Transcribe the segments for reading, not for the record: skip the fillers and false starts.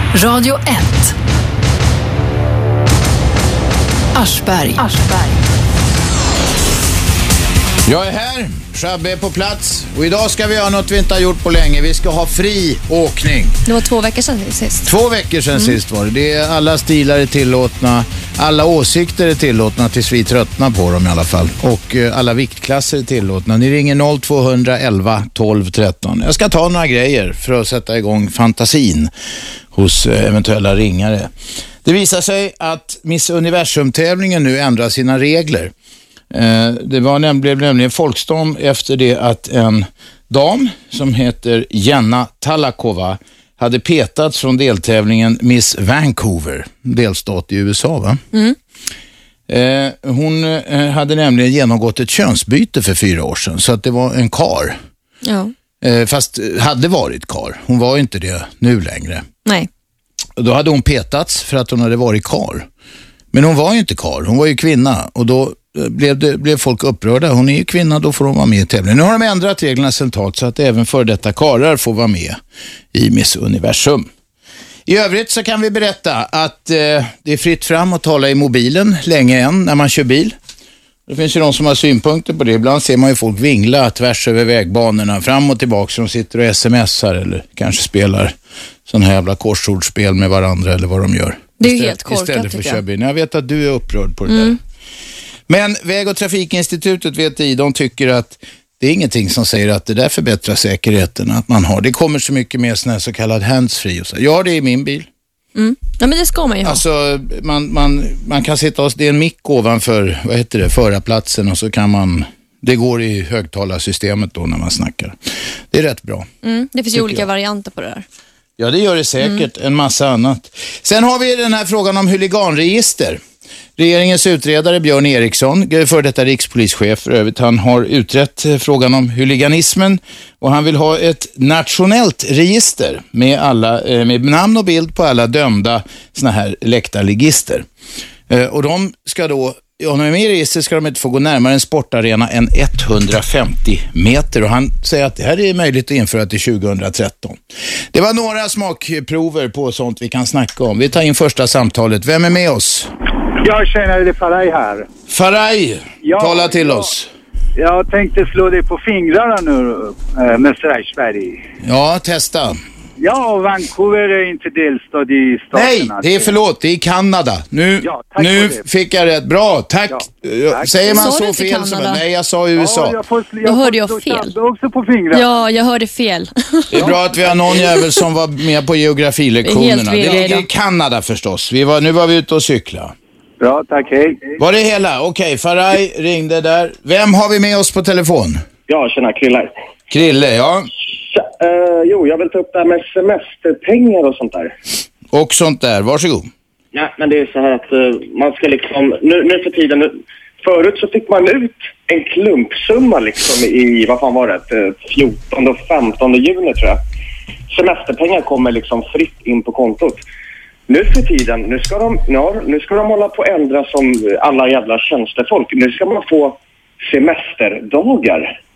Radio 1. Aschberg. Jag är här, Shabbe är på plats och idag ska vi göra något vi inte har gjort på länge. Vi ska ha fri åkning. Det var 2 veckor sedan sist. 2 veckor sedan sist var det. Det är alla stilar är tillåtna, alla åsikter är tillåtna tills vi tröttnar på dem i alla fall. Och alla viktklasser är tillåtna. Ni ringer 0211 12 13. Jag ska ta några grejer för att sätta igång fantasin hos eventuella ringare. Det visar sig att Miss Universum-tävlingen nu ändrar sina regler. Det blev nämligen folkstorm efter det att en dam som heter Jenna Talakova hade petats från deltävlingen Miss Vancouver, delstat i USA, va? Hon hade nämligen genomgått ett könsbyte för 4 år sedan, så att det var en kar. Ja. Fast hade varit kar. Hon var inte det nu längre. Nej. Och då hade hon petats för att hon hade varit kar. Men hon var ju inte kar, hon var ju kvinna. Och då blev folk upprörda. Hon är ju kvinna, då får hon vara med i tävlingen. Nu har de ändrat reglerna centralt så att även för detta karar får vara med i Miss Universum. I övrigt så kan vi berätta att det är fritt fram att tala i mobilen länge än när man kör bil. Det finns ju de som har synpunkter på det. Ibland ser man ju folk vingla tvärs över vägbanorna fram och tillbaka som sitter och smsar eller kanske spelar sån här jävla korsordsspel med varandra eller vad de gör. Det är ju helt korkat, istället för att köra bil. Jag vet att du är upprörd på det där. Men Väg- och trafikinstitutet VTI, de tycker att det är ingenting som säger att det där förbättrar säkerheten att man har. Det kommer så mycket mer sån här så kallad handsfree och så. Ja, det är min bil. Ja, men det ska man ju ha. Alltså, man kan sitta och det är en mick ovanför, förarplatsen och så kan man, det går i högtalarsystemet då när man snackar. Det är rätt bra. Det finns ju olika varianter på det där. Ja, det gör det säkert. En massa annat. Sen har vi den här frågan om huliganregister. Regeringens utredare Björn Eriksson, för detta rikspolischef för övrigt, han har utrett frågan om huliganismen och han vill ha ett nationellt register med namn och bild på alla dömda såna här läktarligister. Och de ska då, om de är med i registret ska de inte få gå närmare en sportarena än 150 meter. Och han säger att det här är möjligt att införa till 2013. Det var några smakprover på sånt vi kan snacka om. Vi tar in första samtalet. Vem är med oss? Jag känner det Faraj här. Faraj, tala till oss. Jag tänkte slå dig på fingrarna nu med Aschberg. Ja, testa. Ja, Vancouver är inte delstat i staten. Nej, det är det är Kanada. Nu fick jag rätt. Bra, tack. Tack. Säger man Sa du så inte fel som Kanada? nej, jag sa USA. Då hörde jag fel. Också på fingrarna. Ja, jag hörde fel. Det är bra att vi har någon jävel som var med på geografilektionerna. Helt Det ligger i Kanada förstås. Nu var vi ute och cykla. Bra, tack, hej. Var det hela? Okej, Faraj ringde där. Vem har vi med oss på telefon? Ja, tjena, Krille. Krille, ja. Jo, jag vill ta upp det här med semesterpengar och sånt där. Och sånt där, varsågod. Ja, men det är så här att man ska liksom, nu för tiden, förut så fick man ut en klumpsumma liksom i, vad fan var det, 14 och 15 juni tror jag. Semesterpengar kommer liksom fritt in på kontot. Nu för tiden, nu ska de hålla på att ändra som alla jävla tjänstefolk. Nu ska man få semesterdagar.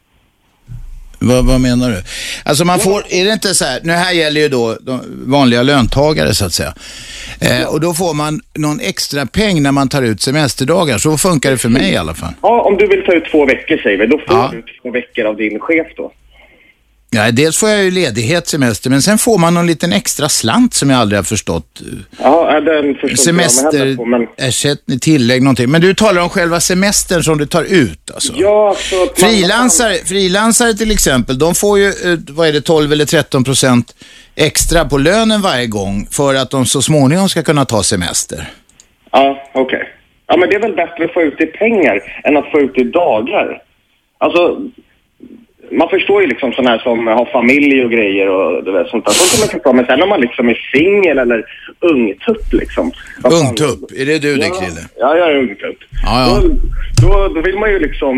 Vad menar du? Alltså man får, är det inte så här, nu här gäller ju då de vanliga löntagare så att säga. Och då får man någon extra peng när man tar ut semesterdagar. Så funkar det för mig i alla fall. Ja, om du vill ta ut 2 veckor säger vi, då får du 2 veckor av din chef då. Ja, dels får jag ju ledighet semester, men sen får man någon liten extra slant som jag aldrig har förstått. Ja, den förstår semesterersättning, tillägg, någonting. Men du talar om själva semestern som du tar ut, alltså. Ja, alltså... Frilansare till exempel, de får ju, 12 eller 13% extra på lönen varje gång för att de så småningom ska kunna ta semester. Ja, okej. Ja, men det är väl bättre att få ut i pengar än att få ut i dagar. Alltså... Man förstår ju liksom sådana här som har familj och grejer och det sånt där. Så kan man förstå, men sen när man liksom är singel eller ungtupp liksom. Ungtupp? Är det du det, Krille? Ja, jag är ungtupp. Ja. Då vill man ju liksom...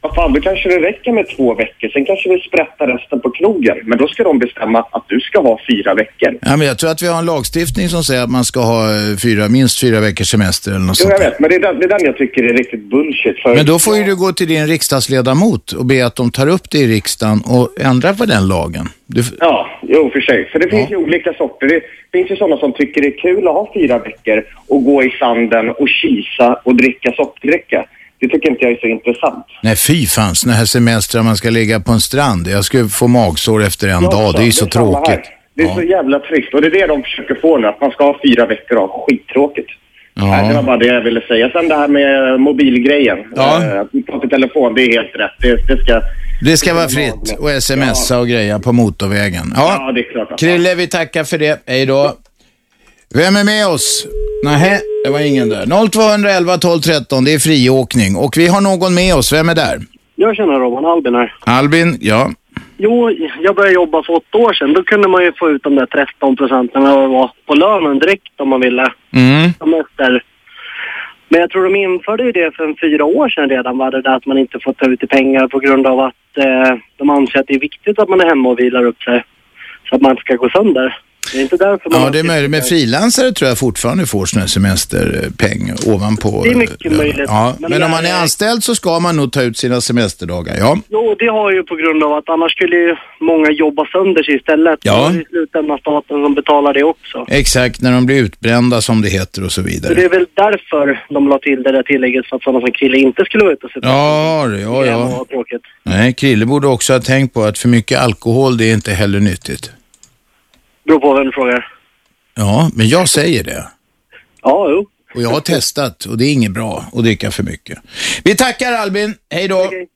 vad fan, då kanske det räcker med 2 veckor. Sen kanske vi sprättar resten på krogen. Men då ska de bestämma att du ska ha 4 veckor. Ja, men jag tror att vi har en lagstiftning som säger att man ska ha minst 4 veckors semester eller något sånt. Jag vet, men det är den jag tycker är riktigt bullshit. Men då får ju du gå till din riksdagsledamot och be att de tar upp det i riksdagen och ändrar på den lagen. Ja, jo för sig. För det finns ju olika sorter. Det finns ju sådana som tycker det är kul att ha 4 veckor och gå i sanden och kisa och dricka soppdricka. Det tycker inte jag är så intressant. Nej, fy fan, såna här semestrar man ska ligga på en strand. Jag skulle få magsår efter en dag, det är ju så tråkigt. Det är så jävla trist och det är det de försöker få nu, att man ska ha 4 veckor av skittråkigt. Nej, det var bara det jag ville säga. Sen det här med mobilgrejen. Att prata i telefon, det är helt rätt. Det ska vara fritt och smsa och greja på motorvägen. Ja, det är klart. Krille, vi tackar för det. Hej då. Vem är med oss? Nej, det var ingen där. 0211 12 13, det är friåkning. Och vi har någon med oss. Vem är där? Jag känner Robban, Albin här. Albin, ja. Jo, jag började jobba för 8 år sedan. Då kunde man ju få ut de där 13% och vara på lönen direkt om man ville. Men jag tror de införde ju det för 4 år sedan redan. Var det där att man inte får ta ut i pengar på grund av att de anser att det är viktigt att man är hemma och vilar upp sig. Så att man inte ska gå sönder. Det är inte därför man... Ja, det är möjligt. Med frilansare tror jag fortfarande får sån här semesterpeng ovanpå. Det är mycket möjligt. Ja, men om man är anställd så ska man nog ta ut sina semesterdagar, ja. Jo, det har ju på grund av att annars skulle ju många jobba sönder sig istället. Ja. Det är i slutändan staten som betalar det också. Exakt, när de blir utbrända som det heter och så vidare. Så det är väl därför de la till det där tillägget så att sådana som Krille inte skulle vara ute och sitta. Ja. Nej, Krille borde också ha tänkt på att för mycket alkohol, det är inte heller nyttigt. Beror på vem du frågar. Ja, men jag säger det. Ja, jo. Och jag har testat och det är inget bra att dricka för mycket. Vi tackar Albin. Hej då. Okay.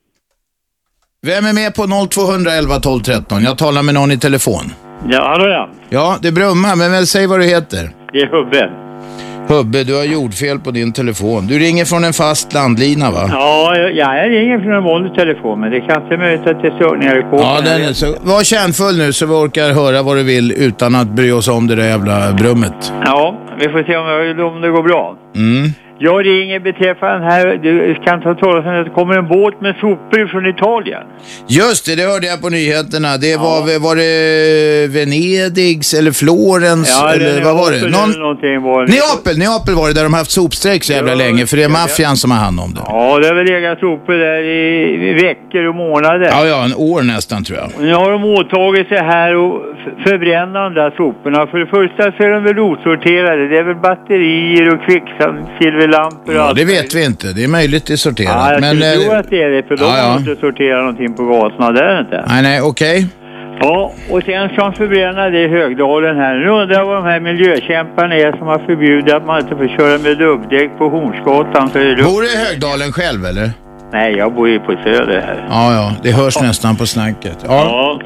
Vem är med på 0211 12 13? Jag talar med någon i telefon. Ja, hallå ja. Ja, det brummar, men säg vad du heter. Det är Hubbe. Hubbe, du har jordfel på din telefon. Du ringer från en fast landlina, va? Ja, jag ringer från en vanlig telefon, men det kan inte möjligt att det är störningar i kåken. Ja, den är så. Var kärnfull nu så vi orkar höra vad du vill utan att bry oss om det där jävla brummet. Ja, vi får se om det går bra. Jag ringer beträffande den här, du kan ta talas om att det kommer en båt med sopor från Italien. Just det hörde jag på nyheterna. Det var det Venedigs eller Florens eller vad var det? Neapel var det där de haft sopsträck så jävla länge för det är maffian som har hand om det. Ja, det har väl legat sopor där i veckor och månader. Ja, en år nästan tror jag. Och nu har de åtagit sig här och förbränna de där soporna. För det första så är de väl osorterade. Det är väl batterier och kvicksilverlampor och allt. Det vet vi inte. Det är möjligt det är sorterat. Ja, jag tror att det är det. För de har inte sorterat någonting på gatorna. Det är inte. Nej, okej. Ja, och sen ska de förbränna det i Högdalen här. Nu undrar jag vad de här miljökämparna är som har förbjudit att man inte får köra med dubbdäck på Hornsgatan. Bor du i Högdalen själv eller? Nej, jag bor ju på Söder här. Ja, det hörs nästan på snacket. Ja.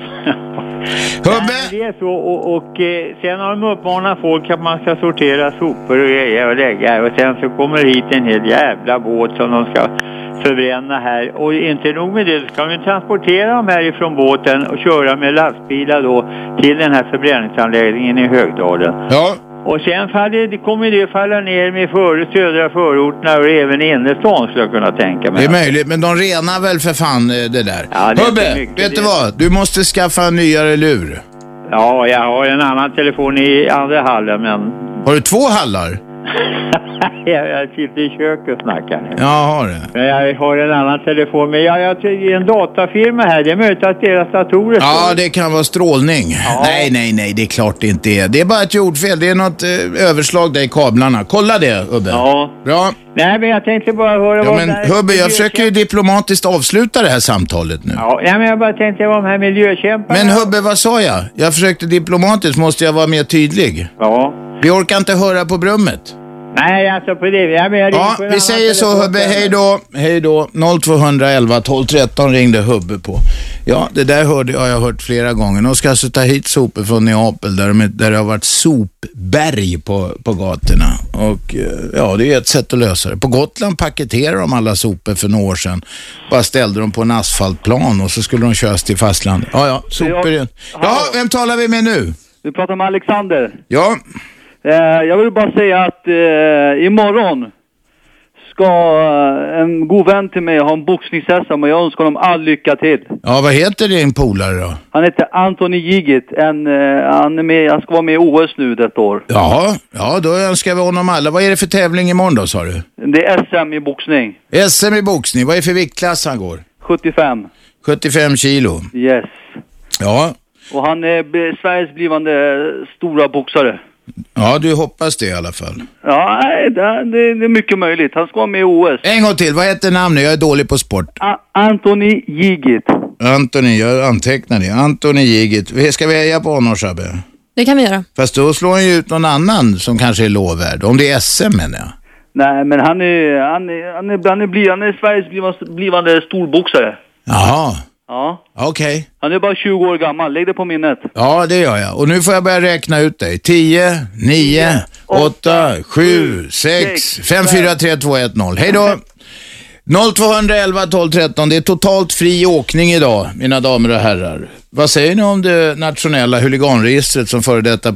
Hubbe! Det är så, och sen har de uppmanat folk att man ska sortera sopor och grejer och lägga. Och sen så kommer hit en hel jävla båt som de ska förbränna här. Och inte nog med det, ska vi transportera dem härifrån båten och köra med lastbilar då till den här förbränningsanläggningen i Högdalen. Ja. Och sen kommer det falla ner med södra förorterna och även innerstan skulle jag kunna tänka mig. Det är möjligt, men de renar väl för fan det där. Ja, Hubbe, vet du vad? Du måste skaffa en nyare lur. Ja, jag har en annan telefon i andra hallen, men... Har du 2 hallar? Jag sitter i köket och snackar nu. Jag har det. Men jag har en annan telefon. Men jag är en datafirma här. Det är möjligt att deras datorer... Ja, det kan vara strålning. Ja. Nej, det är klart det inte är. Det är bara ett jordfel. Det är något överslag där i kablarna. Kolla det, Hubbe. Ja. Bra. Nej, men jag tänkte bara höra vad... Men Hubbe, jag försöker ju diplomatiskt avsluta det här samtalet nu. Ja, men jag bara tänkte vad de här miljökämparna... Men Hubbe, vad sa jag? Jag försökte diplomatiskt. Måste jag vara mer tydlig? Ja. Vi orkar inte höra på brummet. Nej, alltså på det. Ja, vi säger så Hubbe. Hej då. 0211 12 13 ringde Hubbe på. Ja, det där har jag hört flera gånger. De ska alltså ta hit sopor från Neapel där det har varit sopberg på gatorna. Och ja, det är ett sätt att lösa det. På Gotland paketerar de alla sopor för några år sedan. Bara ställde dem på en asfaltplan och så skulle de köras till fastlandet. Ja, sopor igen. Ja, vem talar vi med nu? Du pratar med Alexander. Ja. Jag vill bara säga att imorgon ska en god vän till mig ha en boxningshästam och jag önskar honom all lycka till. Ja, vad heter din polare då? Han heter Anthony Gigit. Han ska vara med i OS nu detta år. Ja, då önskar vi honom alla. Vad är det för tävling imorgon då, sa du? Det är SM i boxning. SM i boxning. Vad är det för viktklass han går? 75. 75 kilo. Yes. Ja. Och han är Sveriges blivande stora boxare. Ja, du hoppas det i alla fall. Ja, det är mycket möjligt. Han ska vara med i OS. En gång till, vad heter namnet? Jag är dålig på sport. Anthony Gigit. Anthony, jag antecknar det. Anthony Gigit. Ska vi heja på honom, Shabbe? Det kan vi göra. Fast då slår han ju ut någon annan som kanske är lovvärd. Om det är SM, menar jag. Nej, men han är Sveriges blivande storboxare. Jaha. Ja. Okej. Han är bara 20 år gammal. Lägg det på minnet. Ja, det gör jag. Och nu får jag börja räkna ut dig. 10, 9, 8, 7, 6, 5, 4, 3, 2, 1, 0. Hej då! 0211 12 13. Det är totalt fri åkning idag, mina damer och herrar. Vad säger ni om det nationella huliganregistret som före detta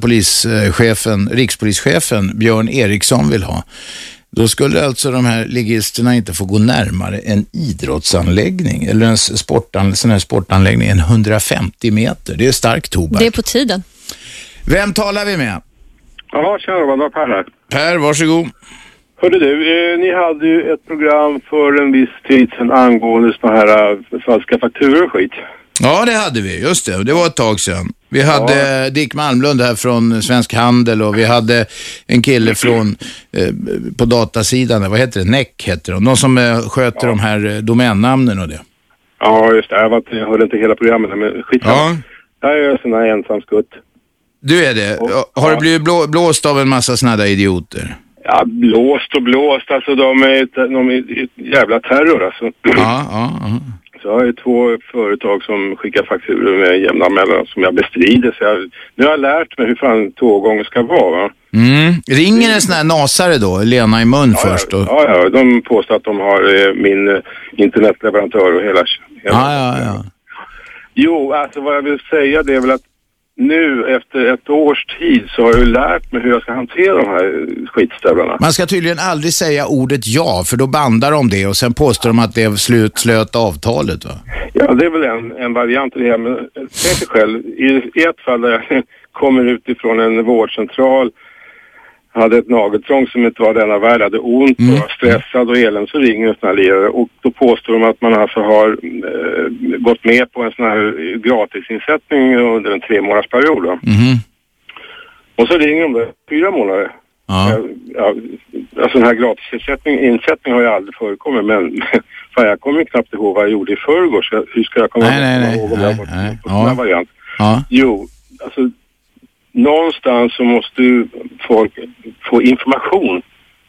rikspolischefen Björn Eriksson vill ha? Då skulle alltså de här ligisterna inte få gå närmare en idrottsanläggning eller en sån här sportanläggning än 150 meter. Det är starkt tobak. Det är på tiden. Vem talar vi med? Ja, tjena, vad var Per här? Per, varsågod. Hörde du, ni hade ju ett program för en viss tid sedan angående såna här falska fakturor och skit. Ja, det hade vi, just det. Det var ett tag sedan. Vi hade Dick Malmlund här från Svensk Handel och vi hade en kille från på datasidan, vad heter det? NEC heter de som sköter de här domännamnen och det. Ja, just det. Jag hörde inte hela programmet, men skit. Ja. Jag är sån här ensam skutt. Du är det? Har du blivit blåst av en massa snadda idioter? Ja, blåst. Alltså de är ett jävla terror alltså. Ja. Så jag har ju 2 företag som skickar fakturor med jämna mellan som jag bestrider. Så nu har jag lärt mig hur fan tågången ska vara, va? Ringer en sån här nasare då? Lena i mun först? Och... Ja, de påstår att de har min internetleverantör och hela... Ja. Jo, alltså vad jag vill säga det är väl att nu efter ett års tid så har jag ju lärt mig hur jag ska hantera de här skitstövlarna. Man ska tydligen aldrig säga ordet ja, för då bandar de det och sen påstår de att det slöt avtalet, va? Ja, det är väl en variant i det här, men tänk dig själv, i ett fall där jag kommer utifrån en vårdcentral, hade ett nageltrång som inte var denna värld, hade ont och var stressad och elände, så ringer en sån här lirare och då påstår de att man alltså har gått med på en sån här gratisinsättning under en 3-månadersperiod. Och så ringer de där 4 månader. Alltså den här gratisinsättning har ju aldrig förekommit, men fan, jag kommer knappt ihåg vad jag gjorde i förrgår, så hur ska jag komma ihåg om jag har gått på sån här variant? Jo, alltså någonstans så måste ju folk få information.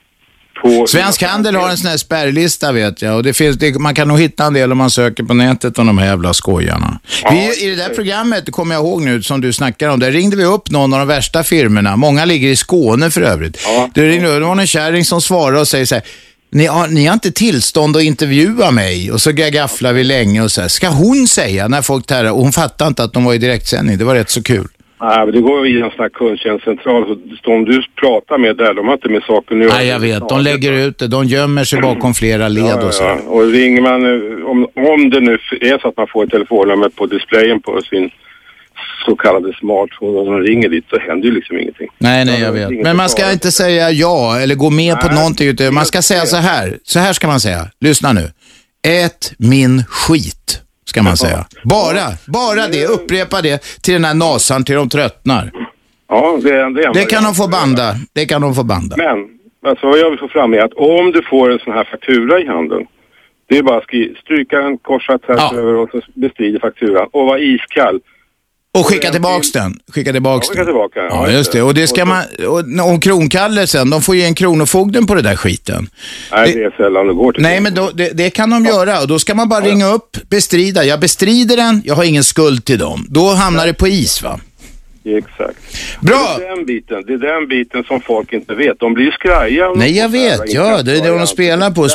Svensk Handel har en sån här spärrlista, vet jag. Och man kan nog hitta en del om man söker på nätet om de här jävla skojarna. I det där programmet, kommer jag ihåg nu, som du snackar om, där ringde vi upp någon av de värsta firmerna. Många ligger i Skåne för övrigt. Det var en kärring som svarade och säger så här: Ni har inte tillstånd att intervjua mig. Och så gafflar vi länge och så här. Ska hon säga när folk tärrar? Och hon fattar inte att de var i direktsändning. Det var rätt så kul. Nej, men det går ju i en sån här kundtjänstcentral. Så om du pratar med där, de har inte med saken nu. Nej, jag vet. De lägger ut det. De gömmer sig bakom flera led och så. Ja. Och ringer man, om det nu är så att man får ett telefonnummer på displayen på sin så kallade smartphone och man ringer dit, så händer ju liksom ingenting. Nej, jag vet. Men man ska inte säga ja eller gå med på någonting. Man ska säga så här. Så här ska man säga. Lyssna nu. Ät min skit. Ska man säga. Bara det. Upprepa det till den här nasan till de tröttnar. Ja, det kan de få banda. Det kan de få banda. Men, alltså vad jag vill få fram är att om du får en sån här faktura i handen, det är bara att stryka en korsat här över och så bestrider fakturan och vara iskall. Och skicka tillbaks den. Skicka tillbaka. Ja, just det. Och det ska man, om kronkaller sen, de får ge en kronofogden på det där skiten. Nej, det är sällan det går till. Nej, men det kan de göra. Och då ska man bara ringa upp, bestrida. Jag bestrider den, jag har ingen skuld till dem. Då hamnar det på is, va? Exakt. Bra! Det är den biten som folk inte vet. De blir skraja. Nej, jag vet. Ja, det är det de spelar på.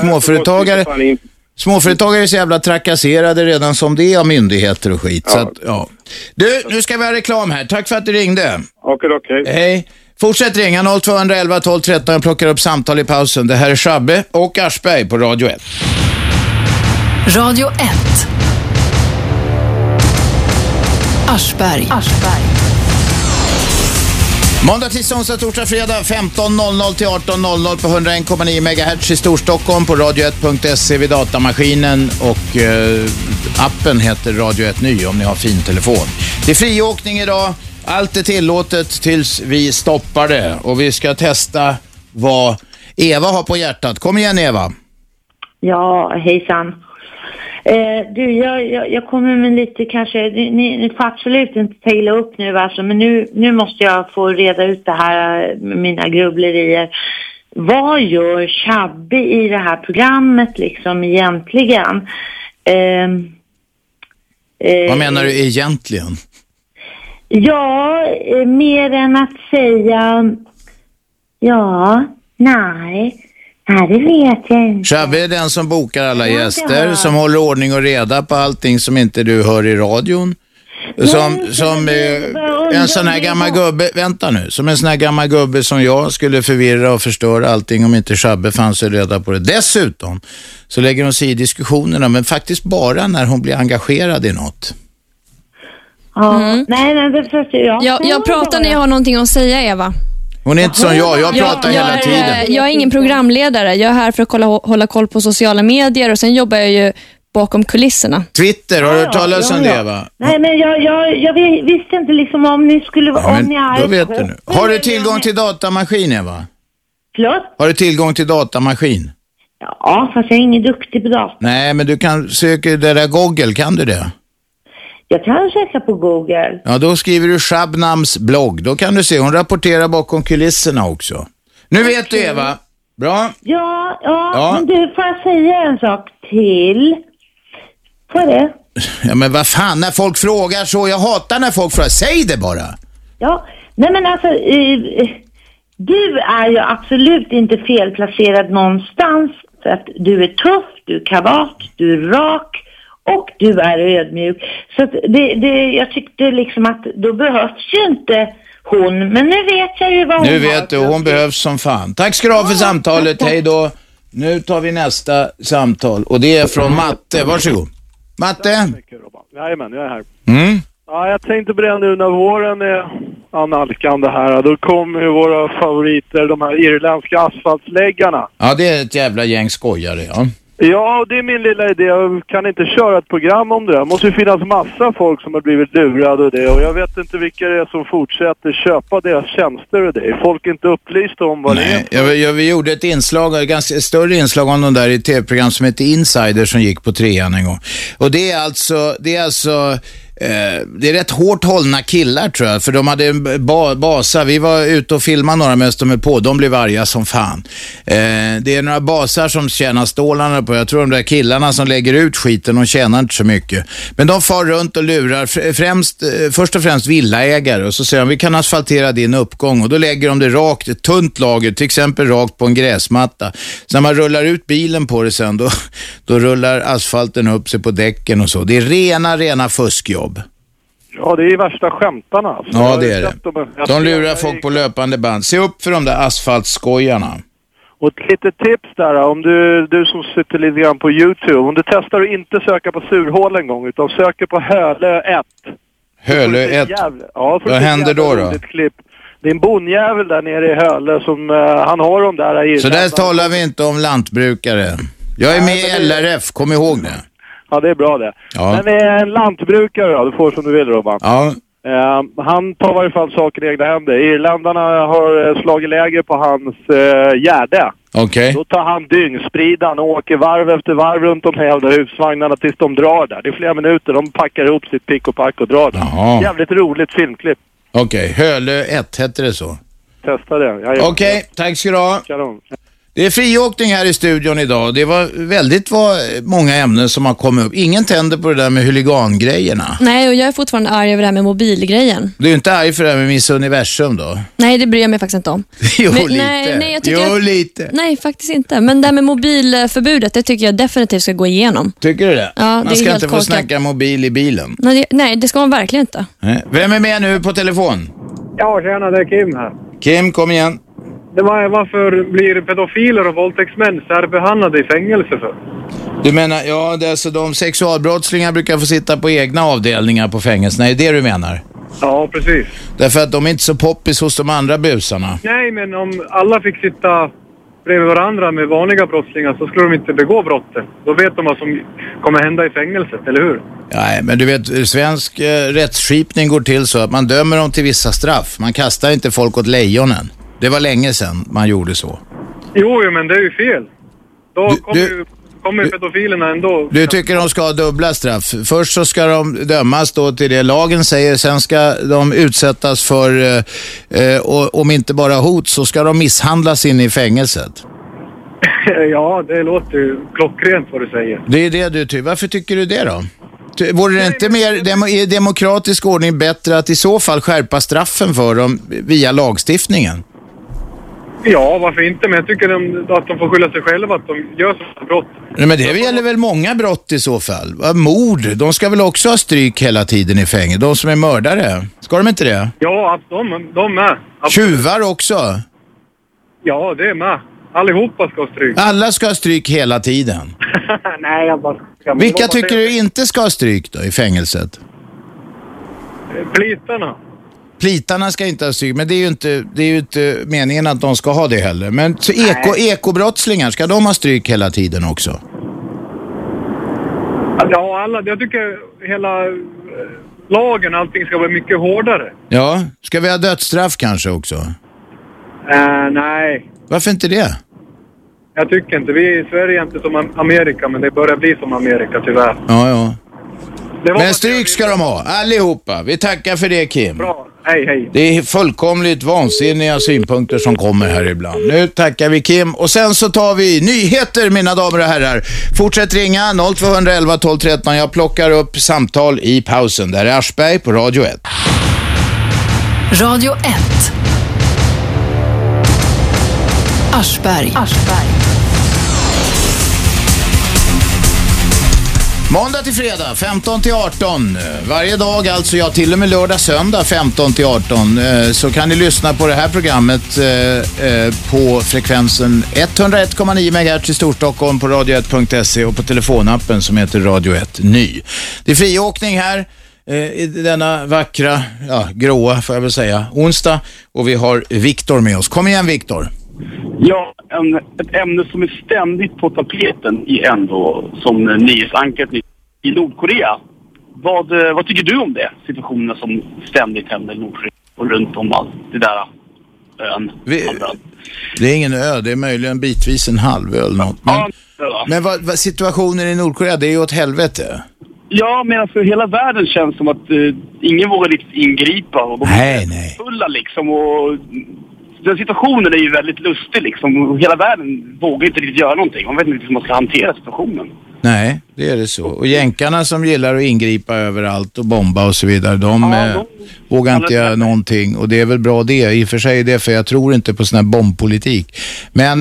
Småföretagare är så jävla trakasserade redan som det är av myndigheter och skit. Ja. Så att, ja. Du, nu ska vi ha reklam här. Tack för att du ringde. Okej. Hej. Fortsätt ringa 0211 12 13. Jag plockar upp samtal i pausen. Det här är Shabbe och Aschberg på Radio 1. Radio 1. Aschberg. Måndag, tisdag, onsdag, torsdag, fredag 15.00 till 18.00 på 101,9 MHz i Storstockholm på radio1.se vid datamaskinen och appen heter Radio 1 Ny om ni har fin telefon. Det är friåkning idag. Allt är tillåtet tills vi stoppar det och vi ska testa vad Eva har på hjärtat. Kom igen Eva. Ja, hejsan. Du, jag kommer med lite kanske, ni får absolut inte pejla upp nu alltså, men nu måste jag få reda ut det här med mina grubblerier. Vad gör Shabbe i det här programmet liksom egentligen? Vad menar du egentligen? Ja, mer än att säga nej, det vet jag inte. Shabbe är den som bokar alla gäster, som håller ordning och reda på allting som inte du hör i radion. Som en sån här gammal gubbe, vänta nu, som en sån här gammal gubbe som jag skulle förvirra och förstöra allting om inte Shabbe fanns sig reda på det. Dessutom så lägger hon sig i diskussionerna, men faktiskt bara när hon blir engagerad i något. Nej, det förstår jag pratar när jag har någonting att säga, Eva. Hon är inte som jag pratar hela tiden. Jag är ingen programledare. Jag är här för att hålla koll på sociala medier och sen jobbar jag ju bakom kulisserna. Twitter, har du talat om det, va? Nej, men jag visste inte liksom om ni skulle vara... Då vet du nu. Har du tillgång till datamaskin, Eva? Förlåt? Har du tillgång till datamaskin? Ja, fast jag är ingen duktig på dator. Nej, men du kan söka det där Google, kan du det? Jag kan söka på Google. Ja, då skriver du Shabnams blogg. Då kan du se, hon rapporterar bakom kulisserna också. Nu vet du, Eva. Bra? Ja, men du, får jag säga en sak till? Får det? Ja, men vad fan, när folk frågar så. Jag hatar när folk frågar. Säg det bara. Ja, nej men alltså... du är ju absolut inte felplacerad någonstans. För att du är tuff, du är kavat, du är rak... Och du är ödmjuk. Så att jag tyckte liksom att då behövs ju inte hon. Men nu vet jag ju vad hon har. Nu vet du, hon behövs som fan. Tack ska du ha för samtalet, hej då. Nu tar vi nästa samtal. Och det är från Matte, varsågod. Matte? Jajamän, jag är här. Ja, jag tänkte på det nu när våren är analkande här. Då kommer ju våra favoriter, de här irländska asfaltsläggarna. Ja, det är ett jävla gäng skojare, ja. Ja, det är min lilla idé. Jag kan inte köra ett program om det. Det måste ju finnas massa folk som har blivit lurade och det. Och jag vet inte vilka det är som fortsätter köpa deras tjänster och det. Folk är inte upplysta om vad det är. Vi gjorde ett inslag, ett ganska större inslag om de där i tv-program som heter Insider som gick på 3:an en gång. Och det är alltså det är rätt hårt hållna killar tror jag, för de hade en basar. Vi var ute och filmade några mest de är på. De blev arga som fan. Det är några basar som tjänar stålarna på. Jag tror de där killarna som lägger ut skiten, de tjänar inte så mycket. Men de far runt och lurar först och främst villaägare och så säger de, vi kan asfaltera din uppgång, och då lägger de det rakt, ett tunt lager, till exempel rakt på en gräsmatta. Så när man rullar ut bilen på det sen, då rullar asfalten upp sig på däcken och så. Det är rena fuskjobb. Ja, det är värsta skämtarna. Alltså. Ja, det är det. De lurar folk på löpande band. Se upp för de där asfaltskojarna. Och ett litet tips där, om du som sitter lite grann på YouTube, om du testar att inte söka på surhål en gång, utan söker på Hölö 1. Hölö 1? Ja, vad händer då? Det är en bonjävel där nere i Hölö som han har de där. Så där talar vi inte om lantbrukare. Jag är med i LRF, kom ihåg det. Ja, det är bra det. Ja. Men en lantbrukare då, du får som du vill, Robban. Ja. Han tar i varje fall saker i egna händer. Irländarna har slagit läger på hans gärde. Okej. Då tar han dyngspridan och åker varv efter varv runt de här husvagnarna tills de drar där. Det är flera minuter, de packar ihop sitt pick och pack och drar där. Jaha. Jävligt roligt filmklipp. Okej, Hölö 1 heter det så. Testa det. Okej, tack ska du ha. Kanon. Det är friåkning här i studion idag. Det var väldigt många ämnen som har kommit upp. Ingen tänder på det där med huligangrejerna. Nej, och jag är fortfarande arg över det här med mobilgrejen. Du är inte arg för det här med Miss Universum då? Nej, det bryr jag mig faktiskt inte om. Lite. Nej, faktiskt inte. Men det här med mobilförbudet, det tycker jag definitivt ska gå igenom. Tycker du det? Ja, man ska inte få snacka mobil i bilen. Nej, det ska man verkligen inte. Nej. Vem är med nu på telefon? Ja, tjena, det är Kim här. Kim, kom igen. Varför blir pedofiler och våldtäktsmän särbehandlade i fängelse för? Du menar, ja, det är så de sexualbrottslingar brukar få sitta på egna avdelningar på fängelserna, är det du menar? Ja, precis. Därför att de är inte så poppis hos de andra busarna. Nej, men om alla fick sitta bredvid varandra med vanliga brottslingar så skulle de inte begå brotten. Då vet de vad som kommer hända i fängelset, eller hur? Nej, men du vet, svensk rättsskipning går till så att man dömer dem till vissa straff. Man kastar inte folk åt lejonen. Det var länge sedan man gjorde så. Jo, men det är ju fel. Då kommer pedofilerna ändå. Du tycker de ska ha dubbla straff. Först så ska de dömas då till det lagen säger. Sen ska de utsättas för, om inte bara hot, så ska de misshandlas in i fängelset. Ja, det låter ju klockrent vad du säger. Det är det du tycker. Varför tycker du det då? Vore det inte mer i demokratisk ordning bättre att i så fall skärpa straffen för dem via lagstiftningen? Ja, varför inte? Men jag tycker att de får skylla sig själva att de gör sådana brott. Nej, men det gäller väl många brott i så fall. Mord, de ska väl också ha stryk hela tiden i fängelse. De som är mördare. Ska de inte det? Ja, de är. Tjuvar också? Ja, det är med. Allihopa ska ha stryk. Alla ska ha stryk hela tiden? Nej, jag bara... Vilka tycker du inte ska ha stryk då i fängelset? Plitarna. Plitarna ska inte ha stryk, men det är ju inte meningen att de ska ha det heller. Men så ekobrottslingar, ska de ha stryk hela tiden också? Ja, alla. Jag tycker hela lagen, allting ska vara mycket hårdare. Ja, ska vi ha dödsstraff kanske också? Nej. Varför inte det? Jag tycker inte. Vi i Sverige är inte som Amerika, men det börjar bli som Amerika tyvärr. Ja. Men stryk ska de ha, allihopa. Vi tackar för det, Kim. Bra, hej. Det är fullkomligt vansinniga synpunkter som kommer här ibland. Nu tackar vi Kim och sen så tar vi nyheter, mina damer och herrar. Fortsätt ringa 0211 12 13. Jag plockar upp samtal i pausen. Där är Aschberg på Radio 1. Radio 1. Aschberg. Måndag till fredag 15 till 18. Varje dag alltså, ja, till och med lördag söndag 15 till 18 så kan ni lyssna på det här programmet på frekvensen 101,9 MHz i Storstockholm på radio1.se och på telefonappen som heter Radio 1 Ny. Det är friåkning här i denna vackra, gråa får jag väl säga, onsdag, och vi har Viktor med oss. Kom igen, Viktor. Ja, ett ämne som är ständigt på tapeten i ändå som nyhetsankret i Nordkorea. Vad tycker du om det? Situationen som ständigt händer i Nordkorea och runt om allt det där ön. Det är ingen ö, det är möjligen bitvis en halv ö eller något. Men vad situationen i Nordkorea, det är ju åt helvete. Ja, men alltså hela världen känns som att ingen vågar riktigt ingripa och de är fulla liksom, och den situationen är ju väldigt lustig liksom. Hela världen vågar inte riktigt göra någonting. Man vet inte hur man ska hantera situationen. Nej, det är det så. Och jänkarna som gillar att ingripa överallt och bomba och så vidare, de vågar inte göra någonting. Och det är väl bra det, i och för sig det, för jag tror inte på sån här bombpolitik. Men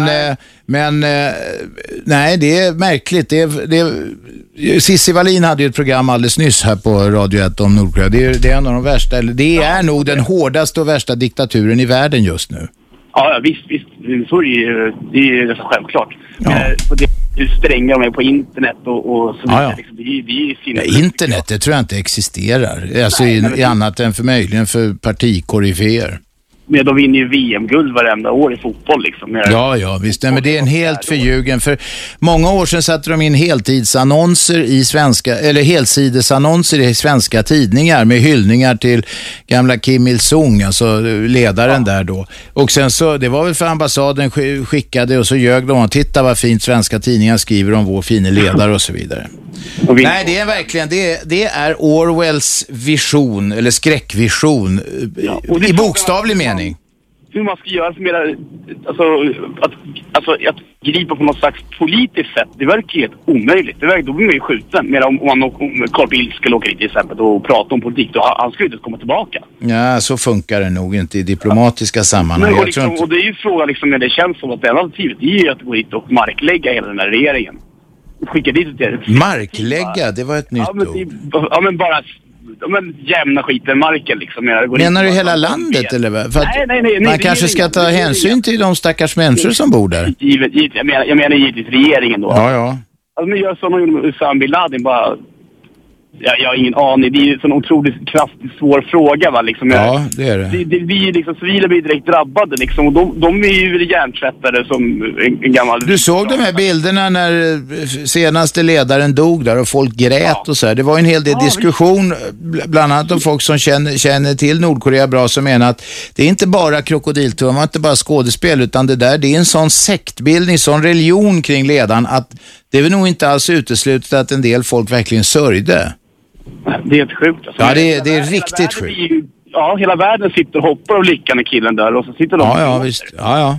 nej, det är märkligt. Cissi Wallin hade ju ett program alldeles nyss här på Radio 1 om Nordkorea. Det är en av de värsta, eller det är nog den hårdaste och värsta diktaturen i världen just nu. Ja, visst. Så det är nästan självklart. Och det hur stränga de är på internet och så vidare. Liksom, det är internet, det tror jag inte existerar. Alltså i annat än för möjligen för partikoriféer. Men de vinner ju VM-guld varenda år i fotboll liksom. Ja, visst. Men det är en helt förljugen. För många år sedan satte de in heltidsannonser i svenska, eller helsidesannonser i svenska tidningar med hyllningar till gamla Kim Il-sung, alltså ledaren där då. Och sen så, det var väl för ambassaden skickade och så ljög de och titta vad fint svenska tidningar skriver om vår fina ledare och så vidare. Nej, det är verkligen, det är Orwells vision, eller skräckvision, i bokstavlig mening. Hur man ska göra mer, att gripa på något slags politiskt sätt, det verkar helt omöjligt. Då blir man ju skjuten. Men om Carl Bildt skulle åka dit till exempel och prata om politik, då han skulle inte komma tillbaka. Ja, så funkar det nog inte i diplomatiska sammanhang. Och det är ju frågan liksom, när det känns som att det enda alternativet är ju att gå dit och marklägga hela den här regeringen. Skicka dit det. Marklägga, det var ett nytt ord. Ja, men bara jämna skiten marken liksom. Menar du hela landet eller vad? För att nej, man kanske ska ta hänsyn till de stackars människor som bor där. Givet, jag menar givetvis regeringen då. Ja. Alltså, men gör så Usama bin Laden bara... Jag har ingen aning. Det är ju en sån otroligt kraftigt svår fråga, va? Liksom. Ja, det är det. Vi liksom, civila blir direkt drabbade, liksom. Och de är ju hjärntvättade som en gammal... Du såg de här bilderna när senaste ledaren dog där och folk grät och så här. Det var en hel del diskussion, bland annat om folk som känner till Nordkorea bra, som menar att det är inte bara krokodiltummar, inte bara skådespel, utan det är en sån sektbildning, sån religion kring ledaren att det är väl nog inte alls uteslutet att en del folk verkligen sörjde. Det är helt sjukt. Alltså. Ja, det är riktigt sjukt. Hela världen sitter och hoppar av lyckan i killen där och så sitter de... Ja, visst. Ja.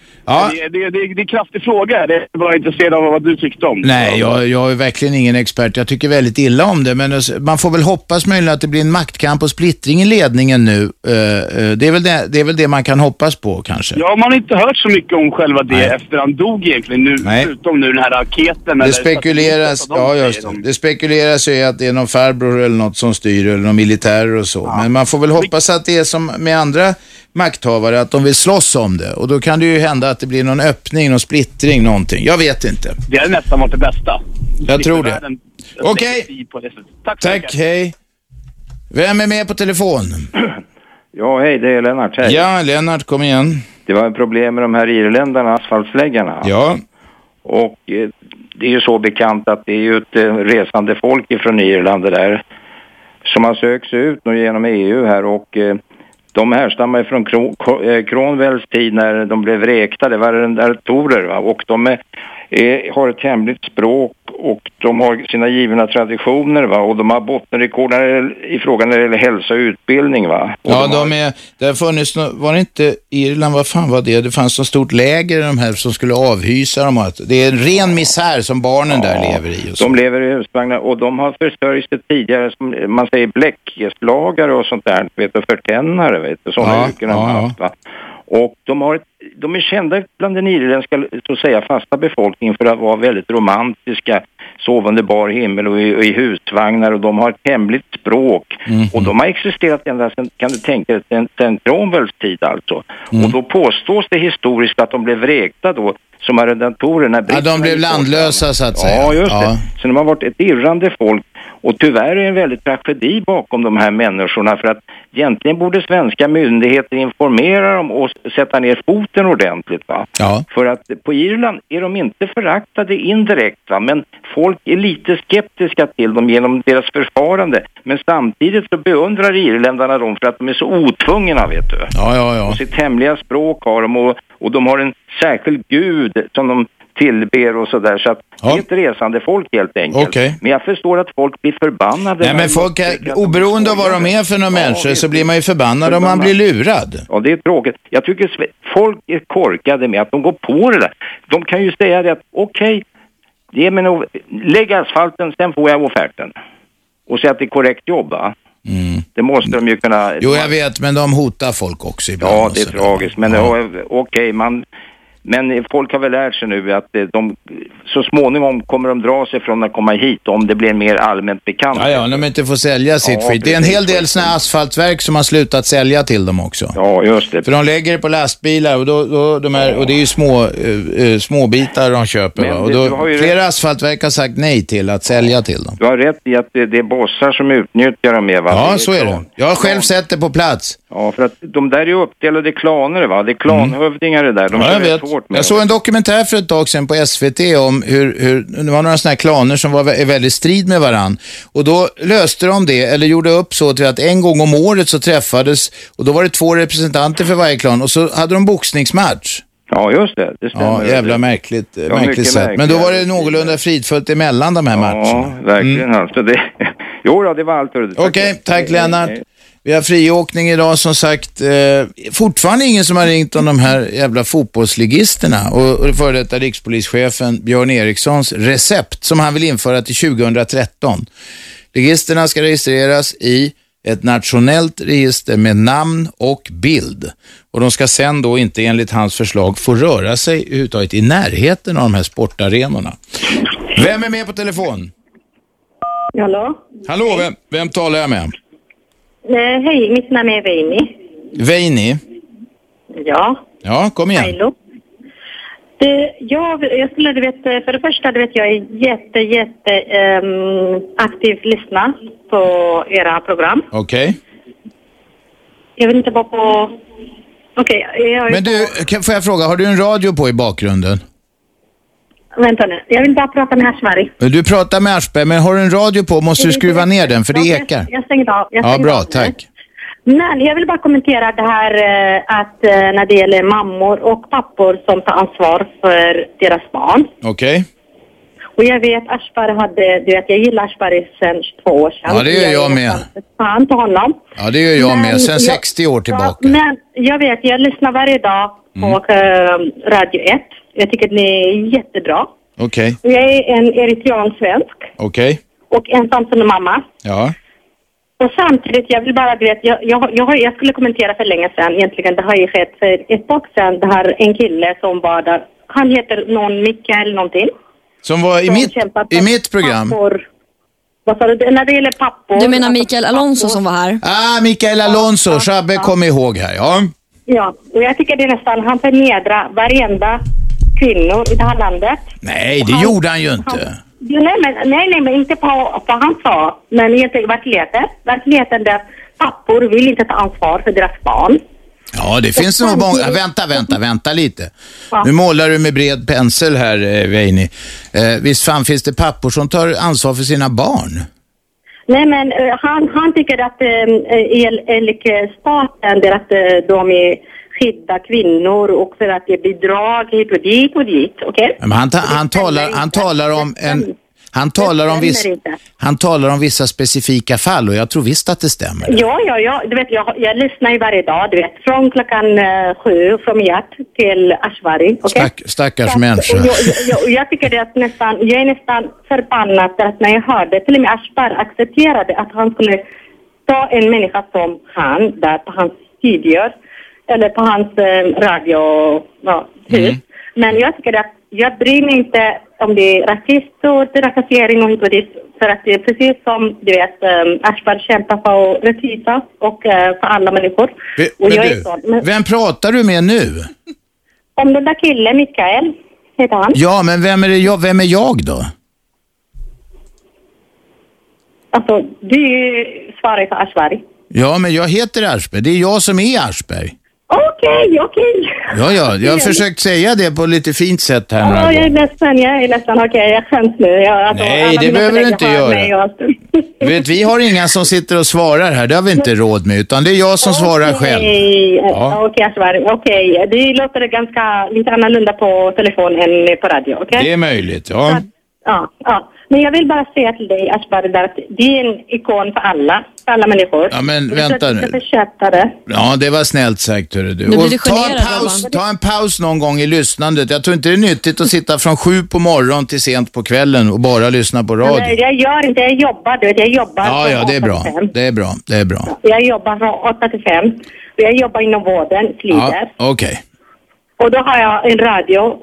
Det är en kraftig fråga. Det är bara intresserad av vad du tyckte om. Nej, jag är verkligen ingen expert. Jag tycker väldigt illa om det. Men man får väl hoppas möjligen att det blir en maktkamp och splittring i ledningen nu. Det är väl det man kan hoppas på kanske. Ja, man har inte hört så mycket om själva det efter han dog egentligen. Nu, förutom nu den här raketen. Det spekuleras, det spekuleras ju att det är någon farbror eller något som styr eller någon militärer och så. Ja. Men man får väl hoppas att det är som med andra makthavare, att de vill slåss om det. Och då kan det ju hända att det blir någon öppning, någon splittring, någonting. Jag vet inte. Det är nästan varit det bästa. Jag tror det. Okej. Tack, hej. Vem är med på telefon? Ja, hej, det är Lennart. Hej. Ja, Lennart, kom igen. Det var en problem med de här irländarna, asfaltsläggarna. Ja. Och det är ju så bekant att det är ju ett resande folk ifrån Irland där som har sökt sig ut nu genom EU här, och de härstammar från Cromwells tid när de blev vräkta. Det var arrendatorer, va? Och de har ett hemligt språk och de har sina givna traditioner, va? Och de har bottenrekord i frågan när det gäller hälsa och utbildning, va? Och det har funnits, var det inte Irland, vad fan var det? Det fanns så stort läger de här som skulle avhysa dem. Det är en ren misär som barnen där lever i. Och de lever i husvagnar och de har försörjt sig tidigare, som man säger, bläckslagare och sånt där, vet du, förtännare, vet du, sådana yrken de har haft, va? Och de är kända bland den irländska, så att säga, fasta befolkningen för att vara väldigt romantiska, sova under bar himmel och i husvagnar, och de har ett hemligt språk. Och de har existerat ända sedan, kan du tänka dig, sedan Cromwells tid alltså. Och då påstås det historiskt att de blev vräkta då som arrendatorer. Ja, de blev landlösa så att säga. Ja, just det. Så de har varit ett irrande folk. Och tyvärr är det en väldigt tragedi bakom de här människorna, för att egentligen borde svenska myndigheter informera dem och sätta ner foten ordentligt, va? Ja. För att på Irland är de inte föraktade indirekt, va? Men folk är lite skeptiska till dem genom deras förfarande. Men samtidigt så beundrar irländarna dem för att de är så otvungna, vet du. Ja. Och sitt hemliga språk har de, och de har en särskild gud som de tillber och sådär, så att det är ett resande folk helt enkelt. Okay. Men jag förstår att folk blir förbannade. Nej, men folk oberoende av vad de är för några människor så blir man ju förbannad om man blir lurad. Ja, det är tråkigt. Jag tycker folk är korkade med att de går på det där. De kan ju säga det att okej, lägg asfalten, sen får jag offerten. Och säga att det är korrekt jobb, va? Det måste de ju kunna... Jo, jag vet, men de hotar folk också ibland. Ja, det är tragiskt. Men okej, men folk har väl lärt sig nu att så småningom kommer de dra sig från att komma hit om det blir mer allmänt bekant. Ja, de inte får sälja sitt skit. Det är en hel del såna här asfaltverk som har slutat sälja till dem också. Ja, just det. För de lägger det på lastbilar och, och det är ju små bitar de köper. Och flera asfaltverk har sagt nej till att sälja till dem. Du har rätt i att det är bossar som utnyttjar dem med, va? Ja, så är det. Jag har själv sett det på plats. Ja, för att de där är uppdelade klaner, va? Det är klanhövdingar det där. Jag vet. Jag såg en dokumentär för ett tag sedan på SVT om hur det var några såna här klaner som var i väldigt strid med varann. Och då löste de det, eller gjorde upp så till att en gång om året så träffades, och då var det 2 representanter för varje klan, och så hade de boxningsmatch. Ja, just det. Det stämmer. Ja, jävla märkligt sätt. Men då var det någorlunda fridfullt emellan de här matcherna. Ja, verkligen. Alltså Jo, det var allt. Okej, tack Lennart. Vi har friåkning idag som sagt. Fortfarande ingen som har ringt om de här jävla fotbollsligisterna och före detta rikspolischefen Björn Erikssons recept som han vill införa till 2013. Ligisterna ska registreras i ett nationellt register med namn och bild. Och de ska sen då inte enligt hans förslag få röra sig överhuvudtaget i närheten av de här sportarenorna. Vem är med på telefon? Hallå? Hallå, vem talar jag med? Hej, mitt namn är Veini. Veini? Ja. Ja, kom igen. Hallå. Jag skulle, för det första, jag är jätte aktiv lyssna på era program. Okej. Jag vill inte vara på... Men du, får jag fråga, har du en radio på i bakgrunden? Vänta nu, jag vill bara prata med Aschberg. Du pratar med Aschberg, men har du en radio på måste du skruva ner den, för det ekar. Jag stängde av. Ja, bra, tack. Men jag vill bara kommentera det här att när det gäller mammor och pappor som tar ansvar för deras barn. Okej. Och jag vet Aschberg jag gillar Aschberg sedan 22 år sedan. Ja, det gör jag med. Fan på honom. Ja, det gör jag med, sedan 60 år tillbaka. Ja, men jag lyssnar varje dag på Radio 1. Jag tycker att ni är jättebra. Okej. Och jag är en eritrean-svensk. Okej. Och ensamstående mamma. Ja. Och samtidigt, jag vill bara veta, jag skulle kommentera för länge sedan, egentligen, det har ju skett för ett tag sedan, det här en kille som var där, han heter någon Mikael någonting. Som var i mitt program? Pappor. Vad sa du, när det gäller pappor? Du menar Mikael Alonso som var här? Mikael Alonso, Shabbe kom ihåg här, ja. Ja, och jag tycker det är nästan, han förnedrar varenda kvinnor i det här landet. Nej, det gjorde han ju inte. Nej, men inte på han sa, men egentligen verkligheten där pappor vill inte ta ansvar för deras barn. Ja, det finns nog många. Vänta lite. Ja. Nu målar du med bred pensel här, Veini. Visst fan finns det pappor som tar ansvar för sina barn? Nej, men han tycker att enligt staten där att de är skydda kvinnor och för att det blir drag hit och dit, okej? Men han talar om vissa specifika fall och jag tror visst att det stämmer. Ja, du vet jag lyssnar ju varje dag, du vet, från klockan 7 från Hjärt till Aschberg, okej? Stackars människa. Jag tycker det att jag är nästan förbannad att när jag hörde till och med Aschberg accepterade att han skulle ta en människa som han där på hans studier eller på hans radiohus. Men jag tycker att jag bryr mig inte om det är rasist och trakassering och hit och dit. För att det är precis som du vet, Aschberg kämpar för rättvisa och för alla människor. Vem pratar du med nu? Om den där killen, Mikael, heter han. Ja, men vem är jag då? Alltså, du svarar för Aschberg. Ja, men jag heter Aschberg. Det är jag som är Aschberg. Okej. Ja, jag har försökt säga det på lite fint sätt här. Ja, jag är ledsen. Okej, jag skäms nu. Nej, det behöver du inte göra. Vet, vi har inga som sitter och svarar här. Det har vi inte råd med, utan det är jag som svarar själv. Ja. Okej. Det låter ganska lite annorlunda på telefon än på radio, okej? Det är möjligt, ja. Ja. Men jag vill bara säga till dig, Aschberg, att det är en ikon för alla människor. Ja, men vänta nu. Ja, det var snällt sagt, hörru du. Och ta en paus någon gång i lyssnandet. Jag tror inte det är nyttigt att sitta från 7 på morgonen till sent på kvällen och bara lyssna på radio. Nej, jag gör inte. Jag jobbar. Ja, det är bra. Det är bra. Jag jobbar från 8 till 5. Jag jobbar inom vården, Slider. Ja, okej. Och då har jag en radio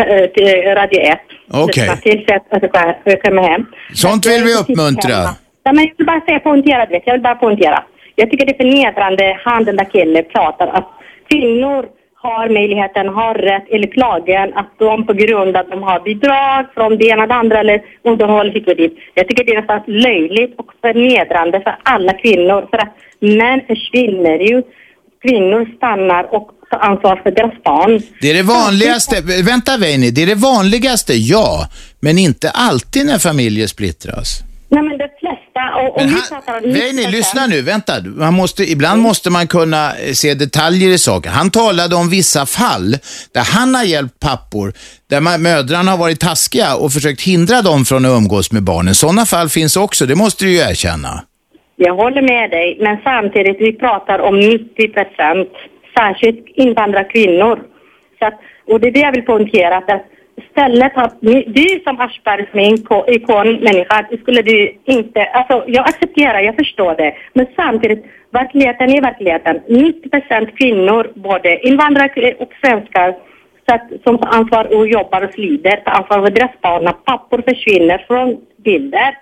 1. Okej. Jag kommer hem. Sånt vill vi uppmuntra. Ja, men jag vill bara poängtera. Jag tycker det är förnedrande den där killen pratar att kvinnor har möjligheten, har rätt enligt lagen att de på grund av att de har bidrag från det ena och det andra eller underhåll hit och dit. Jag tycker det är nästan löjligt och förnedrande för alla kvinnor för att män försvinner ju. Kvinnor stannar och tar ansvar för deras barn. Det är det vanligaste. Vänta, Veini, det är det vanligaste, ja. Men inte alltid när familjer splittras. Nej, men de flesta... Veini, lyssna nu, vänta. Ibland måste man kunna se detaljer i saker. Han talade om vissa fall där han har hjälpt pappor, där mödrarna har varit taskiga och försökt hindra dem från att umgås med barnen. Sådana fall finns också, det måste du ju erkänna. Jag håller med dig, men samtidigt vi pratar om 90%, särskilt invandrarkvinnor. Så att, och det är det jag vill poängtera, att istället att du som Aschberg som är ikonmänniska, skulle du inte, alltså jag accepterar, jag förstår det, men samtidigt verkligheten är verkligheten. 90% kvinnor, både invandrare och svenskar, så att, som tar ansvar och jobbar och slider, tar ansvar för deras barn, när pappor försvinner från bilder.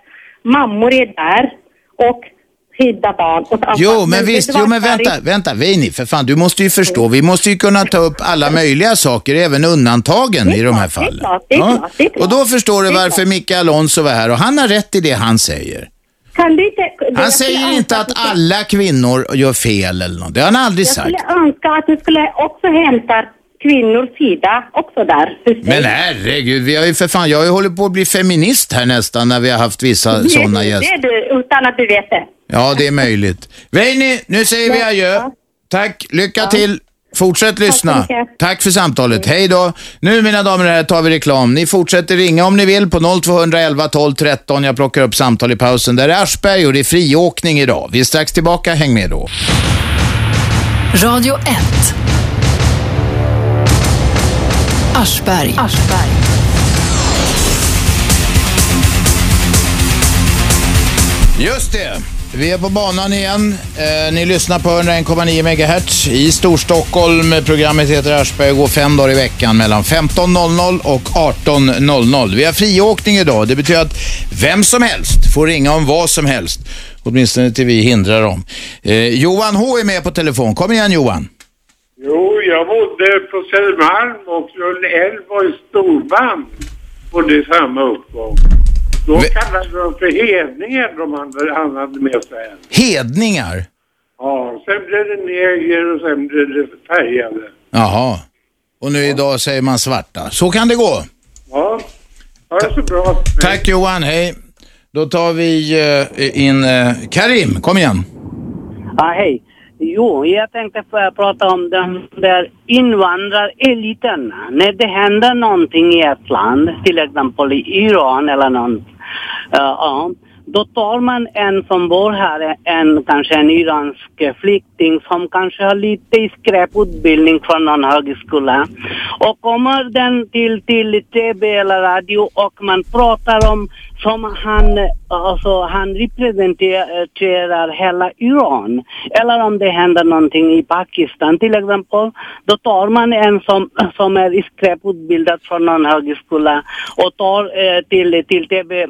mammor är där och skydda barn. Jo, men visst, vänta, Veini, för fan, du måste ju förstå, vi måste ju kunna ta upp alla möjliga saker, även undantagen i de här fallen. Det är klart. Och då förstår du varför Micke Alonso var här, och han har rätt i det han säger. Han säger inte att alla kvinnor gör fel eller något, det har han aldrig sagt. Jag skulle önska att du skulle också hämta kvinnors sida också där. Men herregud, vi har ju för fan, jag har ju hållit på att bli feminist här nästan när vi har haft vissa sådana gäster. Det är du, utan att du vet det. Ja, det är möjligt. Veini, nu säger vi adjö. Tack, lycka till. Fortsätt lyssna. Tack för samtalet. Hej då. Nu, mina damer och herrar, tar vi reklam. Ni fortsätter ringa om ni vill på 0211 12 13. Jag plockar upp samtal i pausen. Där är Aschberg och det är friåkning idag. Vi är strax tillbaka. Häng med då. Radio 1. Aschberg. Just det. Vi är på banan igen. Ni lyssnar på 101,9 MHz i Storstockholm. Programmet heter Aschberg och går 5 dagar i veckan mellan 15.00 och 18.00. Vi har friåkning idag. Det betyder att vem som helst får ringa om vad som helst. Åtminstone till vi hindrar dem. Johan H är med på telefon. Kom igen, Johan. Jo, jag bodde på Södermalm och Rull älv var i storband på det samma uppgång. Då kallade de för hedningar de hade med sig. Hedningar? Ja, sen blev det neger och sen blev det färgade. Jaha. Och nu idag säger man svarta. Så kan det gå. Ja, det är så bra. Tack Johan, hej. Då tar vi in Karim, kom igen. Ja, hej. Jo, jag tänkte prata om den där invandrareliten. När det händer någonting i ett land, till exempel i Iran eller någon, då tar man en som bor här, kanske en iransk flykting som kanske har lite skräputbildning från någon högskola. Och kommer den till TV eller radio och man pratar om som han representerar hela Iran. Eller om det händer någonting i Pakistan till exempel, då tar man en som är skräputbildad från någon högskola och tar till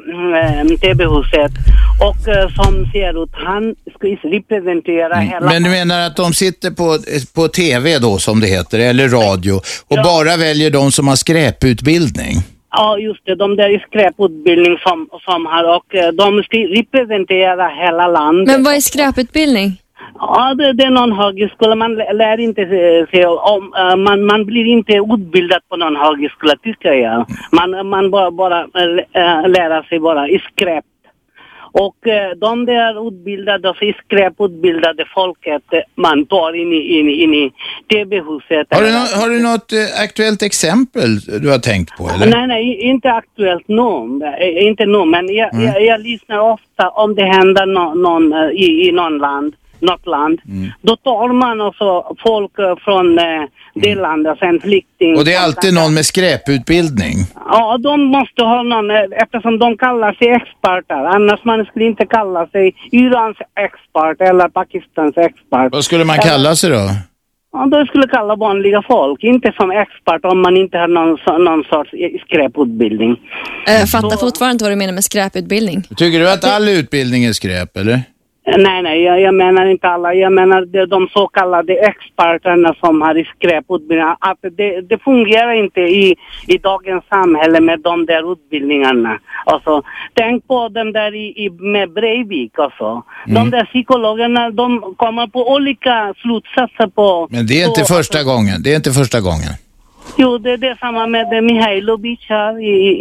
TV-huset och som ser ut han ska representera hela... Men du menar att de sitter på TV då, som det heter, eller radio, och bara väljer de som har skräputbildning? Ja, just det. De där är skräputbildning som har, och de ska representera hela landet. Men vad är skräputbildning? Ja, det är någon högskola. Man lär inte sig om, man blir inte utbildad på någon högskola, tycker jag. Man bara lära sig bara i skräp. Och de där utbildade, skräputbildade folket man tar in i TV-huset. Har du något aktuellt exempel du har tänkt på? Eller? Nej, inte aktuellt inte nu, men jag lyssnar ofta om det händer någon i något land. Då tar man också folk från det landet, en flykting. Och det är alltid någon med skräputbildning? Ja, de måste ha någon, eftersom de kallar sig experter. Annars man skulle inte kalla sig Irans expert eller Pakistans expert. Vad skulle man kalla sig då? Ja, då skulle kalla vanliga folk, inte som expert om man inte har någon sorts skräputbildning. Fattar fortfarande inte vad du menar med skräputbildning. Tycker du att all utbildning är skräp, eller? Nej, jag menar inte alla. Jag menar de så kallade experterna som har skräputbildning. Att det fungerar inte i dagens samhälle med de där utbildningarna. Alltså, tänk på dem där med Breivik alltså. De där psykologerna, de kommer på olika slutsatser på... Men det är inte första gången. Jo, det är samma med Mihailovic här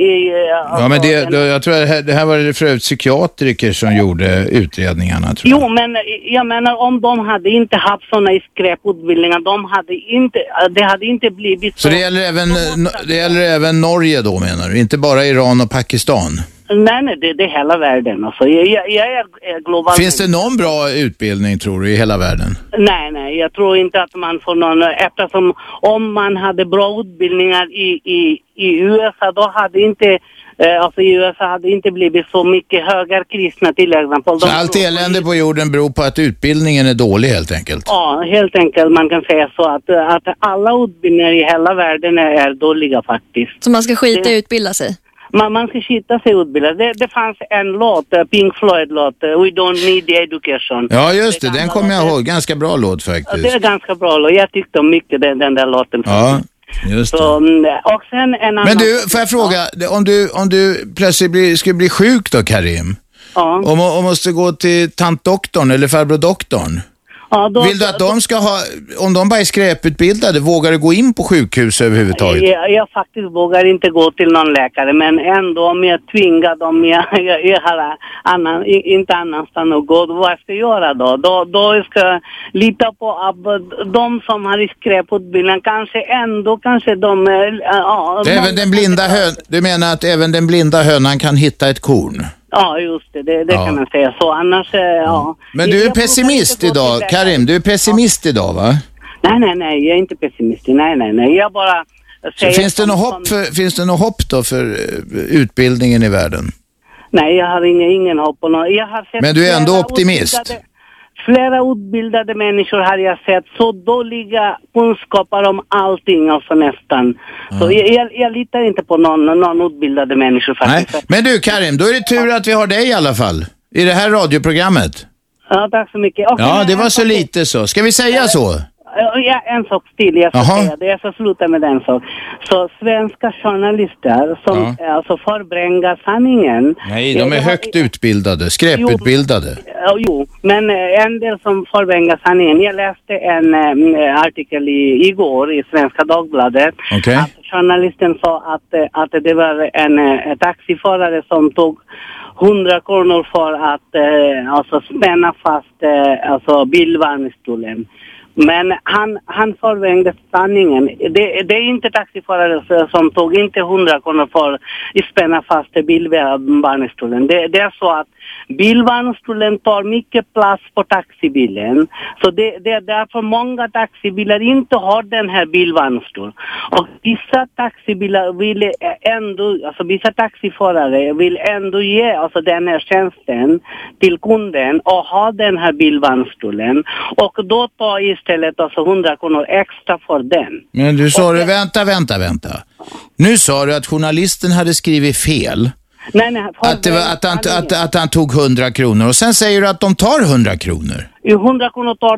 ja, men jag tror att det här var det för psykiatriker som gjorde utredningarna, tror jag. Jo, men jag menar om de hade inte haft sådana skräputbildningar, det hade inte blivit så. Så det gäller även Norge då, menar du? Inte bara Iran och Pakistan? Nej, det är hela världen. Alltså, jag är global. Finns det någon bra utbildning, tror du, i hela världen? Nej, jag tror inte att man får någon, eftersom om man hade bra utbildningar i USA, då hade inte i USA hade inte blivit så mycket högerkristna till exempel. Så allt elände på jorden beror på att utbildningen är dålig, helt enkelt? Ja, helt enkelt. Man kan säga så att alla utbildningar i hela världen är dåliga faktiskt. Så man ska skita i utbilda sig? Man ska skita sig utbildad. Det fanns en låt, Pink Floyd-låt, We Don't Need the Education. Ja, just det. Den kommer jag ihåg. Ganska bra låt faktiskt. Det är ganska bra låt. Jag tyckte mycket den där låten. Ja, just det. Så, och sen en annan... Men du, får jag fråga, om du plötsligt skulle bli sjuk då, Karim? Ja. Och måste gå till tantdoktorn eller farbror-doktorn? Ja, vill du att de ska ha, om de bara är skräputbildade, vågar du gå in på sjukhus överhuvudtaget? Jag faktiskt vågar inte gå till någon läkare, men ändå om jag tvingar dem, jag har inte annanstans att gå, vad ska jag göra då? Då ska jag lita på att de som har skräputbildning kanske de... även den blinda du menar att även den blinda hönan kan hitta ett korn? Ja, just det kan man säga. Så annars, ja. Men du är pessimist idag, Karim. Du är pessimist idag, va? Nej, jag är inte pessimist. Nej. Jag bara säger... Finns det något hopp då för utbildningen i världen? Nej, jag har ingen hopp. Jag har sett men du är ändå optimist? Flera utbildade människor har jag sett så dåliga kunskaper om allting, alltså nästan. Så jag litar inte på någon utbildade människor faktiskt. Nej. Men du Karim, då är det tur att vi har dig i alla fall. I det här radioprogrammet. Ja, tack så mycket. Ja, det var så lite så. Ska vi säga så? Ja, en sak till. Jag ska säga det. Jag ska sluta med den sak. Så svenska journalister som alltså förbringar sanningen. Nej, de är högt utbildade, skräputbildade. Jo, men en del som förbringar sanningen. Jag läste en artikel igår i Svenska Dagbladet. Okay. Att journalisten sa att det var en taxiförare som tog 100 kronor för att spänna fast bilvarningsstolen. Men han förvängde sanningen. Det är inte taxiförare som tog inte 100 kronor för att spänna fast bilvarningsstolen. Det är så att bilvarningsstolen tar mycket plats på taxibilen. Så det är därför många taxibilar inte har den här bilvarningsstolen. Och vissa taxibilar vill ändå, alltså vissa taxiförare vill ändå ge alltså den här tjänsten till kunden och ha den här bilvarningsstolen. Och då tar istället alltså 100 kronor extra för den. Men du sa vänta. Nu sa du att journalisten hade skrivit fel. Nej, att han tog 100 kronor. Och sen säger du att de tar 100 kronor. 100 kronor tar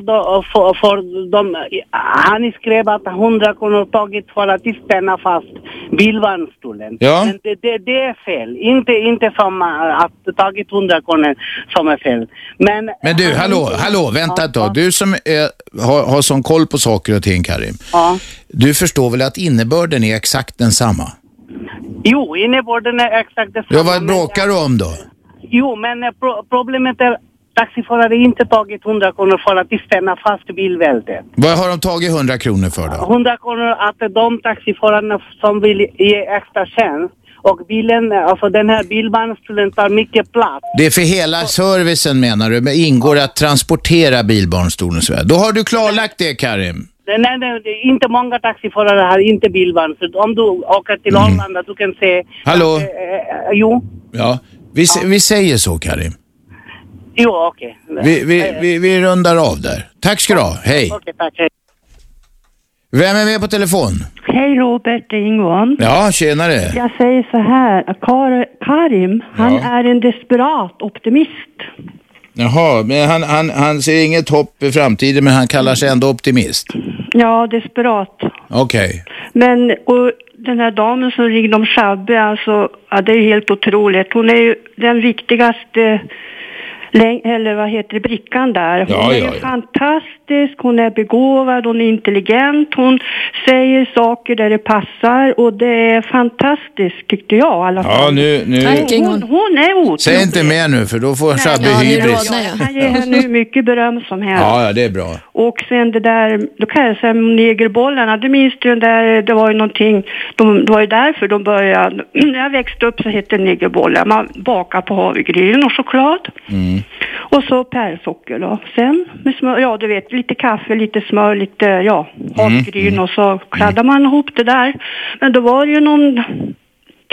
för dem. Han skrev att 100 kronor tagit för att spänna fast bilvarningsstolen. Ja. Men det är fel. Inte som att tagit 100 kronor som är fel. Men du, hallå, vänta ett tag. Du som har sån koll på saker och ting, Karim. Ja. Du förstår väl att innebörden är exakt densamma? Jo, innebörden är exakt detsamma. Ja, vad bråkar du om då? Jo, men problemet är taxiförare inte tagit 100 kronor för att spänna fast bilbältet. Vad har de tagit 100 kronor för då? 100 kronor att de taxiförarna som vill ge extra tjänst och bilen, alltså den här bilbarnstolen tar mycket plats. Det är för hela servicen menar du, men ingår att transportera bilbarnstolen så här. Då har du klarlagt det, Karim. Nej, inte många taxiförare har inte bilbarn. Så om du åker till Arlanda, du kan se... Hallå? Jo. Ja, vi säger så, Karim. Jo, okej. Vi rundar av där. Tack ska du ha. Hej. Okej, tack. Hej. Vem är med på telefon? Hej Robert Ingvar. Ja, tjenare. Jag säger så här, Karim, han är en desperat optimist. Jaha, men han ser inget hopp i framtiden, men han kallar sig ändå optimist. Ja, desperat. Okej. Men och den här damen som ringde om Shabbe, alltså, ja, det är helt otroligt. Hon är ju den viktigaste brickan där. Hon är fantastisk, hon är begåvad, hon är intelligent, hon säger saker där det passar och det är fantastiskt tyckte jag i alla fall. Ja, nu. Hon är otrolig. Säg inte mer nu för då får Shabbe hybris. Han ger henne hur mycket beröm som helst. Ja, det är bra. Och sen det där, då kan jag säga negerbollarna, du minns ju där, det var ju någonting, det var ju därför de började, när jag växte upp så hette det negerbollar, man bakar på havregryn och choklad. Och så pärlsocker då. Sen med smör, ja du vet, lite kaffe, lite smör, lite havregryn och så kladdar man ihop det där. Men då var det ju någon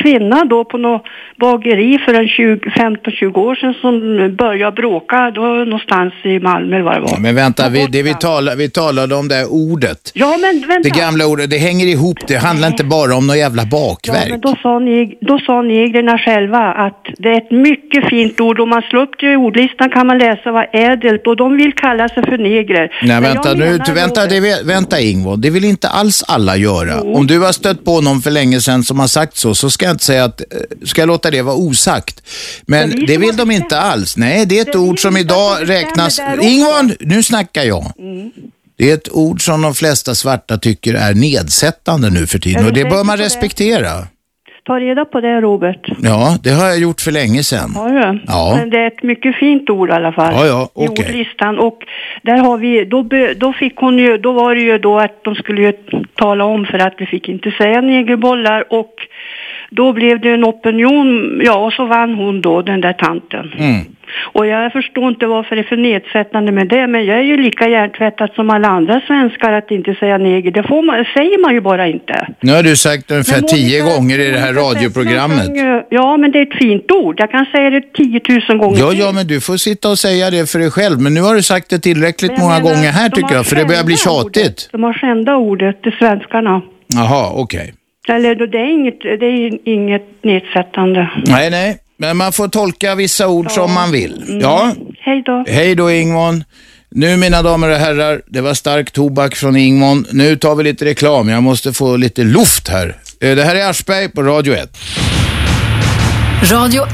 kvinna då på något bageri för en 15-20 år sedan som började bråka då någonstans i Malmö var det var. Ja, men vänta, vi talade om det här ordet. Ja, men vänta. Det gamla ordet, det hänger ihop, det handlar inte bara om något jävla bakverk. Ja, men då sa negrerna själva att det är ett mycket fint ord. Om man slår upp det i ordlistan kan man läsa vad ädelt och de vill kalla sig för negrer. Nej, vänta Ingvar, det vill inte alls alla göra. Om du har stött på någon för länge sedan som har sagt så ska jag inte säga att, ska jag låta det vara osagt. Men det vill de inte alls. Nej, det är ett ord som idag räknas... Ingvar, nu snackar jag. Det är ett ord som de flesta svarta tycker är nedsättande nu för tiden och det bör man respektera. Ta reda på det, Robert. Ja, det har jag gjort för länge sedan. Har du? Ja. Men det är ett mycket fint ord i alla fall. Ja, okej. I ordlistan. Och där har vi, då fick hon ju, då var det ju då att de skulle ju tala om för att vi fick inte säga negerbollar och då blev det en opinion, ja, och så vann hon då, den där tanten. Och jag förstår inte varför det är för nedsättande med det, men jag är ju lika hjärntvättad som alla andra svenskar att inte säga neger. Det säger man ju bara inte. Nu har du sagt ungefär 10 gånger i det här radioprogrammet. Ja, men det är ett fint ord. Jag kan säga det 10 000 gånger. Ja, men du får sitta och säga det för dig själv. Men nu har du sagt det tillräckligt många gånger här tycker jag, för det börjar bli tjatigt. De har skända ordet till svenskarna. Jaha, okej. Eller det är inget nedsättande. Nej. Men man får tolka vissa ord som man vill. Ja. Hej då. Hej då, Ingvar. Nu, mina damer och herrar, det var stark tobak från Ingvar. Nu tar vi lite reklam. Jag måste få lite luft här. Det här är Aschberg på Radio 1. Radio 1.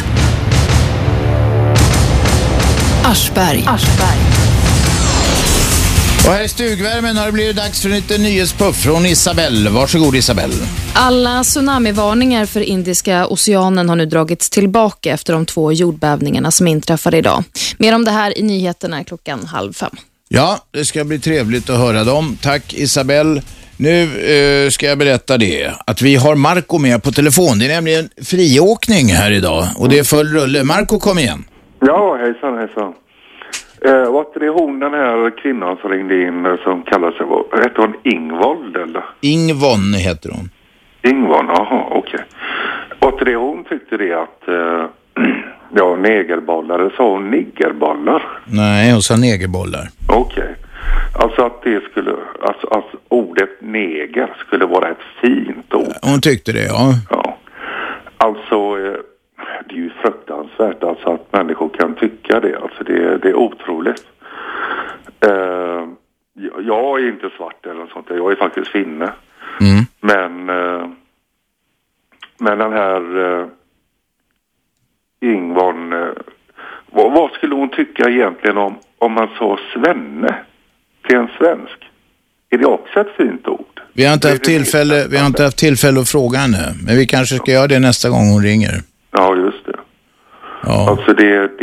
Aschberg. Och här i stugvärmen har det blivit dags för en liten nyhetspuff från Isabelle. Varsågod, Isabelle. Alla tsunamivarningar för Indiska oceanen har nu dragits tillbaka efter de 2 jordbävningarna som inträffade idag. Mer om det här i nyheterna 4:30. Ja, det ska bli trevligt att höra dem. Tack, Isabelle. Nu ska jag berätta det, att vi har Marco med på telefon. Det är nämligen friåkning här idag och det är full rulle. Marco, kom igen. Ja, hejsan. Var det hon, den här kvinnan som ringde in som kallar sig, heter hon Ingvold eller? Ingvon heter hon. Ingvon, jaha, okej. Var det hon tyckte det att, ja, negerbollar, sa hon niggerbollar? Nej, hon sa negerbollar. Okej. Alltså att det skulle, alltså ordet neger skulle vara ett fint ord. Hon tyckte det, ja. Ja. Alltså... det är ju fruktansvärt alltså att människor kan tycka det. Alltså det är otroligt. Jag är inte svart eller något sånt. Jag är faktiskt finne. Men den här Ingvar, vad skulle hon tycka egentligen om man sa svenne till en svensk? Är det också ett fint ord? Vi har inte haft tillfälle att fråga henne. Men vi kanske ska göra det nästa gång hon ringer. Ja, just det. Ja. Alltså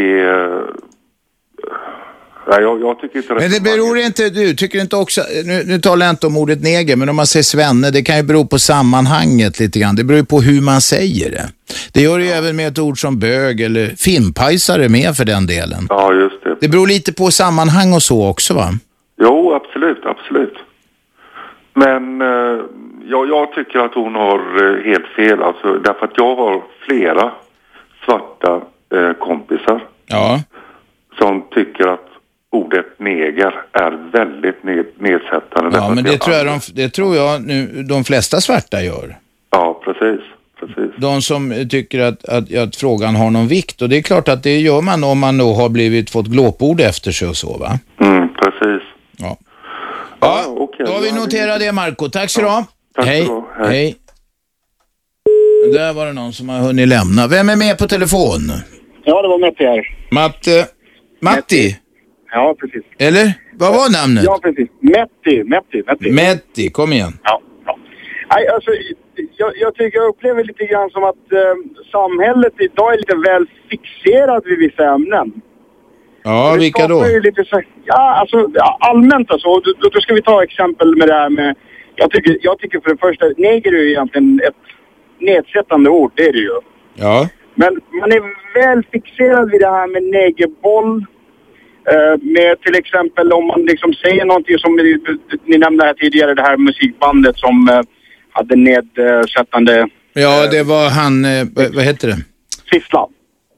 jag tycker inte... Men det beror inte, du tycker inte också, nu talar jag inte om ordet neger, men om man säger svenne, det kan ju bero på sammanhanget lite grann. Det beror ju på hur man säger det. Det gör det ju även med ett ord som bög eller filmpajsare med för den delen. Ja, just det. Det beror lite på sammanhang och så också, va? Jo, absolut. Men jag tycker att hon har helt fel. Alltså, därför att jag har flera svarta kompisar som tycker att ordet neger är väldigt nedsättande. Ja, men det tror jag nu de flesta svarta gör. Ja, precis. De som tycker att frågan har någon vikt. Och det är klart att det gör man om man då har fått glåpord efter sig och så, va? Precis. Ja, okay, då har vi noterat det, Marco. Tack så du. Tack Hej. så du. Hej. Där var det någon som har hunnit lämna. Vem är med på telefon? Ja, det var Matti här. Matti? Ja, precis. Eller? Vad var namnet? Ja, precis. Metti, kom igen. Ja. Nej, alltså, jag upplever lite grann som att samhället idag är lite väl fixerat vid vissa ämnen. Ja, vilka då? Allmänt alltså. Då ska vi ta exempel med det här med... Jag tycker för det första, neger är ju egentligen ett nedsättande ord, det är det ju. Ja. Men man är väl fixerad vid det här med negerboll. Med till exempel om man liksom säger någonting som ni nämnde här tidigare, det här musikbandet som hade nedsättande Ja, det var han, vad heter det? Fifflan.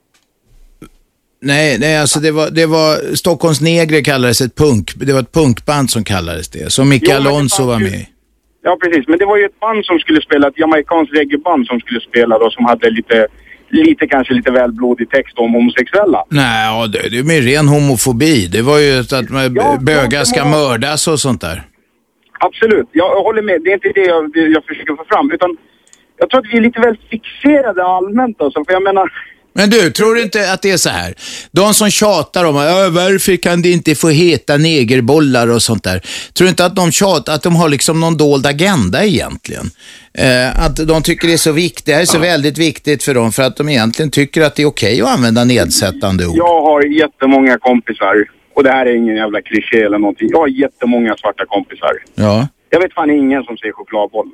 Nej, alltså det var Stockholms Negre kallades det var ett punkband som kallades det. Som Micke Alonso var med. Ja, precis. Men det var ju ett band som skulle spela, ett jamaicanskt reggaeband som skulle spela då, som hade kanske lite välblodig text om homosexuella. Nej, det är med ren homofobi. Det var ju att bögar ska mördas och sånt där. Absolut, jag håller med. Det är inte det jag försöker få fram, utan jag tror att vi är lite väl fixerade allmänt alltså, för jag menar... Men du, tror du inte att det är så här? De som tjatar om varför kan det inte få heta negerbollar och sånt där. Tror du inte att de tjatar, att de har liksom någon dold agenda egentligen? Att de tycker det är så viktigt, det här är så väldigt viktigt för dem för att de egentligen tycker att det är okej att använda nedsättande ord. Jag har jättemånga kompisar, och det här är ingen jävla kliché eller någonting. Jag har jättemånga svarta kompisar. Ja. Jag vet fan ingen som säger chokladboll.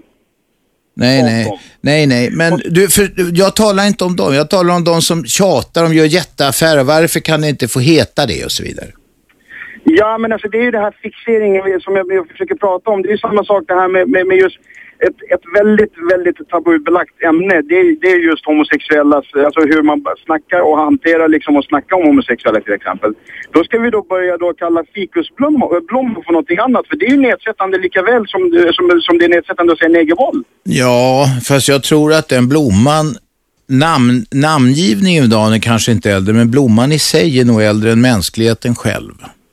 Nej. Men jag talar inte om dem. Jag talar om de som tjatar, de gör jätteaffärer. Varför kan det inte få heta det och så vidare? Ja, men alltså det är ju det här fixeringen som jag försöker prata om. Det är ju samma sak det här med just ett väldigt, väldigt tabubelagt ämne. Det är just homosexuella, alltså hur man snackar och hanterar liksom och snackar om homosexuella till exempel. Då ska vi då börja då kalla fikusblommor för någonting annat. För det är ju nedsättande lika väl som det är nedsättande att säga negerboll. Ja, fast jag tror att den blomman, namngivningen idag är kanske inte äldre, men blomman i sig är nog äldre än mänskligheten själv.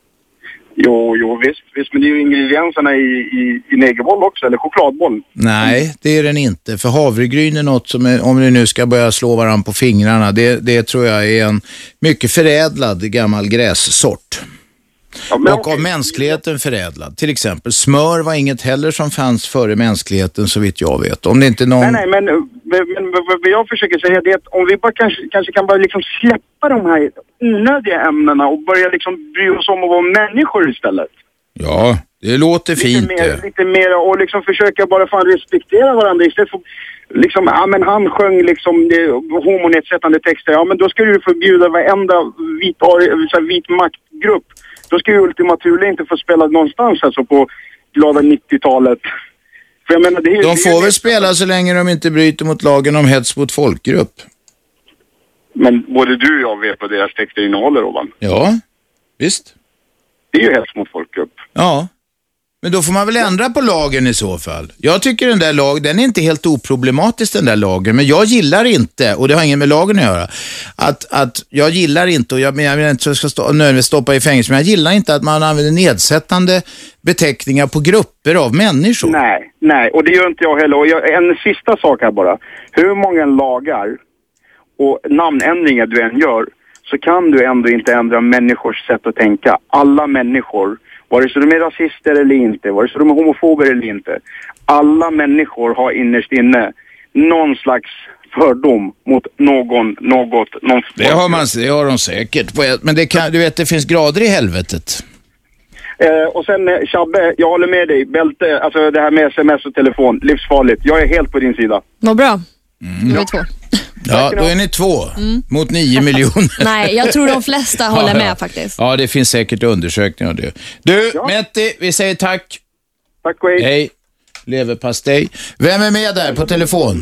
Jo, visst, men det är ju ingredienserna i negerboll också, eller chokladboll. Nej, det är den inte. För havregryn är något som, om ni nu ska börja slå varandra på fingrarna, det tror jag är en mycket förädlad gammal grässort. Ja, och av mänskligheten förädlad. Till exempel smör var inget heller som fanns före mänskligheten så vitt jag vet. Om det inte någon... Nej, men vad jag försöker säga är att om vi bara kanske kan bara liksom släppa de här onödiga ämnena och börja liksom bry oss om att vara människor istället. Ja, det låter fint. Lite mer och liksom försöka bara fan respektera varandra istället för liksom, ja men han sjöng liksom homonedsättande texter. Ja men då ska du förbjuda varenda vit maktgrupp. Då ska ju Ultima Thule inte få spela någonstans alltså på glada 90-talet. För jag menar, de får väl spela så länge de inte bryter mot lagen om hets mot folkgrupp. Men både du och jag vet vad deras texter innehåller, Robban. Ja, visst. Det är ju hets mot folkgrupp. Ja, men då får man väl ändra på lagen i så fall. Jag tycker den där lagen, den är inte helt oproblematisk den där lagen, men jag gillar inte, och det har ingen med lagen att göra, att jag gillar inte, och jag menar inte att jag ska nödvändigtvis stoppa i fängelse, men jag gillar inte att man använder nedsättande beteckningar på grupper av människor. Nej, och det gör inte jag heller. Och en sista sak här bara. Hur många lagar och namnändringar du än gör, så kan du ändå inte ändra människors sätt att tänka. Alla människor, vare sig de är rasister eller inte, vare sig de är homofober eller inte. Alla människor har innerst inne någon slags fördom mot någon. Det har de säkert. Men du vet, det finns grader i helvetet. Och sen Chabbe, jag håller med dig. Bälte, alltså det här med sms och telefon, livsfarligt. Jag är helt på din sida. Vad bra. Nu är vi två. Ja, då är ni 2 mot 9 miljoner. Nej, jag tror de flesta håller med faktiskt. Ja, det finns säkert undersökningar av det. Du, Metti, vi säger tack. Tack och hej. Hej. Leverpastej. Vem är med där på telefon?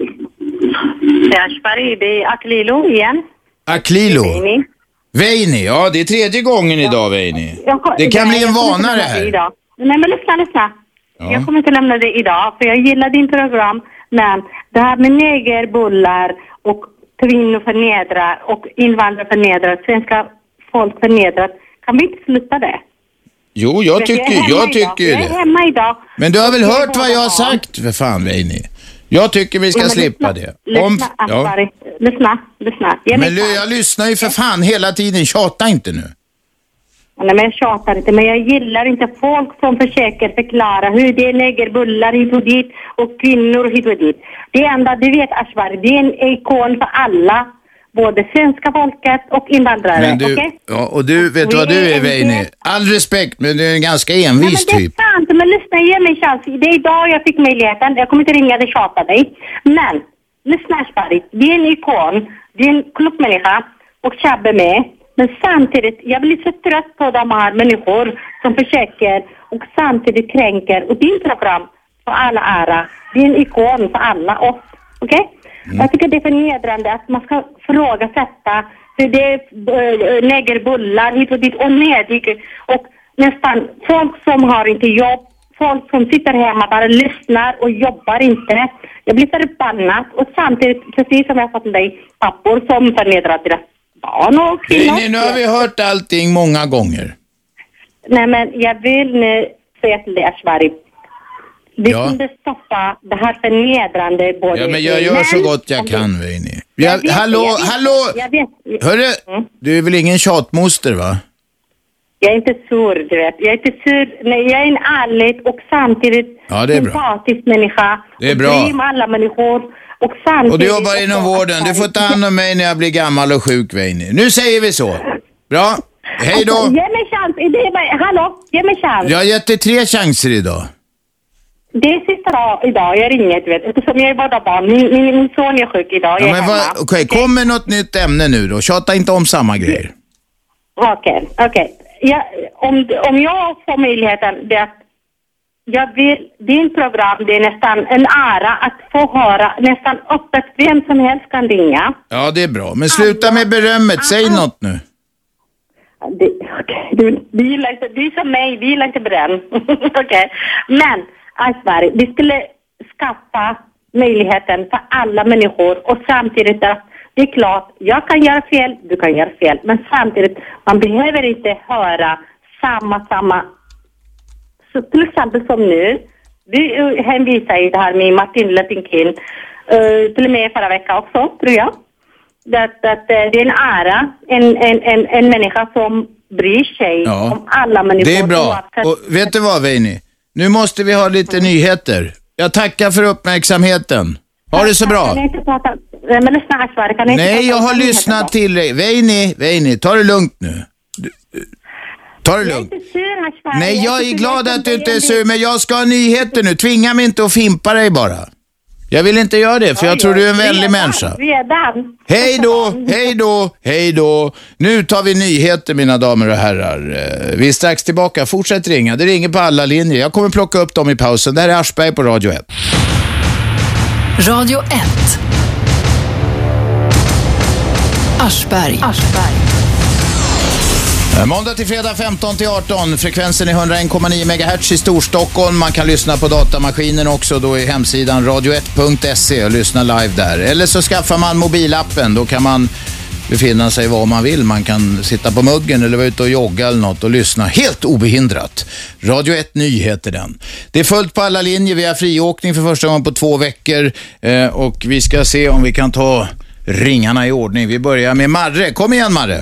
Ashbari, det är Aklilo igen. Aklilo? Veini, ja det är 3:e gången idag, Veini. Det kan bli en vana det här. Nej men lyssna. Ja. Jag kommer inte lämna det idag för jag gillar din program. Men det här med negerbullar och kvinnor förnedrar och invandrare förnedrar, svenska folk förnedrar. Kan vi inte sluta det? Jo, jag tycker det. Jag är hemma idag. Men du har väl hört vad jag har sagt för fan, Veini? Jag tycker vi ska slippa det. Lyssna. Men jag lyssnar ju för fan hela tiden. Tjata inte nu. Nej, men jag tjatar inte. Men jag gillar inte folk som försöker förklara hur det är negerbullar hit och dit och kvinnor hit och dit. Det enda du vet, Ashbari, det är en ikon för alla. Både svenska folket och invandrare. Men du, okay? Ja, och du vet vad du är, Veini. All respekt, men du är en ganska envis typ. Men det är sant, men lyssna, ge mig chans. Det är idag jag fick möjligheten. Jag kommer inte ringa dig och tjata dig. Men, lyssna Ashbari, det är en ikon. Det är en klubbmänniska och Chabbe med. Men samtidigt, jag blir så trött på de här människor som försöker och samtidigt kränker. Och din program för alla ära, det är en ikon för alla oss. Okej? Jag tycker det är förnedrande att man ska frågasätta hur det är negerbullar hit och dit och nedig. Och nästan folk som har inte jobb, folk som sitter hemma bara lyssnar och jobbar inte. Jag blir förbannad. Och samtidigt, precis som jag sa till dig, pappor som förnedrar deras barn och kvinnor. Nu har vi hört allting många gånger. Nej, men jag vill nu säga till dig, Ashwari. Vi kunde stoppa det här förnedrande både... Ja, men jag gör så gott jag kan, Veini. Hallå! Hörru, du är väl ingen tjatmoster, va? Jag är inte sur, du vet. Jag är inte sur. Nej, jag är en ärlig och samtidigt sympatisk människa. Det är bra. Och alla människor. Och samtidigt... Och du jobbar inom vården. Du får ta hand om mig när jag blir gammal och sjuk, Veini. Nu säger vi så. Bra. Hej då. Ge mig chans. Hallå, ge mig chans. Jag har gett dig 3 chanser idag. Det är sista dag idag. Jag ringer, du vet. Eftersom jag är båda barn. Min son är sjuk idag. Jag är hemma. Okej, kom med något nytt ämne nu då. Tjata inte om samma grejer. Okej. Om jag får möjligheten, det att jag vill, din program, det är nästan en ära att få höra nästan öppet, vem som helst kan ringa. Ja, det är bra. Men sluta med berömmet, säg något nu. Du gillar inte, du som mig, vi gillar inte beröm. Okej. Men, Ashwari, vi skulle skaffa möjligheten för alla människor och samtidigt att det är klart, jag kan göra fel, du kan göra fel. Men samtidigt, man behöver inte höra samma. Så till exempel som nu, vi hänvisar ju det här med Martin Luther King, till och med förra veckan också, tror jag. Att det är en ära, en människa som bryr sig om alla människor. Det är bra. Och vet du vad, Veini? Nu måste vi ha lite nyheter. Jag tackar för uppmärksamheten. Ha det så bra. Kan jag inte prata... Men lyssna, Ashwari, kan jag inte Nej, jag har lyssnat till dig. Veini, ta det lugnt nu. Ta det lugnt. Jag är inte sur, Ashwari. Nej, jag är glad att du inte är sur, men jag ska ha nyheter nu. Tvinga mig inte att fimpa dig bara. Jag vill inte göra det, för jag tror du är en vänlig människa. Redan. Hej då. Nu tar vi nyheter, mina damer och herrar. Vi är strax tillbaka. Fortsätt ringa. Det ringer på alla linjer. Jag kommer plocka upp dem i pausen. Det här är Aschberg på Radio 1. Radio 1. Aschberg. Måndag till fredag 15-18. Frekvensen är 101,9 MHz i Storstockholm. Man kan lyssna på datamaskinen också. Då är hemsidan radio1.se och lyssna live där. Eller så skaffar man mobilappen. Då kan man befinna sig var man vill. Man kan sitta på muggen eller vara ute och jogga eller något och lyssna helt obehindrat. Radio 1 Nyheter den. Det är fullt på alla linjer. Vi har friåkning för första gången på 2 veckor. Och vi ska se om vi kan ta ringarna i ordning. Vi börjar med Marre. Kom igen, Marre.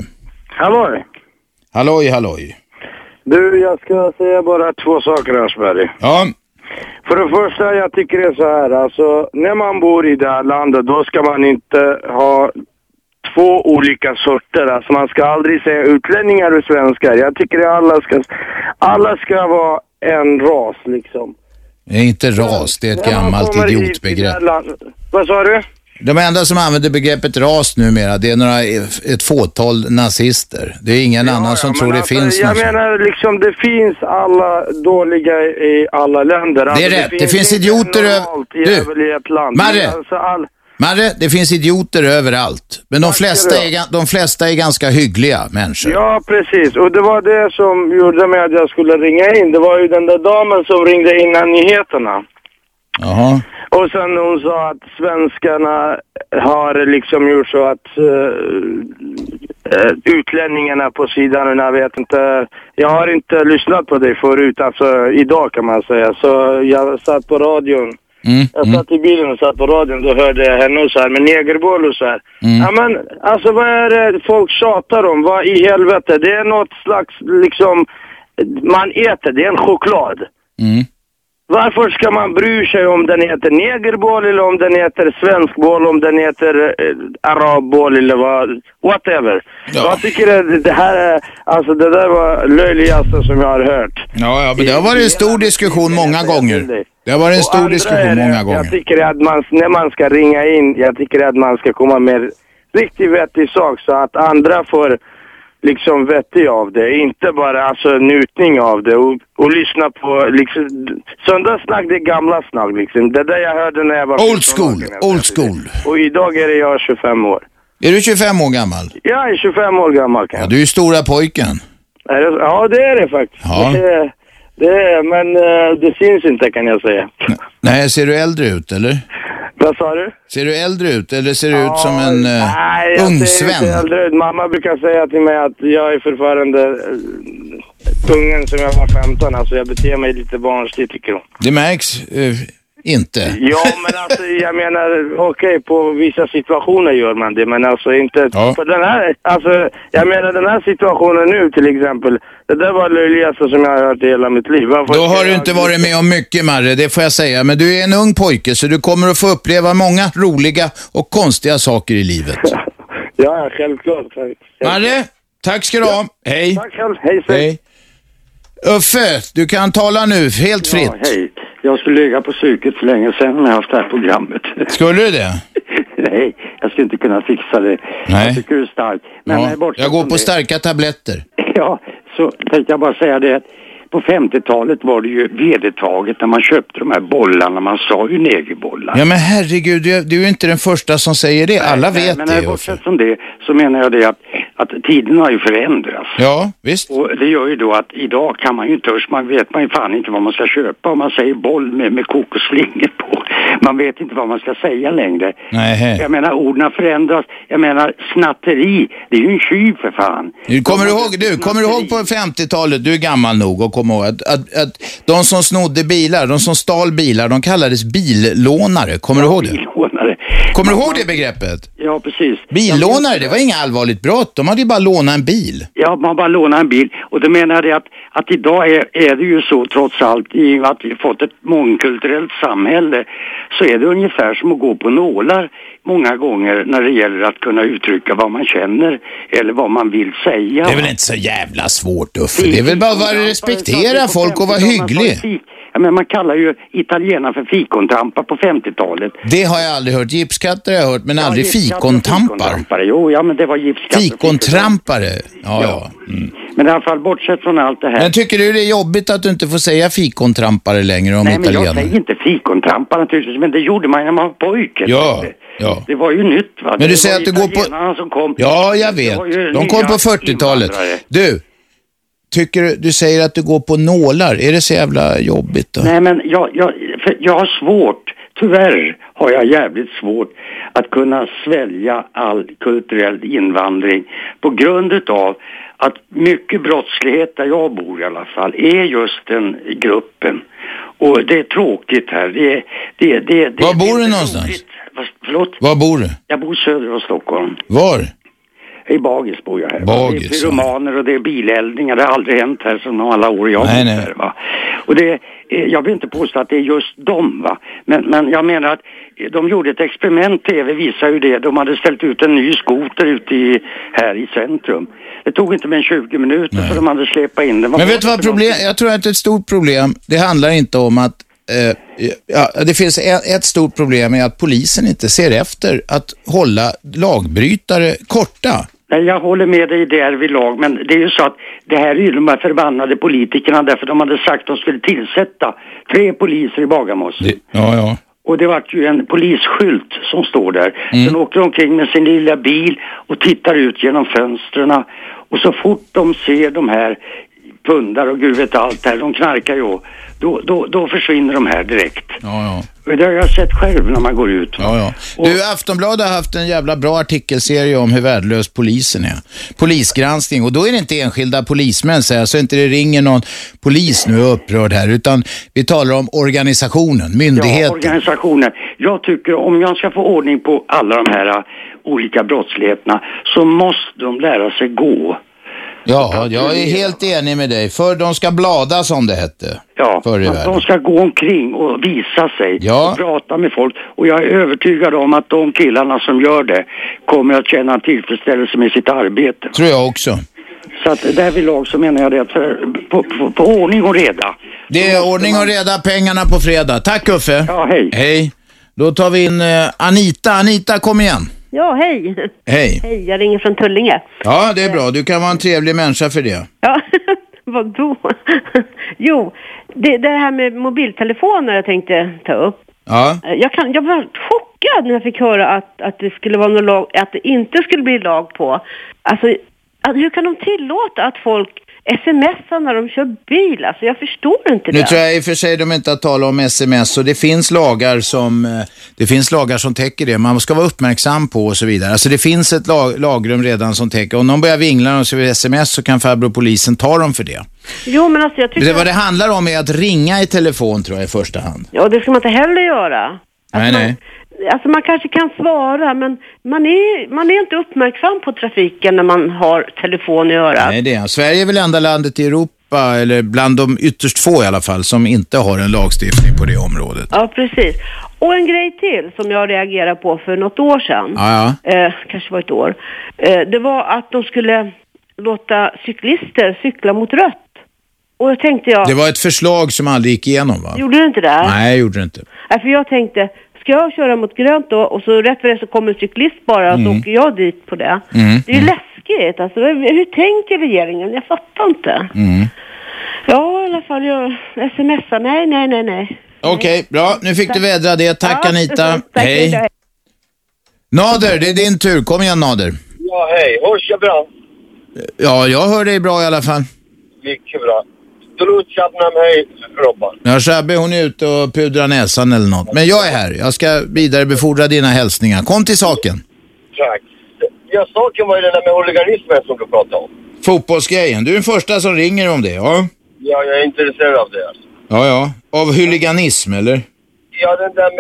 Halloj. Du, jag ska säga bara 2 saker, Aschberg. Ja. För det första, jag tycker det är så här, alltså, när man bor i det här landet, då ska man inte ha 2 olika sorter. Alltså man ska aldrig säga utlänningar och svenskar. Jag tycker att alla ska vara en ras, liksom. Det är inte ras, det är ett gammalt idiotbegrepp. Vad sa du? De enda som använder begreppet ras numera, det är ett fåtal nazister. Det är ingen annan som tror det finns något. Jag menar liksom, det finns alla dåliga i alla länder. Det är rätt, det finns idioter Marre, det finns idioter överallt. Men de flesta är ganska hyggliga människor. Ja, precis. Och det var det som gjorde mig att jag skulle ringa in. Det var ju den där damen som ringde innan nyheterna. Jaha. Och sen hon sa att svenskarna har liksom gjort så att utlänningarna på sidan, jag vet inte, jag har inte lyssnat på det förut, alltså idag kan man säga. Så jag satt på radion. Jag satt i bilen och satt på radion, då hörde jag henne och så här med negerboll och så här. Ja, men alltså vad är det folk tjatar om? Vad i helvete? Det är något slags liksom, man äter, det är en choklad. Varför ska man bry sig om den heter negerboll eller om den heter svenskboll, om den heter arabboll eller whatever. Ja. Jag tycker det här är, alltså det där var löjligaste som jag har hört. Ja, men det har varit en stor diskussion många gånger. Det har varit en stor diskussion många gånger. Jag tycker att när man ska ringa in, jag tycker att man ska komma med riktigt vettig sak så att andra får liksom vettig av det. Inte bara alltså njutning av det. Och lyssna på liksom, söndagssnack, det är gamla snack liksom. Det där jag hörde när jag var... Old school. Och idag är jag 25 år. Är du 25 år gammal? Jag är 25 år gammal kanske. Ja, du är ju stora pojken. Ja, det är det faktiskt. Ja. Det är, men det syns inte kan jag säga. Nej, ser du äldre ut eller? Vad sa du? Ser du äldre ut eller ser du ut som en ung sven? Mamma brukar säga till mig att jag är fortfarande ungen som jag var 15. Alltså jag beter mig lite barnsligt tycker hon. Det märks inte. Ja, men alltså jag menar okej, på vissa situationer gör man det, men alltså inte på den här, alltså jag menar den här situationen nu till exempel, det där var löjligaste som jag har hört i hela mitt liv. Då har du inte varit med om mycket, Marre, det får jag säga, men du är en ung pojke så du kommer att få uppleva många roliga och konstiga saker i livet. Ja, självklart. Marre, tack ska du ha. Hej. Tack själv, hej. Uffe, du kan tala nu, helt fritt. Ja, hej. Jag skulle ligga på psyket för länge sedan när jag haft det här programmet. Skulle du det? Nej, jag skulle inte kunna fixa det. Nej. Jag tycker det är starkt. Men jag går på starka tabletter. Ja, så tänkte jag bara säga det. På 50-talet var det ju vedertaget när man köpte de här bollarna. Man sa ju negerbollar. Ja men herregud, du är ju inte den första som säger det. Alla vet men det. Bortsett från det så menar jag det att tiden har ju förändrats. Ja, visst. Och det gör ju då att idag kan man ju inte hörs. Man vet man ju fan inte vad man ska köpa. Om man säger boll med kokosflingor på. Man vet inte vad man ska säga längre. Nej. Jag menar, orden förändras. Jag menar, snatteri. Det är ju en tjuv för fan. Kommer du ihåg på 50-talet, du är gammal nog och kommer ihåg att de som snodde bilar, de som stal bilar, de kallades billånare. Kommer du ihåg det? Billånare. Kommer du ihåg det begreppet? Ja, precis. Billånare, det var inga allvarligt brott. De hade ju bara lånat en bil. Ja, man bara lånat en bil. Och då menar jag att idag är det ju så trots allt, i att vi fått ett mångkulturellt samhälle, så är det ungefär som att gå på nålar många gånger när det gäller att kunna uttrycka vad man känner eller vad man vill säga. Det är väl inte så jävla svårt, Uffe. Det är väl bara att respektera folk och vara hygglig. Ja, men man kallar ju italienare för fikontrampar på 50-talet. Det har jag aldrig hört. Gipskatter har jag hört, men aldrig fikontrampar. Jo, ja, men det var gipskatter. Fikontrampare? Ja. Mm. Men i alla fall, bortsett från allt det här. Men tycker du det är jobbigt att du inte får säga fikontrampare längre om italienare? Nej, men jag säger inte fikontrampare naturligtvis, men det gjorde man när man var pojke. Ja. Det var ju nytt, va? Men du säger att du går på... Som kom. Ja, jag vet. De kom på 40-talet. Du säger att du går på nålar. Är det så jävla jobbigt då? Nej, men jag har svårt. Tyvärr har jag jävligt svårt att kunna svälja all kulturell invandring på grund av att mycket brottslighet där jag bor i alla fall är just den gruppen. Och det är tråkigt här. Var bor du någonstans? Förlåt? Var bor du? Jag bor söder om Stockholm. Var? I Bagis bor jag här. Bagis, det är pyromaner och det är bileldningar. Det har aldrig hänt här som alla år jag bor här, va. Och jag vill inte påstå att det är just dem, va. Men jag menar att de gjorde ett experiment, TV visar ju det. De hade ställt ut en ny skoter här i centrum. Det tog inte mer än 20 minuter för de hade släpat in den. Men vet du vad problem? Jag tror att ett stort problem, det handlar inte om att det finns ett stort problem är att polisen inte ser efter att hålla lagbrytare korta. Nej, jag håller med dig där vid lag, men det är ju så att det här är ju de här förbannade politikerna därför de hade sagt att de skulle tillsätta 3 poliser i Bagarmossen. Ja. Och det var ju en polisskylt som står där. Sen åker de omkring med sin lilla bil och tittar ut genom fönstren. Och så fort de ser de här pundar och gud vet allt här, de knarkar ju. Då försvinner de här direkt. Ja. Och det har jag sett själv när man går ut. Ja. Du, Aftonbladet har haft en jävla bra artikelserie om hur värdelös polisen är. Polisgranskning. Och då är det inte enskilda polismän, så inte det ringer någon polis nu och upprörd här. Utan vi talar om organisationen, myndigheten. Ja, organisationen. Jag tycker om jag ska få ordning på alla de här olika brottsligheterna så måste de lära sig gå. Ja, jag är helt enig med dig. För de ska blada som det hette. Ja, de ska gå omkring och visa sig och prata med folk. Och jag är övertygad om att de killarna som gör det kommer att känna tillfredsställelse med sitt arbete. Tror jag också. Så att därvidlag så menar jag det att på ordning och reda. Det är ordning och reda, pengarna på fredag. Tack Uffe. Ja, hej. Hej. Då tar vi in Anita. Anita, kom igen. Ja, hej. Hej. Hej, jag ringer från Tullinge. Ja, det är bra. Du kan vara en trevlig människa för det. Ja, vadå? Jo, det här med mobiltelefoner jag tänkte ta upp. Ja. Jag var chockad när jag fick höra att det skulle vara någon lag, att det inte skulle bli lag på. Alltså, hur kan de tillåta att folk smsar när de kör bil? Alltså, jag förstår inte det. Nu tror jag i och för sig de inte att tala om sms, och det finns lagar som täcker det. Man ska vara uppmärksam på och så vidare. Alltså det finns ett lagrum redan som täcker. Om någon börjar vingla och så vid sms så kan farbror polisen ta dem för det. Jo, men alltså jag tycker... Vad det handlar om är att ringa i telefon, tror jag, i första hand. Ja, det ska man inte heller göra. Nej. Alltså man kanske kan svara, men man är inte uppmärksam på trafiken när man har telefon i örat. Nej, det är. Sverige är väl enda landet i Europa, eller bland de ytterst få i alla fall, som inte har en lagstiftning på det området. Ja, precis. Och en grej till som jag reagerade på för något år sedan. Ja. Kanske var ett år. Det var att de skulle låta cyklister cykla mot rött. Och jag tänkte Det var ett förslag som aldrig gick igenom, va? Gjorde du inte det? Nej, jag gjorde det inte. För jag tänkte, ska jag köra mot grönt då? Och så rätt för det så kommer en cyklist bara och så åker jag dit på det. Det är ju läskigt. Alltså, hur tänker regeringen? Jag fattar inte. Ja, i alla fall jag smsar. Nej. Okej, bra. Nu fick du vädra det. Tack, Anita. Tack, hej. Nader, det är din tur. Kom igen, Nader. Ja, hej. Hörs jag bra? Ja, jag hör dig bra i alla fall. Mycket bra. Shabnam, hej, Robban. Ja, Shabbe, hon är ute och pudrar näsan eller något. Men jag är här. Jag ska vidarebefordra dina hälsningar. Kom till saken. Tack. Ja, saken var ju den där med huliganismen som du pratade om. Fotbollsgrejen. Du är den första som ringer om det, ja? Ja, jag är intresserad av det. Alltså. Ja. Av huliganism, eller? Ja, den där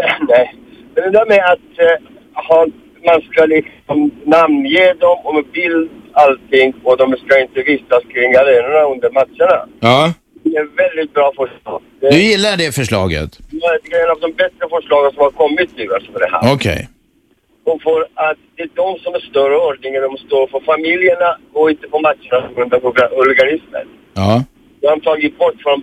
med att man ska liksom namnge dem och med bild allting, och de ska inte vistas kring arenorna under matcherna. Ja. Det är ett väldigt bra förslag. Du gillar det förslaget? Ja, det är en av de bättre förslagen som har kommit nu, alltså, för det här. Okej. Och för att det är de som är större ordningen, de står för familjerna och inte på matcherna på grund av organismen. Ja. De har tagit bort från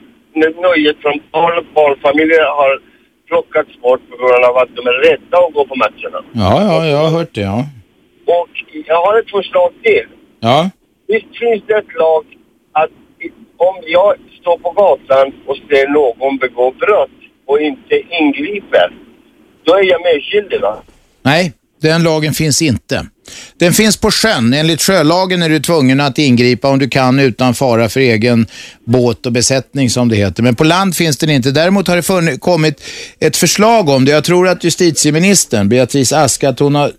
nöjet från barnfamiljer har plockats bort på grund av att de är rädda att gå på matcherna. Ja, jag har hört det, ja. Och jag har ett förslag till. Ja. Visst finns det ett lag att om jag står på gatan och ser någon begå brott och inte ingriper, då är jag medskyldig, va? Nej, den lagen finns inte. Den finns på sjön. Enligt sjölagen är du tvungen att ingripa om du kan utan fara för egen båt och besättning, som det heter. Men på land finns den inte. Däremot har det kommit ett förslag om det. Jag tror att justitieministern, Beatrice Ask, att hon har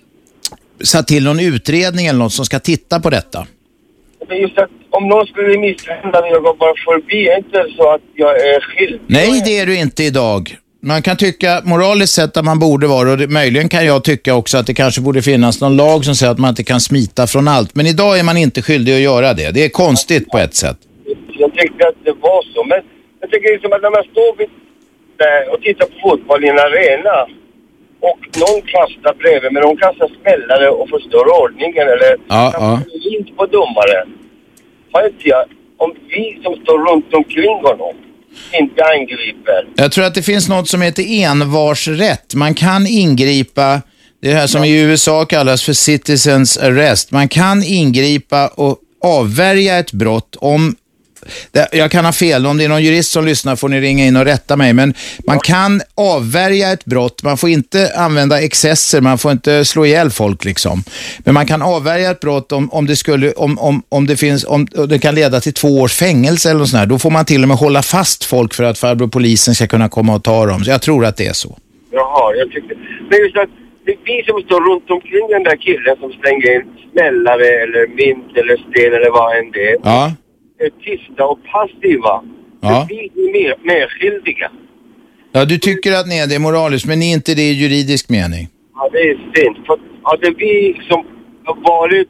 satt till någon utredning eller något som ska titta på detta. Det är just att om någon skulle misshandla mig och gå bara förbi, är inte så att jag är skild. Nej, det är du inte idag. Man kan tycka moraliskt sett att man borde vara, och möjligen kan jag tycka också att det kanske borde finnas någon lag som säger att man inte kan smita från allt. Men idag är man inte skyldig att göra det. Det är konstigt på ett sätt. Jag tänkte att det var så, men jag tycker liksom att när man står och tittar på fotboll i en arena och någon kastar bredvid, men någon kastar smällare och förstör ordningen eller kastar inte på domaren. Har inte jag, om vi som står runt omkring honom inte angriper. Jag tror att det finns något som heter envarsrätt. Man kan ingripa, det här som i USA kallas för citizens arrest. Man kan ingripa och avvärja ett brott om, jag kan ha fel, om det är någon jurist som lyssnar får ni ringa in och rätta mig, men man kan avvärja ett brott, man får inte använda excesser, man får inte slå ihjäl folk liksom, men man kan avvärja ett brott om det skulle, om det finns, om det kan leda till 2 års fängelse eller något sånt här, då får man till och med hålla fast folk för att farbror polisen ska kunna komma och ta dem, så jag tror att det är så. Jaha, jag tyckte, men just att det är vi som står runt omkring den där killen som slänger in smällare eller mynt eller sten eller vad än det är. Ja. Är tysta och passiva. Ja. Vi är medskyldiga. Ja, du tycker att ni är det moraliskt, men ni är inte det i juridisk mening. Ja, det är synd. För hade vi som har varit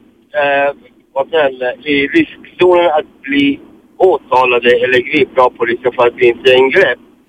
i riskzonen att bli åtalade eller gripna av polisen för att vi inte ingrepp,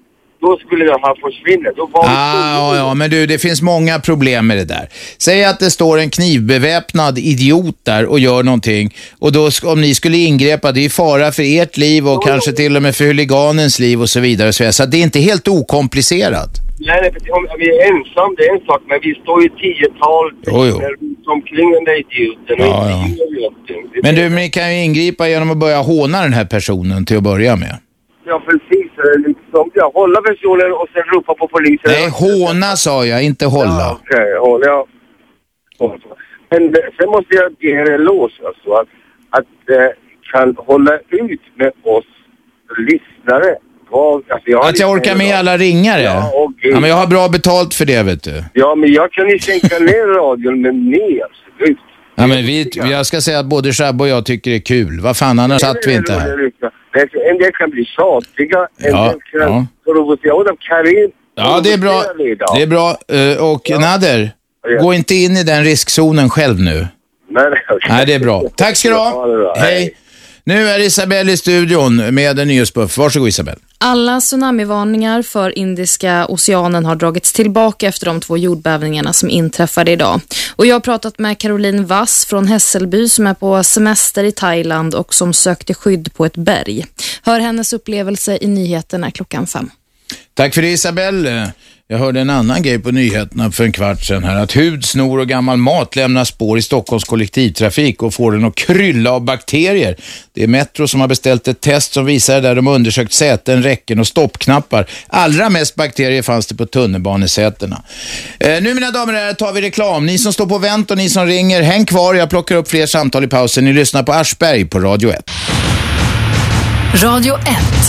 då skulle det här försvinna. Då var ja, men du, det finns många problem med det där. Säg att det står en knivbeväpnad idiot där och gör någonting. Och då, om ni skulle ingrepa, det är fara för ert liv och kanske till och med för huliganens liv och så vidare. Så det är inte helt okomplicerat. Nej, om vi är ensam, det är en sak, men vi står ju 10-tal omkring den där idioten. Ja. Men du, ni kan ju ingripa genom att börja håna den här personen till att börja med. Ja, precis. Liksom, hålla personen och sen ropa på polisen. Nej, håna sa jag, inte hålla. Ja, okej, hålla. Men sen måste jag ge er en lås, alltså, att kan hålla ut med oss lyssnare. Att jag orkar med alla ringare? Ja, men jag har bra betalt för det, vet du. Ja, men jag kan ju sänka ner radion med mer, absolut. Ja, men jag ska säga att både Shabbe och jag tycker det är kul. Vad fan, annars satt vi inte här. En del kan bli tjatiga, en del kan provocera. Ja, det är bra. Det är bra. Och Nader, gå inte in i den riskzonen själv nu. Nej, det är bra. Tack ska du ha. Hej. Nu är Isabelle i studion med en nyhetsbuff. Varsågod Isabelle. Alla tsunamivarningar för Indiska oceanen har dragits tillbaka efter de 2 jordbävningarna som inträffade idag. Och jag har pratat med Caroline Vass från Hässelby som är på semester i Thailand och som sökte skydd på ett berg. Hör hennes upplevelse i nyheterna 5:00. Tack för det Isabelle. Jag hörde en annan grej på nyheterna för en kvart sedan här. Att hud, snor och gammal mat lämnar spår i Stockholms kollektivtrafik och får den att krylla av bakterier. Det är Metro som har beställt ett test som visar där de undersökt säten, räcken och stoppknappar. Allra mest bakterier fanns det på tunnelbanesätena. Nu mina damer och herrar tar vi reklam. Ni som står på vänt och ni som ringer, häng kvar. Jag plockar upp fler samtal i pausen. Ni lyssnar på Aschberg på Radio 1. Radio 1.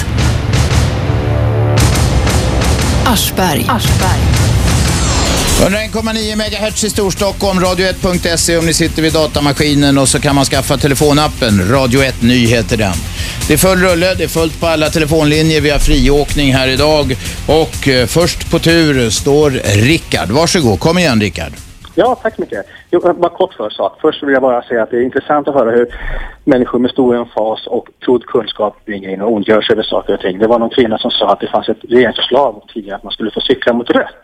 Aschberg. 101,9 MHz i Storstockholm, radio1.se om ni sitter vid datamaskinen och så kan man skaffa telefonappen. Radio 1 Ny heter den. Det är full rulle, det är fullt på alla telefonlinjer. Vi har friåkning här idag och först på tur står Rickard. Varsågod, kom igen Rickard. Ja, tack så mycket. Bara kort för sak. Först vill jag bara säga att det är intressant att höra hur människor med stor emfas och trodd kunskap ringer in och ondgör sig över saker och ting. Det var någon kvinna som sa att det fanns ett regeringsförslag tidigare att man skulle få cykla mot rött.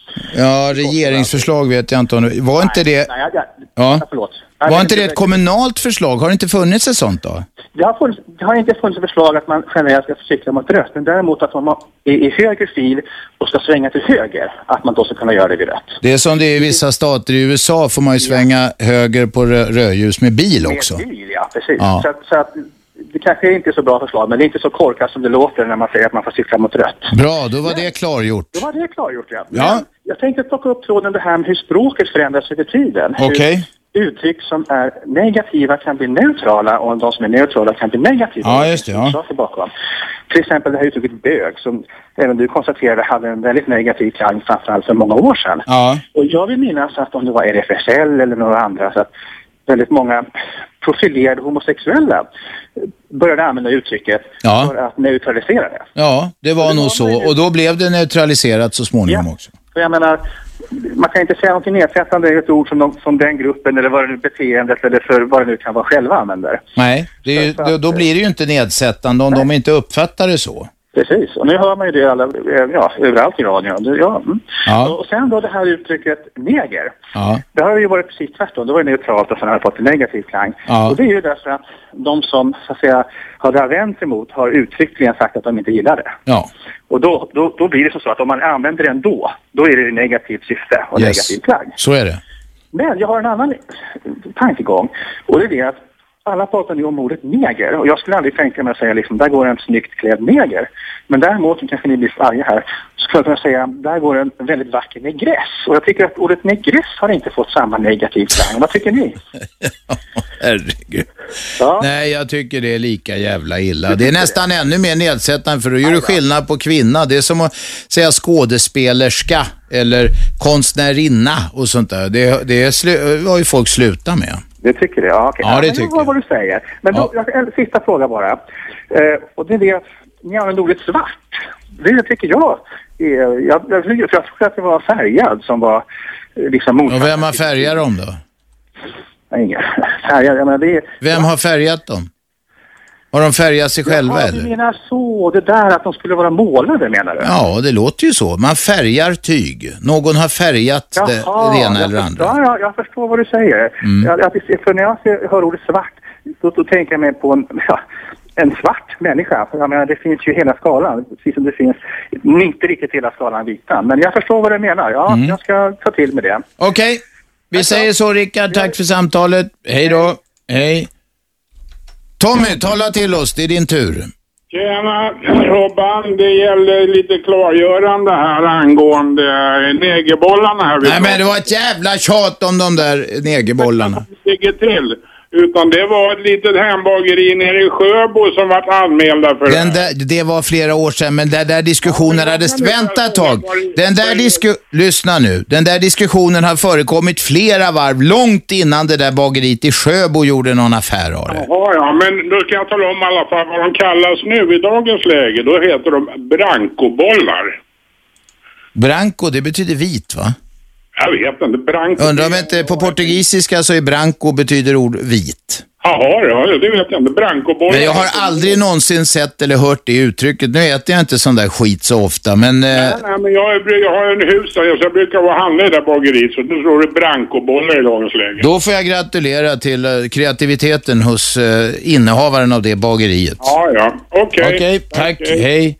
Ja, regeringsförslag vet jag inte om. Var inte det... Ja, förlåt. Var inte det ett kommunalt förslag? Har det inte funnits ett sånt då? Det har inte funnits ett förslag att man generellt ska cykla mot rött. Men däremot att man är i höger fil och ska svänga till höger. Att man då ska kunna göra det vid rött. Det är som det är i vissa stater i USA får man ju svänga höger på rödljus med bil också. Med bil, ja, precis. Ja. Så att det kanske inte är så bra förslag, men det är inte så korkat som det låter när man säger att man får cykla mot rött. Bra, då var det klargjort. Då var det klargjort, ja. Jag tänkte plocka upp tråden det här med hur språket förändras över tiden. Okej. Uttryck som är negativa kan bli neutrala och de som är neutrala kan bli negativa. Ja, just det, ja. Till exempel det här uttrycket bög som även du konstaterade hade en väldigt negativ klang framförallt för många år sedan. Ja. Och jag vill minnas att om det var RFSL eller några andra så att väldigt många profilerade homosexuella började använda uttrycket för att neutralisera det. Ja, det var nog så. Och då blev det neutraliserat så småningom också. För jag menar, man kan inte säga något nedsättande i ett ord som den gruppen eller vad det nu beteendet eller för vad det nu kan vara själva använder. Nej, det är ju, då blir det ju inte nedsättande om de inte uppfattar det så. Precis, och nu hör man ju det överallt i radion. Och sen då det här uttrycket neger. Ja. Det har ju varit precis tvärtom. Det var ju neutralt och sen har det fått en negativ klang. Ja. Och det är ju därför att de som så att säga har det vänt emot har uttryckligen sagt att de inte gillar det. Ja. Och då blir det så att om man använder den då är det negativt syfte och negativ klang. Så är det. Men jag har en annan tankegång och det är det att alla pratar nu om ordet neger och jag skulle aldrig tänka mig att säga liksom, där går en snyggt klädd neger. Men däremot kanske ni blir arga här så skulle jag kunna säga där går en väldigt vacker negress. Och jag tycker att ordet negress har inte fått samma negativ klang. Vad tycker ni? Herregud. Ja. Nej, jag tycker det är lika jävla illa. Det är nästan ännu mer nedsättande för då gör du skillnad på kvinna. Det är som att säga skådespelerska eller konstnärinna och sånt där. Det har ju folk slutat med. Det tycker det, ja. Okay. Ja, det tycker jag. Vad du säger. Men då, en sista fråga bara. Och det är det att ni använder ordet svart. Det tycker jag. Jag tror att det var färgad som var liksom motsatt. Och vem har färgat dem då? Ingen färgad. Jag menar, vem har färgat dem? Har de färgat sig själva eller? Du menar så, det där att de skulle vara målade menar du? Ja, det låter ju så. Man färgar tyg. Någon har färgat det ena eller andra. Ja, jag förstår vad du säger. För när jag hör ordet svart, då tänker jag mig på en svart människa. För jag menar, det finns ju hela skalan, precis som det finns inte riktigt hela skalan vita. Men jag förstår vad du menar. Ja, jag ska ta till med det. Okej. Vi säger så, Rickard. Tack för samtalet. Hej då. Hej. Tommy, tala till oss. Det är din tur. Tjena, Robban. Det gäller lite klargörande här angående negerbollarna här. Nej, men det var ett jävla tjat om de där negerbollarna. Ligger till. Utan det var ett litet hembageri nere i Sjöbo som var anmälda för det var flera år sedan, men där diskussionen hade... Vänta ett tag. Lyssna nu. Den där diskussionen har förekommit flera varv långt innan det där bageriet i Sjöbo gjorde någon affär av det. Ja, men då kan jag tala om i alla fall vad de kallas nu i dagens läge. Då heter de brancobollar. Branco, det betyder vit, va? Jag vet inte, branco... Undrar om inte på portugisiska så är branco betyder ord vit. Jaha, det vet jag inte. Brancobollar. Men jag har aldrig någonsin sett eller hört det uttrycket. Nu äter jag inte sån där skit så ofta, men... Nej, men jag har en hus där, så jag brukar vara handlare där bageriet, så nu står det brancobollar i dagens läge. Då får jag gratulera till kreativiteten hos innehavaren av det bageriet. Ja. Okej, tack. Hej.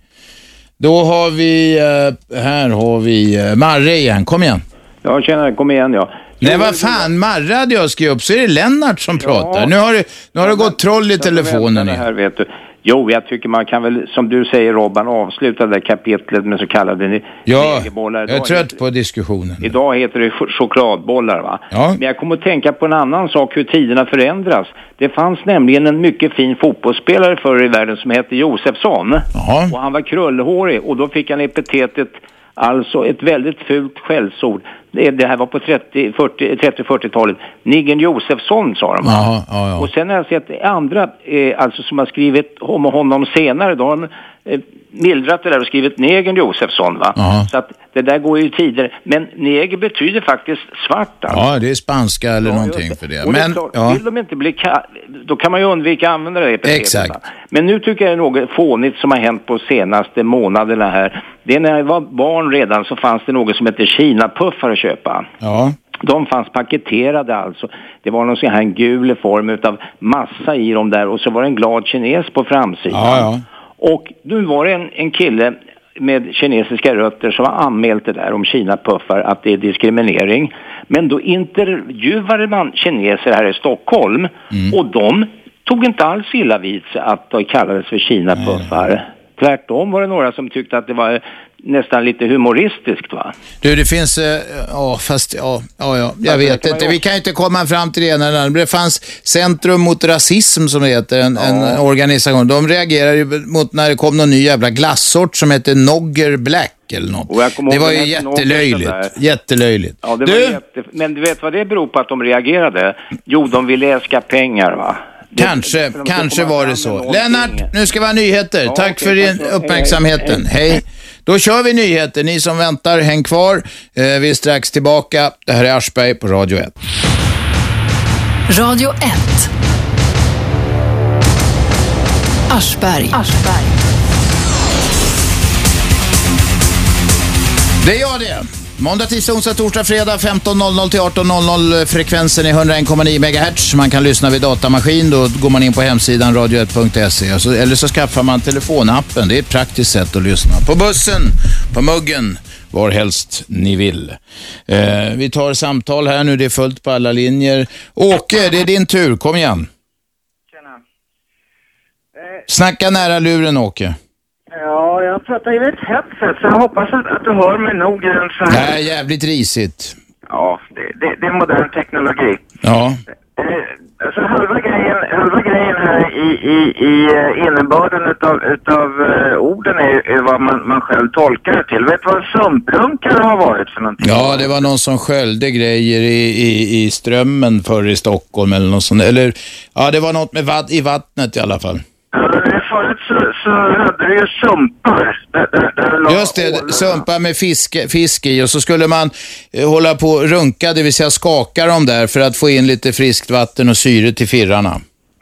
Då har vi... här har vi Marre igen. Kom igen. Ja, tjena, kom igen, ja. Nej, vad fan, Marre hade jag skrivit upp, så är det Lennart som pratar. Nu har det gått troll i telefonen. Här, vet du. Jo, jag tycker man kan väl, som du säger Robban, avsluta det där kapitlet med så kallade negerbollar. Jag är trött på diskussionen. Idag heter det chokladbollar, va? Ja. Men jag kommer att tänka på en annan sak, hur tiderna förändras. Det fanns nämligen en mycket fin fotbollsspelare förr i världen som hette Josefsson. Jaha. Och han var krullhårig, och då fick han epitetet, alltså ett väldigt fult skällsord. Det här var på 30-40-talet. Niggen Josefsson, sa de. Ja. Och sen har jag sett andra alltså som har skrivit om honom senare. Då har de mildrat det där och skrivit Negen Josefsson, va? Så att det där går ju tider. Men neger betyder faktiskt svart. Alltså. Ja, det är spanska eller någonting för det. Och men vill de inte bli då kan man ju undvika att använda det epitetet. Exakt. Men nu tycker jag det är något fånigt som har hänt på senaste månaderna här. Det är när jag var barn redan, så fanns det något som heter Kina-puffar att köpa. Ja. De fanns paketerade alltså. Det var någon sån här gul form utav massa i dem där, och så var det en glad kines på framsidan. Ja. Och nu var det en kille med kinesiska rötter som har anmält det där om Kina-puffar, att det är diskriminering. Men då intervjuade man kineser här i Stockholm, och de tog inte alls illa vid sig att det kallades för Kina-puffar. Tvärtom var det några som tyckte att det var nästan lite humoristiskt, va? Du, det finns... jag vet inte. Vi kan inte komma fram till det ena eller andra. Det fanns Centrum mot rasism, som det heter, en organisation. De reagerar ju mot när det kom någon ny jävla glassort som heter Nogger Black eller något. Det var ju jättelöjligt. Ja, det var men du vet vad det beror på att de reagerade? Jo, de ville äska pengar, va? Kanske var det så. Lennart, nu ska vi ha nyheter. Tack för din uppmärksamheten. Hej. Då kör vi nyheter. Ni som väntar, häng kvar. Vi är strax tillbaka. Det här är Aschberg på Radio 1. Radio 1. Aschberg. Det är jag det. Måndag, tisdag, onsdag, torsdag, fredag 15.00 till 18.00. Frekvensen är 101,9 MHz. Man kan lyssna vid datamaskin. Då går man in på hemsidan radio1.se. Eller så skaffar man telefonappen. Det är ett praktiskt sätt att lyssna. På bussen, på muggen, var helst ni vill. Vi tar samtal här nu. Det är fullt på alla linjer. Åke, det är din tur. Kom igen. Tjena. Snacka nära luren, Åke. Ja, jag pratar ju ett headset, så jag hoppas att du hör mig nog. Det här är jävligt risigt. Ja, det är modern teknologi. Ja. Alltså halva grejen här i innebörden utav orden är vad man själv tolkar det till. Vet du vad sumprunkar har varit för någonting? Ja, det var någon som sköljde grejer i strömmen förr i Stockholm eller något sånt. Eller, ja, det var något med i vattnet i alla fall. Förut så hade det ju sumpar. Just det, sumpar med fisk i, och så skulle man hålla på runka, det vill säga skaka dem där för att få in lite friskt vatten och syre till firrarna.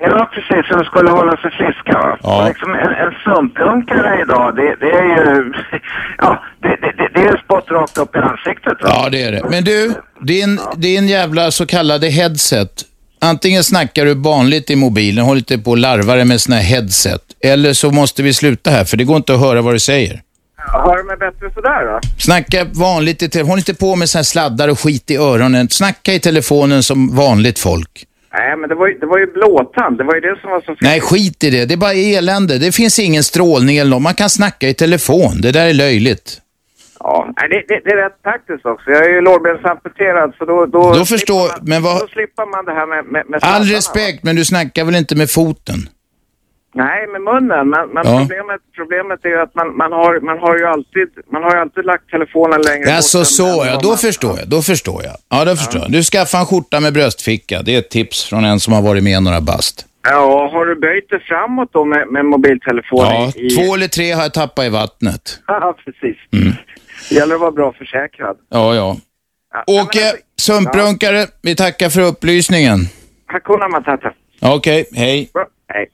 Ja, precis. Som skulle hålla sig friska. Va? Ja. Och liksom en sumprunkare idag, det är ju... Ja, det är ju spott rakt upp i ansiktet. Va? Ja, det är det. Men du, din jävla så kallade headset. Antingen snackar du vanligt i mobilen, håller inte på och larvar dig med såna här headset. Eller så måste vi sluta här, för det går inte att höra vad du säger. Hör du mig bättre sådär då? Snacka vanligt i telefon. Håll inte på med såna här sladdar och skit i öronen. Snacka i telefonen som vanligt folk. Nej, men det var ju blåtand. Det var ju det som var så fint. Nej, skit i det. Det är bara elände. Det finns ingen strålning eller något. Man kan snacka i telefon. Det där är löjligt. Ja, det är rätt praktiskt också. Jag är ju lårbensamputerad, så då förstår man, men vad... Då slipper man det här med all respekt, men du snackar väl inte med foten? Nej, med munnen. Men ja. Problemet är ju att man har ju alltid lagt telefonen längre. Ja, då förstår jag. Ja, då förstår jag. Du skaffar en skjorta med bröstficka. Det är ett tips från en som har varit med några bast. Ja, har du böjt det framåt då med mobiltelefonen? Ja, 2 eller 3 har jag tappat i vattnet. Ja, precis. Det gäller att vara bra försäkrad. Ja. Åke, sumprunkare, vi tackar för upplysningen. Hakuna Matata. Okej, hej. Bra, hej.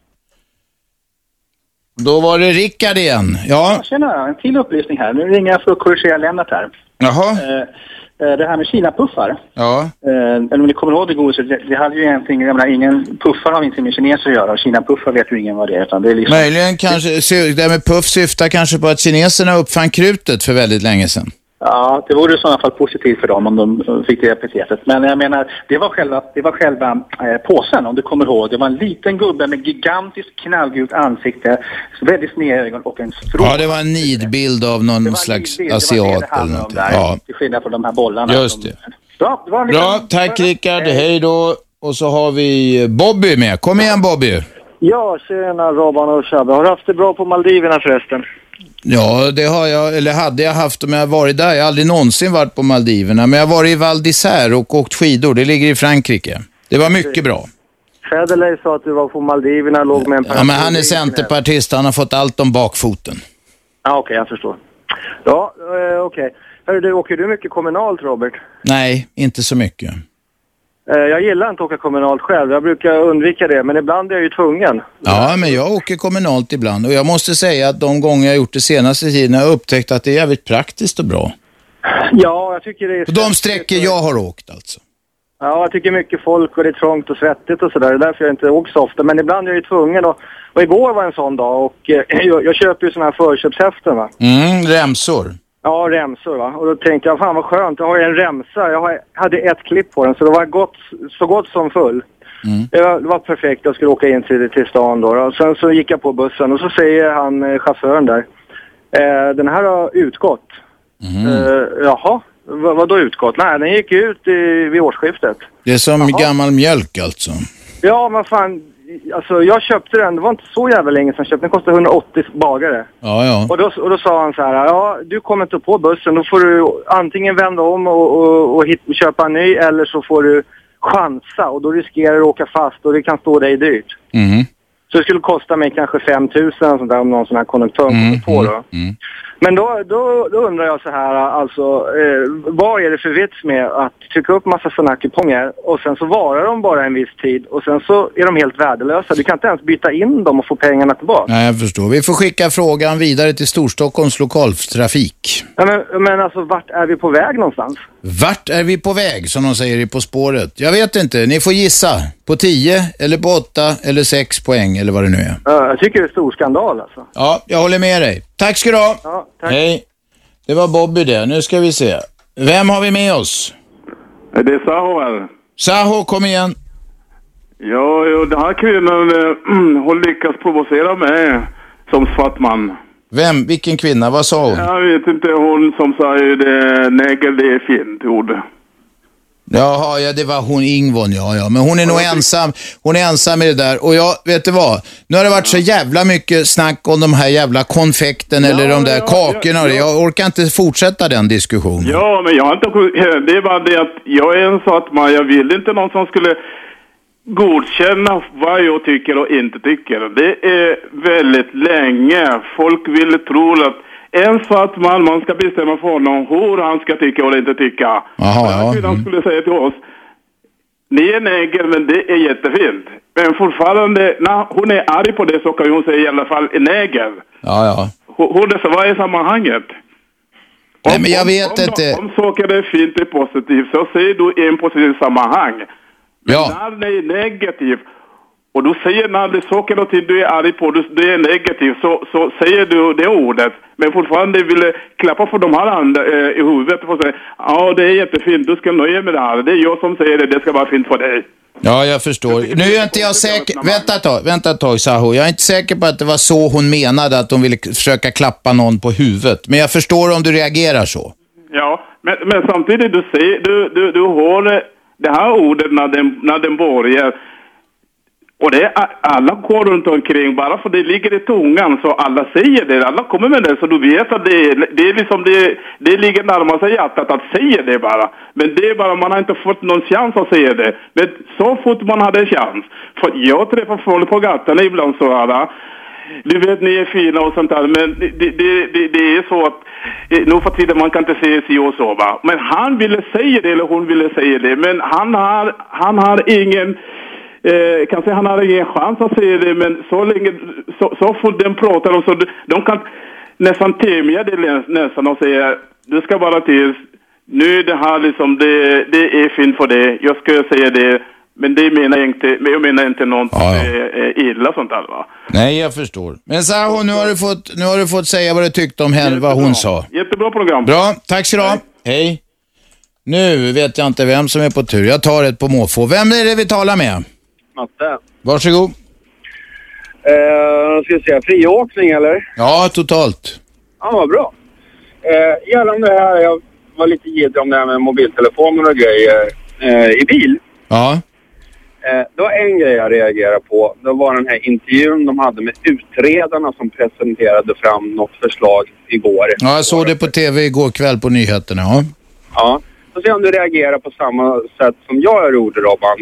Då var det Rickard igen. Ja. Tjena, en till upplysning här. Nu ringer jag för att korrigera Lennart här. Jaha. Det här med Kina-puffar. Ja. Om ni kommer ihåg det godiset, det hade ju egentligen, jag menar, ingen puffar har inte med kineser att göra. Och Kina-puffar vet ju ingen vad det är. Utan det är liksom... Möjligen kanske, det med puff syftar kanske på att kineserna uppfann krutet för väldigt länge sedan. Ja, det vore i sådana fall positivt för dem om de fick det epitetet. Men jag menar, det var själva påsen, om du kommer ihåg. Det var en liten gubbe med gigantiskt knallgult ansikte, väldigt sneda ögon och en strål. Ja, det var en nidbild av någon slags asiat eller något. Ja. Till skillnad från de här bollarna. Just det. Bra, tack Rickard. Hej då. Och så har vi Bobby med. Kom igen Bobby. Ja, tjena Robban och Shabbe. Har du haft det bra på Maldiverna förresten? Ja, det har jag, eller hade jag haft om jag varit där. Jag har aldrig någonsin varit på Maldiverna, men jag har varit i Val d'Isère och åkt skidor. Det ligger i Frankrike. Det var mycket bra. Federley sa att du var på Maldiverna, låg med en Ja, men han är centerpartist. Han har fått allt om bakfoten. Ja, okej, jag förstår. Ja, okej. Hörru, åker du mycket kommunalt, Robert? Nej, inte så mycket. Jag gillar inte att åka kommunalt själv. Jag brukar undvika det, men ibland är jag ju tvungen. Ja, men jag åker kommunalt ibland. Och jag måste säga att de gånger jag gjort det senaste tiden har jag upptäckt att det är jävligt praktiskt och bra. Ja, jag tycker det är... På de sträckor jag har åkt alltså. Ja, jag tycker mycket folk och det är trångt och svettigt och sådär. Det är därför jag inte åker så ofta. Men ibland är jag ju tvungen. Och igår var en sån dag och jag köper ju såna här förköpshäften, va? Remsor. Ja, remsor, va. Och då tänkte jag, fan vad skönt, jag har ju en remsa. Jag hade ett klipp på den, så det var så gott som full. Det var perfekt, jag skulle åka in till stan då. Och sen så gick jag på bussen och så säger han, chauffören där, den här har utgått. Jaha, vad då utgått? Nej, den gick ut vid årsskiftet. Det är som gammal mjölk alltså. Ja, men fan, alltså jag köpte den, det var inte så jävla länge sedan jag köpte den, kostade 180 bagare. Ja. Och då sa han så här, ja, du kommer inte på bussen, då får du antingen vända om och köpa en ny, eller så får du chansa och då riskerar du att åka fast och det kan stå dig dyrt. Så det skulle kosta mig kanske 5 000 sånt där, om någon sån här konduktör kommer på då. Men då undrar jag så här, alltså, vad är det för vits med att trycka upp massa sådana kuponger och sen så varar de bara en viss tid och sen så är de helt värdelösa. Du kan inte ens byta in dem och få pengarna tillbaka. Nej, jag förstår. Vi får skicka frågan vidare till Storstockholms lokaltrafik. Ja, men alltså, vart är vi på väg någonstans? Vart är vi på väg, som de säger På spåret? Jag vet inte, ni får gissa. På 10, eller på 8, eller 6 poäng, eller vad det nu är. Jag tycker det är stor skandal alltså. Ja, jag håller med dig. Tack ska du ha. Ja, tack. Hej. Det var Bobby det. Nu ska vi se. Vem har vi med oss? Det är Saho här. Saho, kom igen. Ja, den här kvinnan har lyckats provocera mig som svart man. Vem? Vilken kvinna? Vad sa hon? Jag vet inte, hon som säger det, neger, det är fint ord. Jaha, ja, det var hon Ingvon, ja. Men hon är nog ensam. Hon är ensam med det där. Och jag, vet du vad? Nu har det varit så jävla mycket snack om de här jävla konfekten eller de där kakorna. Jag orkar inte fortsätta den diskussionen. Ja, men jag har inte... Det är bara det att jag är en svart man. Jag vill inte någon som skulle godkänna vad jag tycker och inte tycker. Det är väldigt länge. Folk vill tro att en svart man ska bestämma för honom hur han ska tycka och inte tycka. Jaha, kvinnan skulle säga till oss, ni är neger men det är jättefint. Men fortfarande, när hon är arg på det så kan hon säga i alla fall neger. Ja. Vad är sammanhanget? Nej, men jag vet inte. Om saker är fint och positivt så säger du en positiv sammanhang. Men när det är negativ och du säger när det saker och ting du är arg på det är negativt så säger du det ordet. Men fortfarande vill klappa för de här andra i huvudet och säga det är jättefint, du ska nöja med det här. Det är jag som säger det ska vara fint för dig. Ja, jag förstår. Nu är inte jag säker. Vänta ett tag, Saho. Jag är inte säker på att det var så hon menade, att hon ville försöka klappa någon på huvudet. Men jag förstår om du reagerar så. Ja, men samtidigt du säger, du har det här ordet när den börjar. Och det är alla går runt omkring, bara för det ligger i tungan så alla säger det, alla kommer med det, så du vet att det är liksom det ligger närmare sig hjärtat att säga det bara. Men det är bara, man har inte fått någon chans att säga det. Men så fort man hade en chans. För jag träffar folk på gatan ibland så här, du vet ni är fina och sånt där, men det är så att nu för tiden man kan inte säga sig och så va. Men han ville säga det eller hon ville säga det, men han har ingen kanske han har ingen chans att säga det, men så länge så fort den pratar och så de kan nästan tämja det nästan och säga du ska bara till nu är det här liksom det är fint för det, jag ska säga det, men det menar jag menar inte något illa sånt där va. Nej, jag förstår. Men Saho, nu har du fått säga vad du tyckte om henne, vad hon sa. Jättebra program. Bra, tack så du ha. Hej. Nu vet jag inte vem som är på tur. Jag tar ett på måfå. Vem är det vi talar med? Matte. Varsågod. Ska vi säga friåkning eller? Ja, totalt. Ja, vad bra. Gällande det här, jag var lite gidig om det här med mobiltelefoner och grejer i bil. Ja. Det var en grej jag reagerade på. Det var den här intervjun de hade med utredarna som presenterade fram något förslag igår. Ja, jag såg det på tv igår kväll på nyheterna. Ja. Ja, så se om du reagerar på samma sätt som jag gjorde, Robban.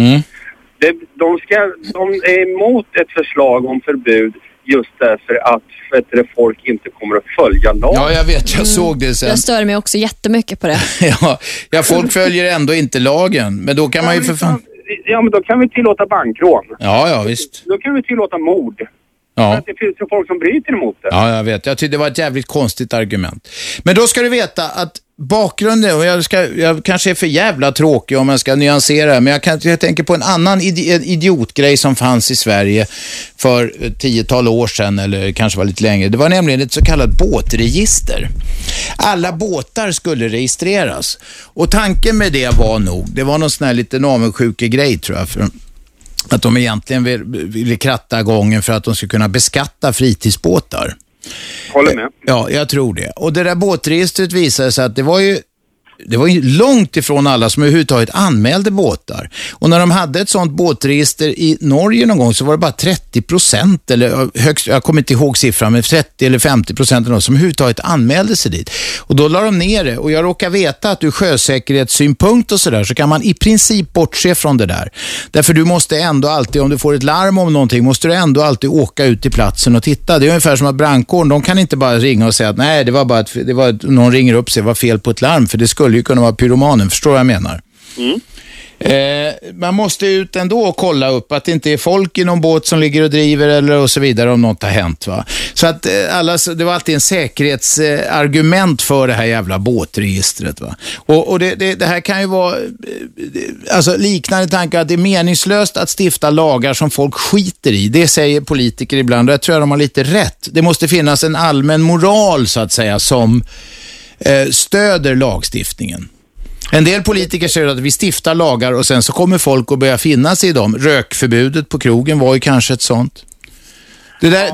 De är emot ett förslag om förbud just därför att folk inte kommer att följa lagen. Ja, jag vet. Jag såg det sen. Jag stör mig också jättemycket på det. ja, folk följer ändå inte lagen. Men då kan man ju för fan... Ja, men då kan vi tillåta bankrån. Ja, visst. Då kan vi tillåta mord. Ja. För att det finns ju folk som bryter emot det. Ja, jag vet. Jag tyckte det var ett jävligt konstigt argument. Men då ska du veta att bakgrunden, och jag kanske är för jävla tråkig om jag ska nyansera, men jag tänker på en annan idiotgrej som fanns i Sverige för 10-tal år sedan, eller kanske var lite längre. Det var nämligen ett så kallat båtregister. Alla båtar skulle registreras. Och tanken med det var någon sån här lite avundsjuka grej tror jag, för att de egentligen ville kratta gången för att de skulle kunna beskatta fritidsbåtar. Håller med. Ja, jag tror det. Och det där båtregistret visade sig att det var ju långt ifrån alla som överhuvudtaget anmälde båtar. Och när de hade ett sånt båtregister i Norge någon gång så var det bara 30% eller högst, jag kommer inte ihåg siffran, men 30 eller 50% som överhuvudtaget anmälde sig dit. Och då la de ner det. Och jag råkar veta att ur sjösäkerhetssynpunkt och sådär så kan man i princip bortse från det där. Därför du måste ändå alltid, om du får ett larm om någonting, måste du ändå alltid åka ut till platsen och titta. Det är ungefär som att brandkåren, de kan inte bara ringa och säga att nej, det var bara att någon ringer upp sig, det var fel på ett larm, för det skulle ju kunna vara pyromanen, förstår vad jag menar? Man måste ut ändå och kolla upp att det inte är folk i någon båt som ligger och driver eller och så vidare om något har hänt, va? Så att det var alltid en säkerhetsargument för det här jävla båtregistret, va? Och det här kan ju vara alltså liknande tankar att det är meningslöst att stifta lagar som folk skiter i. Det säger politiker ibland och jag tror att de har lite rätt. Det måste finnas en allmän moral så att säga som stöder lagstiftningen. En del politiker säger att vi stiftar lagar och sen så kommer folk att börja finna sig i dem. Rökförbudet på krogen var ju kanske ett sånt. Det där,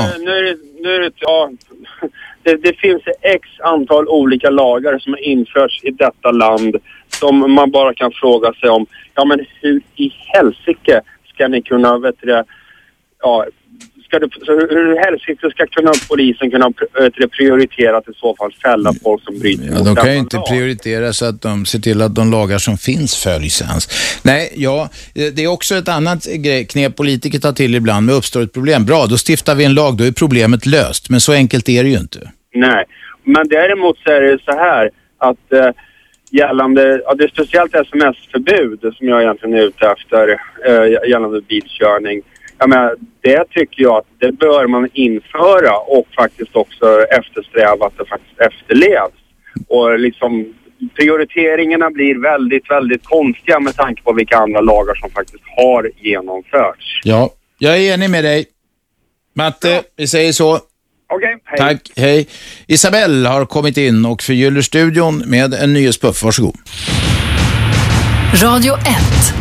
det finns x antal olika lagar som har införts i detta land som man bara kan fråga sig om. Ja, men hur i helsike ska ni kunna hur helsike ska polisen kunna prioritera att i så fall fälla folk som bryter mot de kan ju inte prioritera så att de ser till att de lagar som finns följs ens. Nej, det är också ett annat knep politiker tar till ibland med uppstår ett problem. Bra, då stiftar vi en lag, då är problemet löst. Men så enkelt är det ju inte. Nej, men däremot så är det så här att gällande, ja, det är speciellt sms-förbud som jag egentligen är ute efter gällande bilkörning. Jag menar, det tycker jag att det bör man införa och faktiskt också eftersträva att det faktiskt efterlevs. Och liksom prioriteringarna blir väldigt, väldigt konstiga med tanke på vilka andra lagar som faktiskt har genomförts. Ja, jag är enig med dig. Matte, vi säger så. Okej, hej. Tack, hej. Isabelle har kommit in och förgyller studion med en nyhetspuff. Varsågod. Radio 1.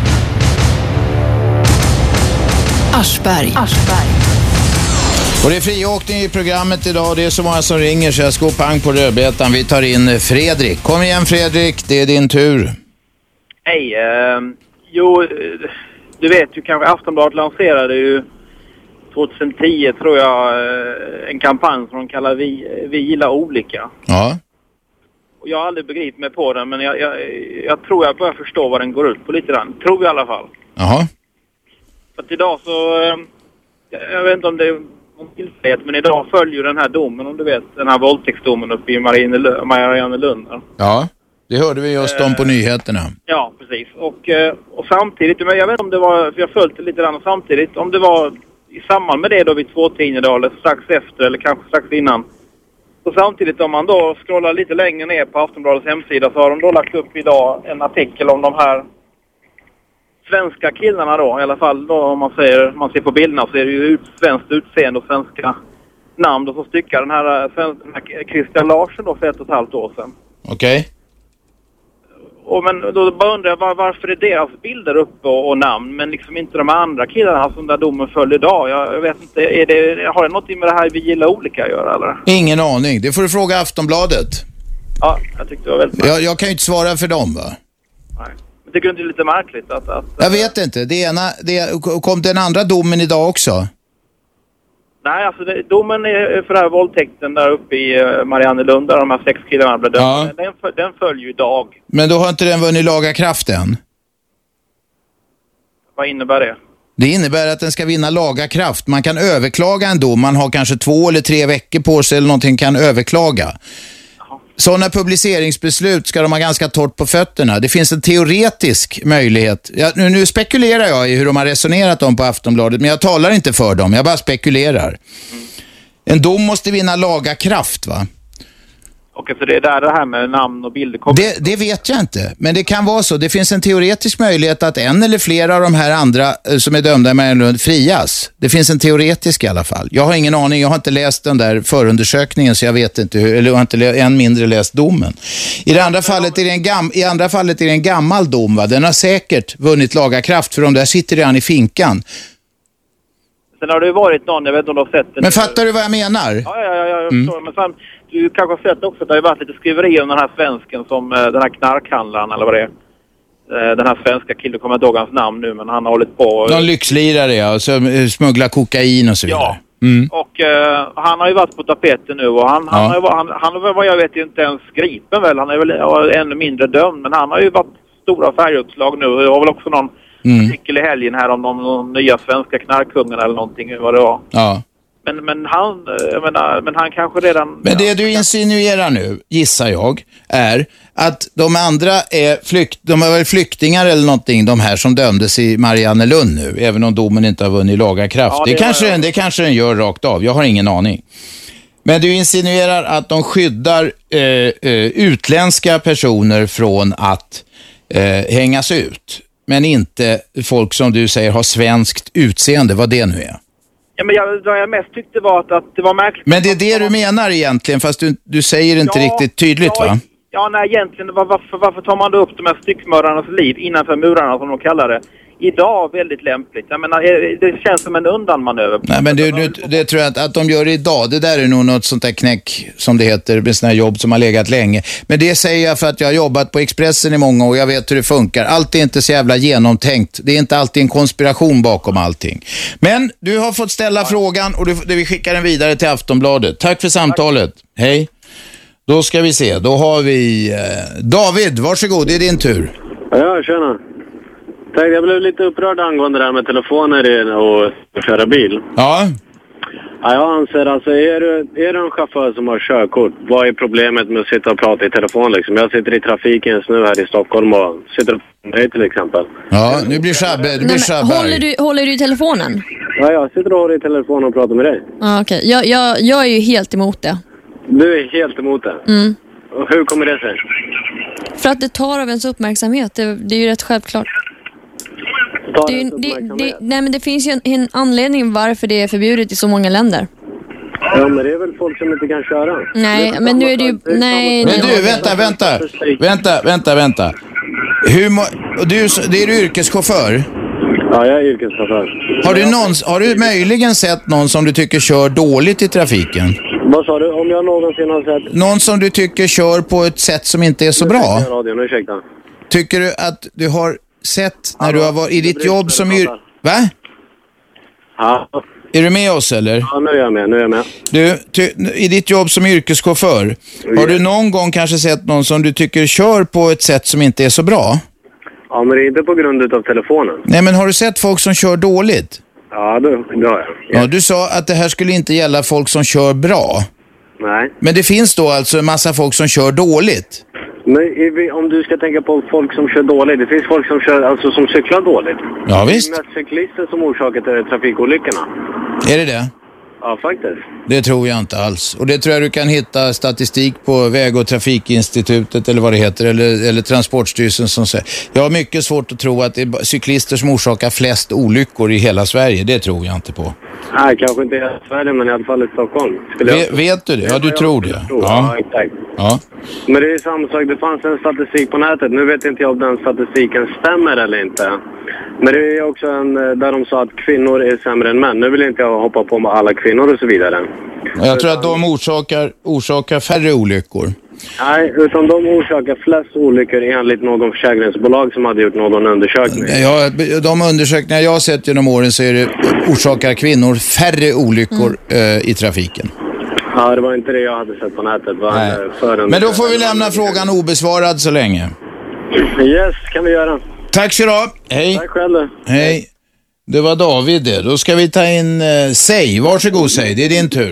Aschberg. Och det är friåkning i programmet idag. Det är så många som ringer så jag ska gå pang på rödbetan. Vi tar in Fredrik. Kom igen Fredrik, det är din tur. Hej, jo, du vet ju kanske Aftonbladet lanserade ju 2010 tror jag en kampanj som de kallar vi gillar olika. Ja. Och jag har aldrig begripit mig på den, men jag tror jag börjar förstå vad den går ut på lite grann. Tror jag i alla fall. Jaha. För att idag så, jag vet inte om det är någon tillfällighet, men idag följer den här domen, om du vet, den här våldtäktsdomen uppe i Mariannelund. Ja, det hörde vi just om på nyheterna. Ja, precis. Och samtidigt, men jag vet inte om det var, för jag följde det lite grann samtidigt, om det var i samband med det då vid 2-10 dagar eller strax efter eller kanske strax innan. Så samtidigt om man då scrollar lite längre ner på Aftonbladets hemsida så har de då lagt upp idag en artikel om de här svenska killarna då. I alla fall då om man ser på bilderna så är det ju svenskt utseende och svenska namn då som styckar den här Christian Larsen då för 1,5 år sedan. Okej. Och men då bara undrar jag varför är deras bilder uppe och namn men liksom inte de andra killarna som där domen följer idag. Jag vet inte, har det något med det här vi gillar olika att göra eller? Ingen aning, det får du fråga Aftonbladet. Ja, jag tyckte det var väldigt märkligt. Jag kan ju inte svara för dem va? Nej. Jag tycker inte det är lite märkligt att... Jag vet inte, kom den andra domen idag också? Nej, alltså domen är för den här våldtäkten där uppe i Mariannelund där de här 6 killarna blev dömda. Ja. Den följer ju idag. Men då har inte den vunnit laga kraft än? Vad innebär det? Det innebär att den ska vinna laga kraft. Man kan överklaga en dom. Man har kanske 2 eller 3 veckor på sig eller någonting kan överklaga. Sådana publiceringsbeslut ska de ha ganska torrt på fötterna. Det finns en teoretisk möjlighet. Nu spekulerar jag i hur de har resonerat om på Aftonbladet, men jag talar inte för dem. Jag bara spekulerar. En dom måste vinna laga kraft, va? Okej, så det är där det här med namn och bilder kommer. Det vet jag inte, men det kan vara så. Det finns en teoretisk möjlighet att en eller flera av de här andra som är dömda i Mariannelund frias. Det finns en teoretisk i alla fall. Jag har ingen aning, jag har inte läst den där förundersökningen så jag vet inte hur, eller jag har inte än mindre läst domen. I det andra fallet är det en gammal dom, va? Den har säkert vunnit laga kraft för de där sitter redan i finkan. Sen har det ju varit någon, jag vet inte om du har sett det. Men fattar du vad jag menar? Ja, men sen, du kanske har sett också att det har varit lite skriverier om den här svensken som den här knarkhandlaren eller vad det är. Den här svenska killen, kommer inte ihåg hans namn nu, men han har hållit på. Någon lyxlirare, ja, och så smuggla kokain och så vidare. Ja, och han har ju varit på tapeten nu och han har vad jag vet inte ens gripen väl. Han är väl ännu mindre dömd, men han har ju varit stora färguppslag nu. Det var väl också någon artikel i helgen här om de nya svenska knarkungarna eller någonting, vad det var. Ja. Men han kanske redan... Men det du insinuerar nu, gissar jag, är att de andra de är väl flyktingar eller någonting, de här som dömdes i Mariannelund nu, även om domen inte har vunnit laga kraft. Ja, det kanske den gör rakt av, jag har ingen aning. Men du insinuerar att de skyddar utländska personer från att hängas ut, men inte folk som du säger har svenskt utseende, vad det nu är. Ja, men vad jag mest tyckte var att det var märkligt. Men det är det du menar egentligen, fast du säger inte riktigt tydligt, va? Ja, nej, egentligen, varför tar man då upp de här styckmördarnas liv innanför murarna, som de kallar det? Idag väldigt lämpligt. Jag menar, det känns som en undanmanöver. Nej, men det tror jag att de gör det idag. Det där är nog något sånt där knäck, som det heter, med såna här jobb som har legat länge. Men det säger jag för att jag har jobbat på Expressen i många år och jag vet hur det funkar. Allt är inte så jävla genomtänkt. Det är inte alltid en konspiration bakom allting. Men du har fått ställa frågan och vi skickar den vidare till Aftonbladet. Tack för samtalet. Tack. Hej. Då ska vi se. Då har vi David, varsågod, det är din tur. Ja, tjena. Jag blev lite upprörd angående det här med telefoner och köra bil. Ja. Ja, jag anser alltså, är du en chaufför som har körkort, vad är problemet med att sitta och prata i telefon liksom? Jag sitter i trafiken just nu här i Stockholm och sitter och pratar till exempel. Ja, nu blir Shabbe. Håller du i telefonen? Ja, jag sitter och håller i telefonen och pratar med dig. Ja, okej. Jag är ju helt emot det. Du är helt emot det? Mm. Och hur kommer det sig? För att det tar av ens uppmärksamhet, det är ju rätt självklart. Nej, men det finns ju en anledning varför det är förbjudet i så många länder. Ja, men det är väl folk som inte kan köra. Nej, men nu är det ju... Nej, men du, vänta. Det är du yrkeschaufför? Ja, jag är yrkeschaufför. Har du möjligen sett någon som du tycker kör dåligt i trafiken? Vad sa du? Om jag någonsin har sett... Någon som du tycker kör på ett sätt som inte är så bra? Ursäkta. Tycker du att du har sett när du har varit i ditt jobb som Va? Ja. Är du med oss eller? Ja, nu är jag med. Du, i ditt jobb som yrkeschaufför, har du någon gång kanske sett någon som du tycker kör på ett sätt som inte är så bra? Ja, men det är inte på grund av telefonen. Nej, men har du sett folk som kör dåligt? Ja, det har jag. Ja, du sa att det här skulle inte gälla folk som kör bra. Nej. Men det finns då alltså en massa folk som kör dåligt? Men om du ska tänka på folk som kör dåligt, det finns folk som kör, alltså som cyklar dåligt. Ja, visst. Det är mest cyklister som orsakar till trafikolyckorna. Är det? Ja, faktiskt. Det tror jag inte alls. Och det tror jag du kan hitta statistik på Väg- och trafikinstitutet eller vad det heter, eller Transportstyrelsen som säger. Jag har mycket svårt att tro att det är cyklister som orsakar flest olyckor i hela Sverige. Det tror jag inte på. Nej, kanske inte i Sverige, men i alla fall i Stockholm. Vet du det? Ja, du tror det. Ja, exakt. Ja. Men det är samma sak, det fanns en statistik på nätet. Nu vet inte jag om den statistiken stämmer eller inte. Men det är också där de sa att kvinnor är sämre än män. Nu vill inte jag hoppa på med alla kvinnor och så vidare. Jag tror att de orsakar färre olyckor. Nej, utan de orsakar flest olyckor enligt någon försäkringsbolag som hade gjort någon undersökning. Ja, de undersökningar jag har sett genom åren så är det orsakar kvinnor färre olyckor i trafiken. Ja, det var inte det jag hade sett på nätet. Men då får vi lämna frågan obesvarad så länge. Yes, kan vi göra. Tack så du. Hej. Tack själv. Hej. Det var David det. Då ska vi ta in Säg. Varsågod Säg, det är din tur.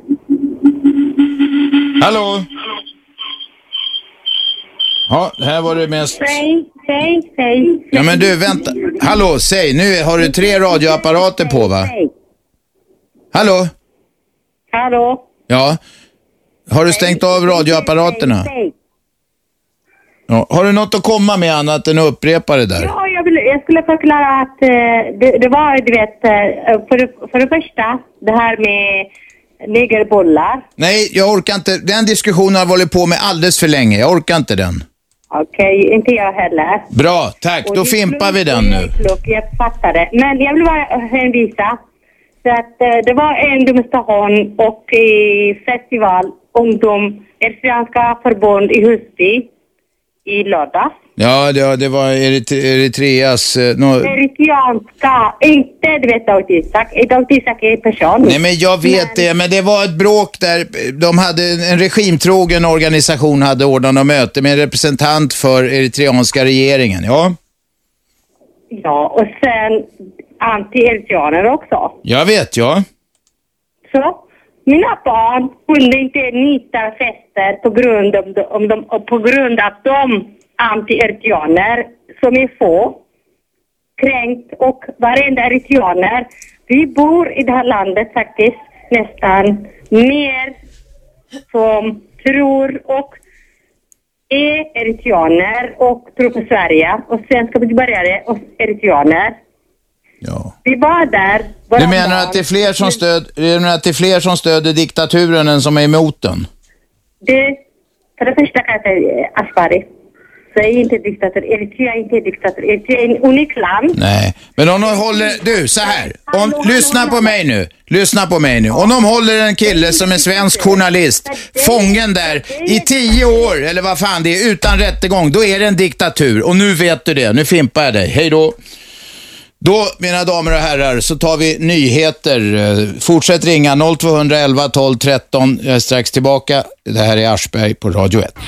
Hallå? Ja, här var det mest... Säg. Ja, men du, vänta. Hallå, Säg. Nu har du 3 radioapparater på, va? Hallå? Hallå? Ja. Har du stängt av radioapparaterna? Ja. Har du något att komma med annat än att upprepa det där? Ja, jag skulle förklara att det var, du vet, för det första, det här med negerbollar. Nej, jag orkar inte. Den diskussionen har hållit på med alldeles för länge. Jag orkar inte den. Okej, inte jag heller. Bra, tack. Då fimpar vi den nu. Jag fattar det. Men jag vill bara hänvisa. Så att det var en demonstration och festival ungdom Eritreanska förbund i Husby i lördag. Ja, det var Eritreas... Eritreanska, inte du vet Dautisak. Dautisak är person. Nej, men jag vet det. Men det var ett bråk där de hade en regimtrogen organisation hade ordnat möte med en representant för eritreanska regeringen, ja. Ja, och sen anti-eritreaner också. Jag vet, ja. Så, mina barn kunde inte nita fester på grund av de anti-eritreaner som är få, kränkt, och varenda eritreaner. Vi bor i det här landet faktiskt nästan mer som tror och är eritreaner och tror på Sverige, och sen ska vi börja det och eritreaner. Ja. Vi var där. Du menar att det är fler som stöder diktaturen än som är emot den? För det första kan jag säga Ashbari. Så är inte diktatur. Eritrea är inte diktatur. Eritrea är en unik land. Nej, men om de håller... Du, så här. Lyssna på mig nu. Om de håller en kille som är svensk journalist fången där i 10 år, eller vad fan det är, utan rättegång, då är det en diktatur. Och nu vet du det. Nu fimpar jag dig. Hej då. Då, mina damer och herrar, så tar vi nyheter. Fortsätt ringa 0211 12 13. Jag är strax tillbaka. Det här är Aschberg på Radio 1.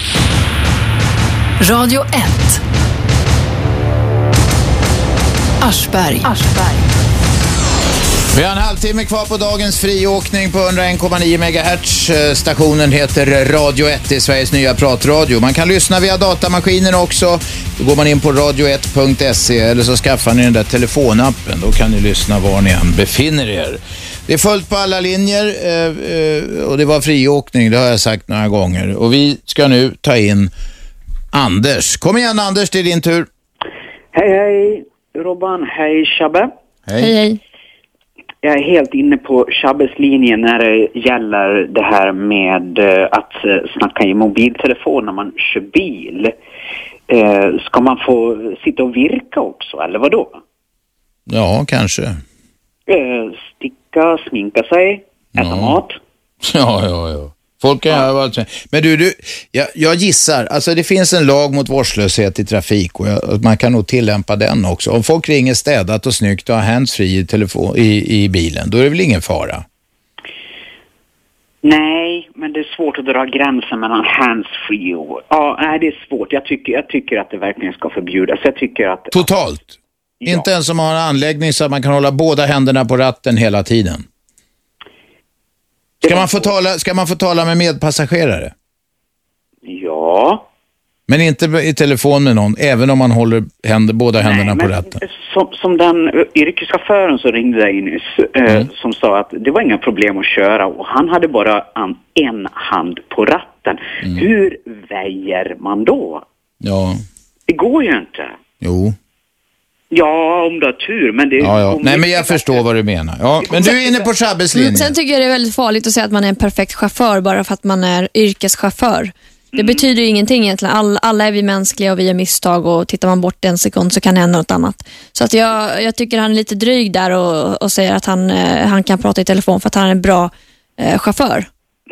Radio 1. Aschberg. Vi har en halvtimme kvar på dagens friåkning på 101,9 MHz. Stationen heter Radio 1, det är Sveriges nya pratradio. Man kan lyssna via datamaskinen också. Då går man in på radio1.se eller så skaffar ni den där telefonappen. Då kan ni lyssna var ni än befinner er. Det är fullt på alla linjer och det var friåkning, det har jag sagt några gånger. Och vi ska nu ta in Anders. Kom igen Anders, det är din tur. Hej Robban, hej Shabbe. Hej. Jag är helt inne på Shabbes linje när det gäller det här med att snacka i mobiltelefon när man kör bil. Ska man få sitta och virka också, eller vad då? Ja, kanske. Sticka, sminka sig, äta mat. Ja. Folk kan göra vad. Men jag gissar, alltså det finns en lag mot vårdslöshet i trafik och man kan nog tillämpa den också. Om folk ringer städat och snyggt och har handsfree i bilen, då är det väl ingen fara? Nej, men det är svårt att dra gränsen mellan handsfree och... Ja, nej, det är svårt. Jag tycker att det verkligen ska förbjudas. Jag tycker att... Totalt? Ja. Inte ens som har en anläggning så att man kan hålla båda händerna på ratten hela tiden? Ska man få tala med medpassagerare? Ja. Men inte i telefon med någon, även om man håller båda händerna på ratten? Som den yrkeschauffören som ringde dig nyss, som sa att det var inga problem att köra och han hade bara en hand på ratten. Hur väjer man då? Ja. Det går ju inte. Jo. Ja, om du har tur, men det... Ja. Nej, men jag förstår vad du menar. Ja, men du är inne på Shabbes linje. Sen tycker jag det är väldigt farligt att säga att man är en perfekt chaufför bara för att man är yrkeschaufför. Det betyder ju ingenting egentligen. Alla är vi mänskliga och vi gör misstag och tittar man bort en sekund så kan det hända något annat. Så att jag tycker han är lite dryg där och säger att han kan prata i telefon för att han är en bra chaufför.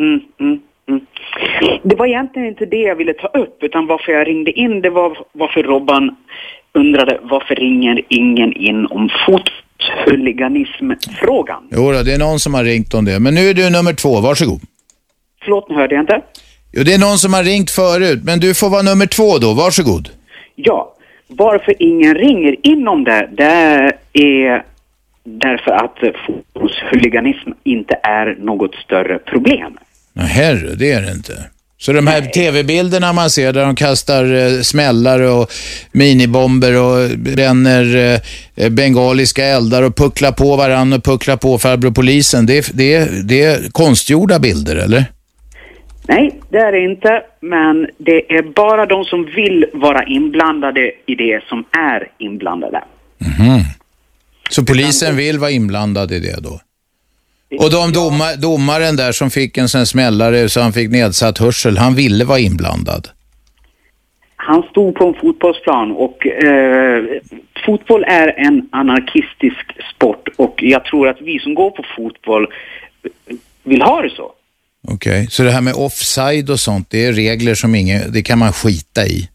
Det var egentligen inte det jag ville ta upp, utan varför jag ringde in, det var varför Robban undrade varför ringer ingen in om fothuliganismfrågan. Jo då, det är någon som har ringt om det. Men nu är du nummer 2, varsågod. Förlåt, nu hörde jag inte. Jo, det är någon som har ringt förut, men du får vara nummer 2 då, varsågod. Ja, varför ingen ringer in om det är därför att fothuliganism inte är något större problem. Nej, herre, det är det inte. Så de här tv-bilderna man ser där de kastar smällar och minibomber och bränner bengaliska eldar och pucklar på varann och pucklar på farbror polisen, det är konstgjorda bilder, eller? Nej, det är det inte, men det är bara de som vill vara inblandade i det som är inblandade. Så polisen vill vara inblandad i det då? Och domaren där som fick en sån smällare så han fick nedsatt hörsel, han ville vara inblandad? Han stod på en fotbollsplan och fotboll är en anarkistisk sport och jag tror att vi som går på fotboll vill ha det så. Okej, så det här med offside och sånt, det är regler som det kan man skita i?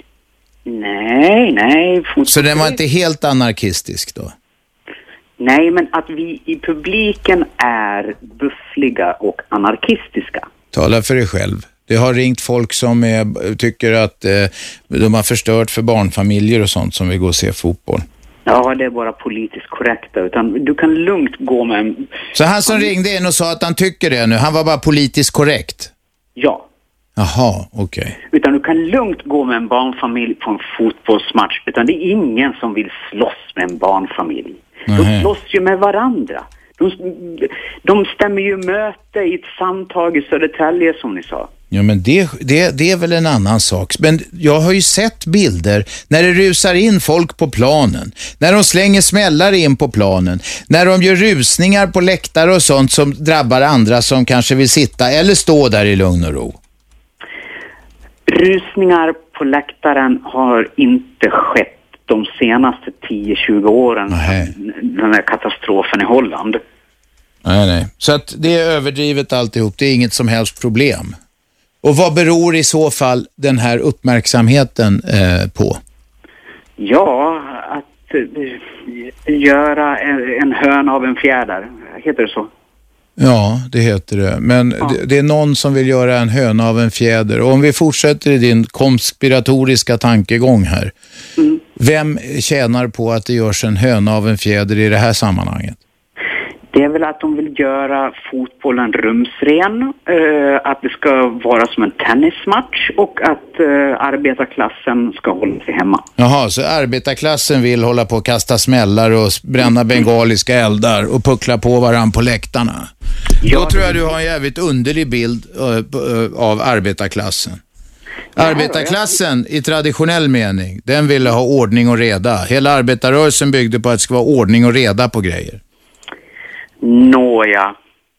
Nej. Så den var inte helt anarkistisk då? Nej, men att vi i publiken är buffliga och anarkistiska. Tala för dig själv. Det har ringt folk som tycker att de har förstört för barnfamiljer och sånt som vill gå och se fotboll. Ja, det är bara politiskt korrekta, utan du kan lugnt gå med en... Så han som ringde in och sa att han tycker det nu, han var bara politiskt korrekt? Ja. Jaha, okej. Utan du kan lugnt gå med en barnfamilj på en fotbollsmatch, utan det är ingen som vill slåss med en barnfamilj. De slåss ju med varandra. De stämmer ju möte i ett samtag i Södertälje som ni sa. Ja, men det är väl en annan sak. Men jag har ju sett bilder när det rusar in folk på planen. När de slänger smällar in på planen. När de gör rusningar på läktare och sånt som drabbar andra som kanske vill sitta eller stå där i lugn och ro. Rusningar på läktaren har inte skett de senaste 10-20 åren. Den här katastrofen i Holland. Nej. Så att det är överdrivet alltihop. Det är inget som helst problem. Och vad beror i så fall den här uppmärksamheten på? Ja, att göra en hön av en fjäder. Heter det så? Ja, det heter det. Men det är någon som vill göra en höna av en fjäder. Och om vi fortsätter i din konspiratoriska tankegång här. Vem tjänar på att det görs en höna av en fjäder i det här sammanhanget? Det är väl att de vill göra fotbollen rumsren, att det ska vara som en tennismatch och att arbetarklassen ska hålla sig hemma. Jaha, så arbetarklassen vill hålla på att kasta smällar och bränna bengaliska eldar och puckla på varann på läktarna. Ja, då tror jag du har en jävligt underlig bild av arbetarklassen. Arbetarklassen i traditionell mening, den ville ha ordning och reda. Hela arbetarrörelsen byggde på att det ska vara ordning och reda på grejer. Nåja.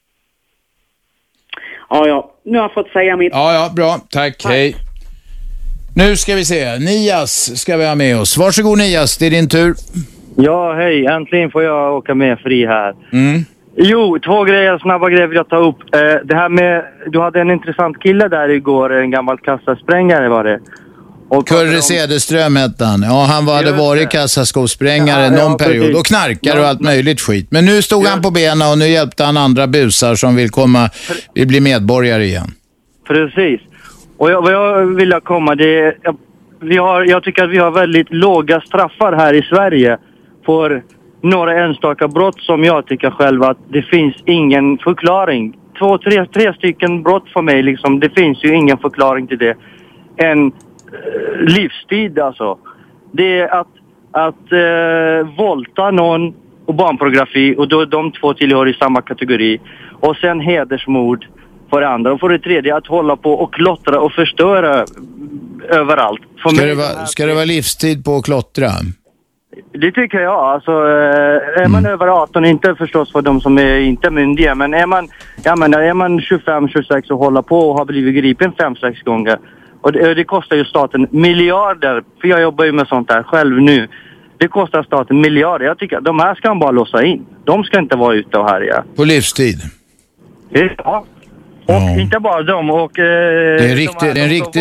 Ja, nu har jag fått säga mitt. Ja, bra. Tack. Hej. Nu ska vi se. Nias ska vi ha med oss. Varsågod Nias, det är din tur. Ja, hej. Äntligen får jag åka med fri här. Mm. Jo, 2 snabba grejer vill jag ta upp. Det här med, du hade en intressant kille där igår, en gammal kassasprängare var det. Kurre Cederström hette han. Ja, han hade varit kassaskåsprängare någon period. Och knarkare och allt möjligt skit. Men nu stod han på benen och nu hjälpte han andra busar som vill bli medborgare igen. Precis. Och vad jag vill komma, det är... Jag tycker att vi har väldigt låga straffar här i Sverige för några enstaka brott som jag tycker själv att det finns ingen förklaring. 3 stycken brott för mig liksom, det finns ju ingen förklaring till det. En livstid alltså. Det är att våldta någon och barnpornografi och då de 2 tillhör i samma kategori. Och sen hedersmord för det andra. Och för det tredje att hålla på och klottra och förstöra överallt. Ska det vara livstid på att klottra? Det tycker jag. Alltså, är man över 18, inte förstås för de som är inte myndiga, men är man 25-26 och håller på och har blivit gripen 5-6 gånger. Och det kostar ju staten miljarder, för jag jobbar ju med sånt här själv nu. Det kostar staten miljarder. Jag tycker att de här ska man bara låsa in. De ska inte vara ute och härja. På livstid? Ja. Och inte bara dem. Och, det är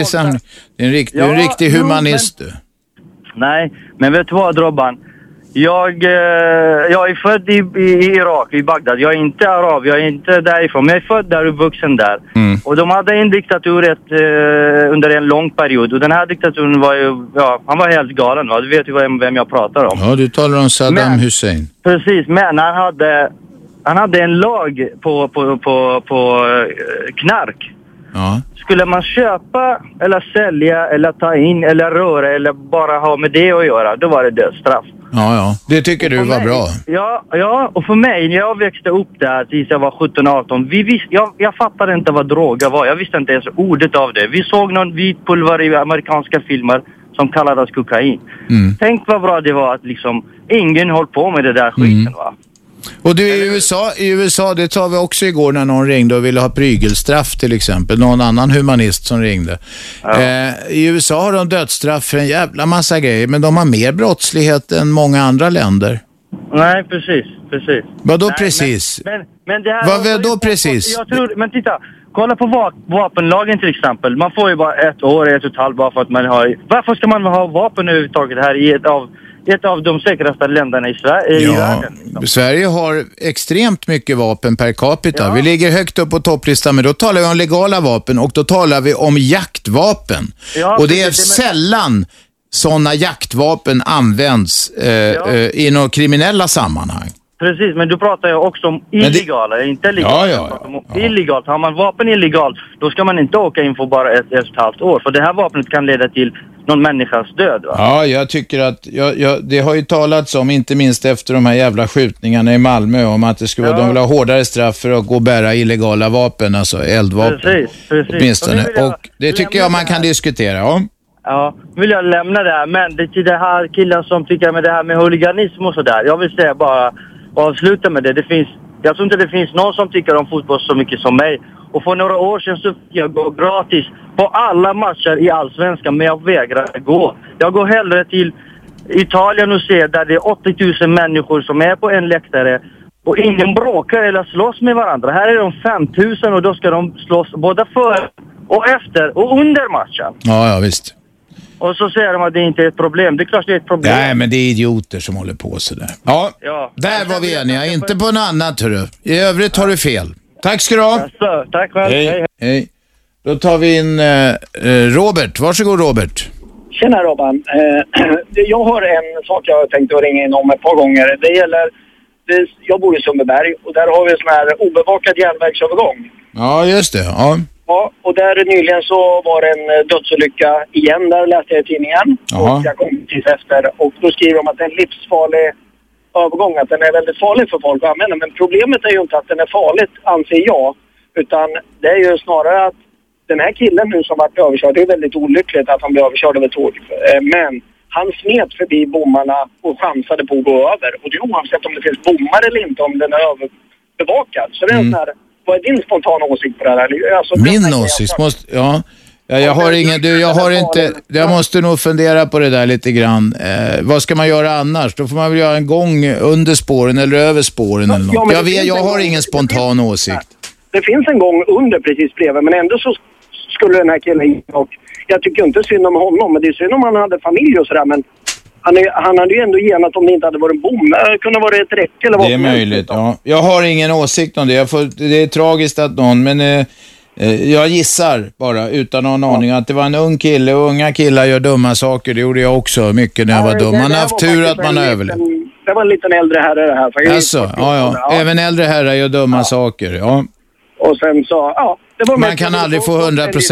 en riktig humanist. Nej, men vet du vad, Drobban? Jag är född i Irak, i Bagdad. Jag är inte arab, jag är inte därifrån. Men jag är född där och vuxen där. Mm. Och de hade en diktatur under en lång period. Och den här diktaturen var ju, han var helt galen, va? Du vet ju vem jag pratar om. Ja, du talar om Saddam Hussein. Precis, men han hade en lag på knark. Ja. Skulle man köpa eller sälja eller ta in eller röra eller bara ha med det att göra, då var det dödsstraff. Ja. Det tycker du var bra. Ja, och för mig, när jag växte upp där tills jag var 17-18, jag fattade inte vad droger var. Jag visste inte ens ordet av det. Vi såg någon vit pulver i amerikanska filmer som kallades kokain. Mm. Tänk vad bra det var att liksom ingen höll på med det där skiten, va? Och du, i USA, det tar vi också igår när någon ringde och ville ha prygelstraff till exempel. Någon annan humanist som ringde. Ja. I USA har de dödsstraff för en jävla massa grejer, men de har mer brottslighet än många andra länder. Nej, precis. Vadå precis? Men det här Vadå precis? Jag tror, men titta, kolla på vapenlagen till exempel. Man får ju bara 1 år, 1,5 bara för att man har... Varför ska man ha vapen överhuvudtaget här i ett av de säkraste länderna i världen. Liksom. Sverige har extremt mycket vapen per capita. Ja. Vi ligger högt upp på topplistan, men då talar vi om legala vapen och då talar vi om jaktvapen. Ja, och det är sällan sådana jaktvapen används i några kriminella sammanhang. Precis, men du pratar ju också om illegala, inte legala. Ja. Illegalt. Har man vapen illegalt, då ska man inte åka in för bara 1,5 år. För det här vapnet kan leda till någon människas död, va? Ja, jag tycker att det har ju talats om, inte minst efter de här jävla skjutningarna i Malmö, om att det skulle vara, de vill ha hårdare straff för att gå och bära illegala vapen, alltså eldvapen. Precis. Åtminstone. Och det tycker jag man kan diskutera om. Ja, vill jag lämna det här, men det till det här killen som tycker med det här med huliganism och sådär. Jag vill säga bara avsluta med det. Jag tror inte det finns någon som tycker om fotboll så mycket som mig. Och för några år sedan så fick jag gå gratis på alla matcher i Allsvenskan, men jag vägrar gå. Jag går hellre till Italien och ser där det är 80 000 människor som är på en läktare och ingen bråkar eller slåss med varandra. Här är de 5 000 och då ska de slåss både för och efter och under matchen. Ja, visst. Och så säger de att det inte är ett problem. Det är klart det är ett problem. Nej, men det är idioter som håller på sådär. Ja. Där var vi eniga. Inte på något annat, hörru. I övrigt har du fel. Tack ska du ha. Alltså, tack själv. Hej. Då tar vi in Robert. Varsågod, Robert. Tjena, Robban. Jag har en sak jag tänkte ringa in om ett par gånger. Det gäller jag bor i Sundbyberg och där har vi en sån här obevakad järnvägsövergång. Ja, just det. Ja. Ja, och där nyligen så var det en dödsolycka igen, där läste jag i tidningen. Och jag kom precis efter. Och då skriver de att det är en livsfarlig övergång, att den är väldigt farlig för folk att använda. Men problemet är ju inte att den är farligt, anser jag. Utan det är ju snarare att den här killen nu som varit överkörd, det är väldigt olyckligt att han blev överkörd av ett tåg. Men han smet förbi bommarna och chansade på att gå över. Och det är oavsett om det finns bommar eller inte, om den är överbevakad. Så det är en här, vad är din spontana åsikt på det här? Alltså, min åsikt måste... Ja, jag har ingen... jag har inte... Jag måste nog fundera på det där lite grann. Vad ska man göra annars? Då får man väl göra en gång under spåren eller över spåren eller något. Jag har ingen spontan åsikt. Det finns en gång under precis bredvid, men ändå så skulle den här killen in. Och jag tycker inte synd om honom, men det är synd om han hade familj och sådär, men han hade ju ändå genat om det inte hade varit en bom. Det kunde vara ett räcke eller vad. Det är möjligt, ja. Jag har ingen åsikt om det. Det är tragiskt att någon, men jag gissar bara utan någon aning att det var en ung kille, och unga killar gör dumma saker. Det gjorde jag också mycket när jag var dum. Man har haft tur att man har överlevt. Det var en liten äldre herre det här. Alltså, ja. Även äldre herrar gör dumma saker, ja. Och sen så, man kan aldrig få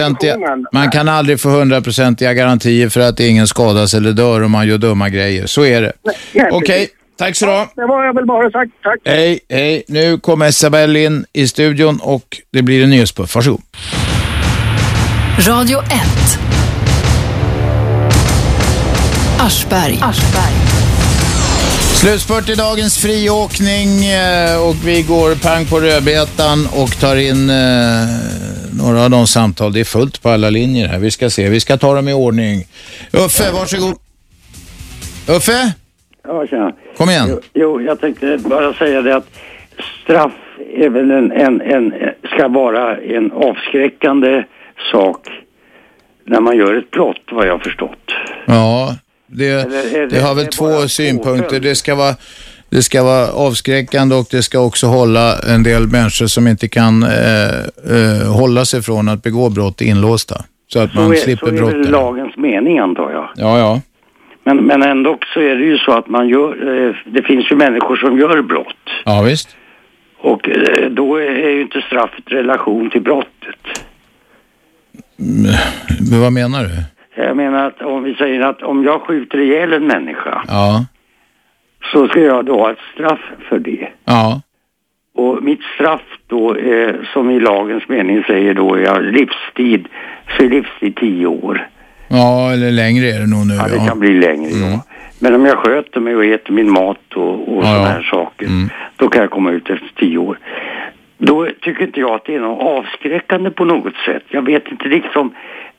100%iga garantier för att ingen skadas eller dör om man gör dumma grejer. Så är det. Okej, tack så då. Det var jag väl bara sagt. Tack. Hej. Nu kommer Isabelle in i studion och det blir en nyhetspuff. Varsågod. Radio 1. Aschberg. Slutspurt i dagens friåkning och vi går pang på rödbetan och tar in några av de samtal. Det är fullt på alla linjer här. Vi ska se. Vi ska ta dem i ordning. Uffe, varsågod. Uffe? Ja, tjena. Kom igen. Jo, jag tänkte bara säga det att straff är väl ska vara en avskräckande sak när man gör ett brott, vad jag har förstått. Ja, det har väl två synpunkter. Det ska vara avskräckande och det ska också hålla en del människor som inte kan hålla sig från att begå brott inlåsta. Så att man slipper brott. Så är det lagens mening, antar jag. Ja. Men ändå så är det ju så att man det finns ju människor som gör brott. Ja, visst. Och då är ju inte straffet relation till brottet. Vad menar du? Jag menar att om vi säger att om jag skjuter ihjäl en människa, så ska jag då ha ett straff för det. Ja. Och mitt straff då är, som i lagens mening säger då, är livstid, så är livstid 10 år. Ja, eller längre är det nog nu. Ja, det kan bli längre, Men om jag sköter mig och äter min mat och sådana här saker, då kan jag komma ut efter 10 år. Då tycker inte jag att det är något avskräckande på något sätt. Jag vet inte liksom...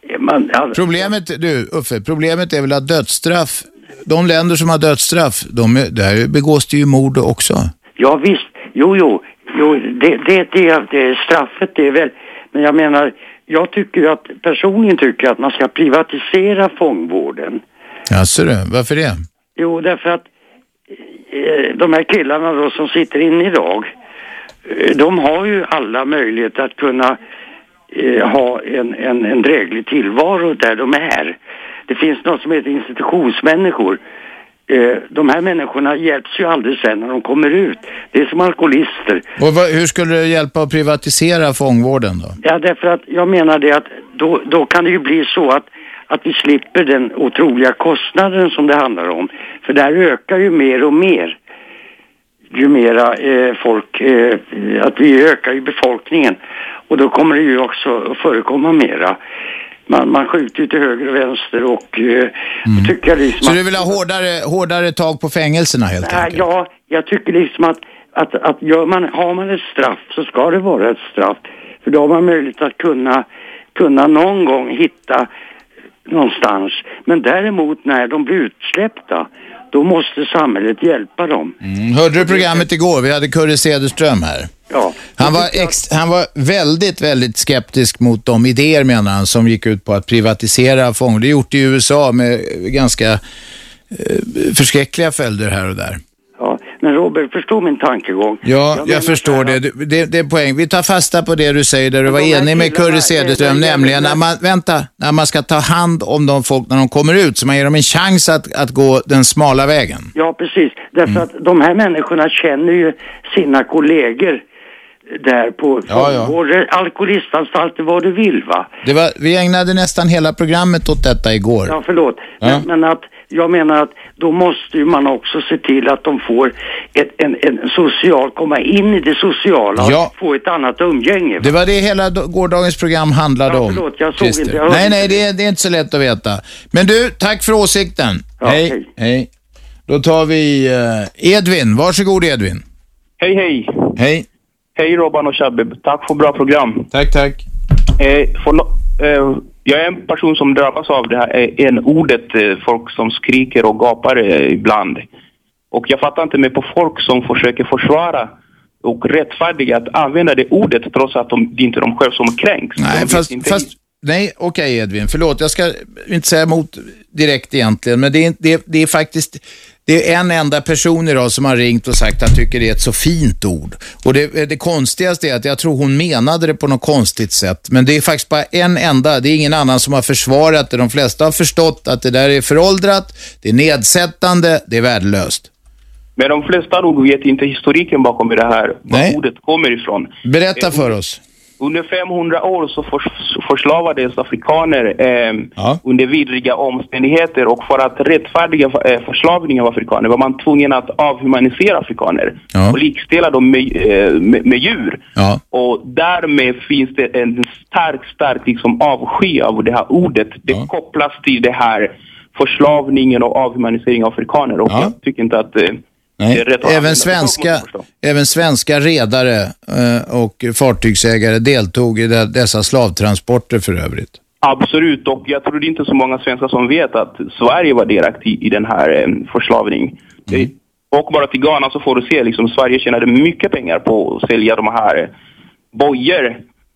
Problemet är väl att dödsstraff, de länder som har dödsstraff, där begås det ju mord också. Ja visst, jo, det straffet är väl, men jag menar, personligen tycker att man ska privatisera fångvården. Jaså du, varför det? Jo, därför att de här killarna då som sitter inne idag, de har ju alla möjligheter att kunna ha en dräglig tillvaro där de är. Det finns något som heter institutionsmänniskor. De här människorna hjälps ju aldrig sen när de kommer ut. Det är som alkoholister. Och hur skulle det hjälpa att privatisera fångvården då? Ja, därför att jag menar det att då kan det ju bli så att vi slipper den otroliga kostnaden som det handlar om. För där ökar ju mer och mer. Ju mera folk, att vi ökar ju befolkningen. Och då kommer det ju också att förekomma mera. Man skjuter till höger och vänster och tycker jag liksom... Så du vill ha hårdare tag på fängelserna helt enkelt? Ja, jag tycker liksom att har man ett straff så ska det vara ett straff. För då har man möjlighet att kunna någon gång hitta någonstans. Men däremot när de blir utsläppta, då måste samhället hjälpa dem. Hörde du programmet igår? Vi hade Curre Cederström här. Ja. Han var väldigt, väldigt skeptisk mot de idéer, menar han, som gick ut på att privatisera fångar. Det är gjort i USA med ganska förskräckliga följder här och där. Ja, Men Robert, förstår min tankegång? Ja, jag förstår det. Det är poäng. Vi tar fasta på det du säger där du var enig med Curry Cederström, nämligen när man ska ta hand om de folk när de kommer ut, så man ger dem en chans att gå den smala vägen. Ja, precis. Därför att de här människorna känner ju sina kollegor där på vår alkoholistanstalt, vad du vill, va? Vi ägnade nästan hela programmet åt detta igår. Ja, förlåt. Ja. Men att jag menar att då måste ju man också se till att de får en social, komma in i det sociala och få ett annat umgänge. Va? Det var det hela gårdagens program handlade om. Förlåt, jag såg inte. Nej, det är inte så lätt att veta. Men du, tack för åsikten. Ja, hej. Då tar vi Edvin. Varsågod Edvin. Hej. Hej. Hej Robban och Shabib. Tack för bra program. Tack. Jag är en person som drabbas av det här ordet, folk som skriker och gapar ibland. Och jag fattar inte med på folk som försöker försvara och rättfärdiga att använda det ordet trots att det inte är de själv som kränks. Nej, okej Edvin, förlåt. Jag ska inte säga emot direkt egentligen, men det är faktiskt... Det är en enda person idag som har ringt och sagt att han tycker det är ett så fint ord. Och det konstigaste är att jag tror hon menade det på något konstigt sätt. Men det är faktiskt bara en enda. Det är ingen annan som har försvarat det. De flesta har förstått att det där är föråldrat, det är nedsättande, det är värdelöst. Men de flesta nog vet inte historiken bakom det här. Var ordet kommer ifrån. Berätta för oss. Under 500 år så förslavades afrikaner under vidriga omständigheter, och för att rättfärdiga förslavningen av afrikaner var man tvungen att avhumanisera afrikaner och likställa dem med djur. Ja. Och därmed finns det en stark liksom avsky av det här ordet. Det kopplas till det här förslavningen och avhumanisering av afrikaner, och jag tycker inte att... Nej. Även svenska redare och fartygsägare deltog i dessa slavtransporter för övrigt. Absolut, och jag tror det är inte så många svenskar som vet att Sverige var delaktig i den här förslavning. Och bara till Ghana så får du se, liksom, Sverige tjänade mycket pengar på att sälja de här bojor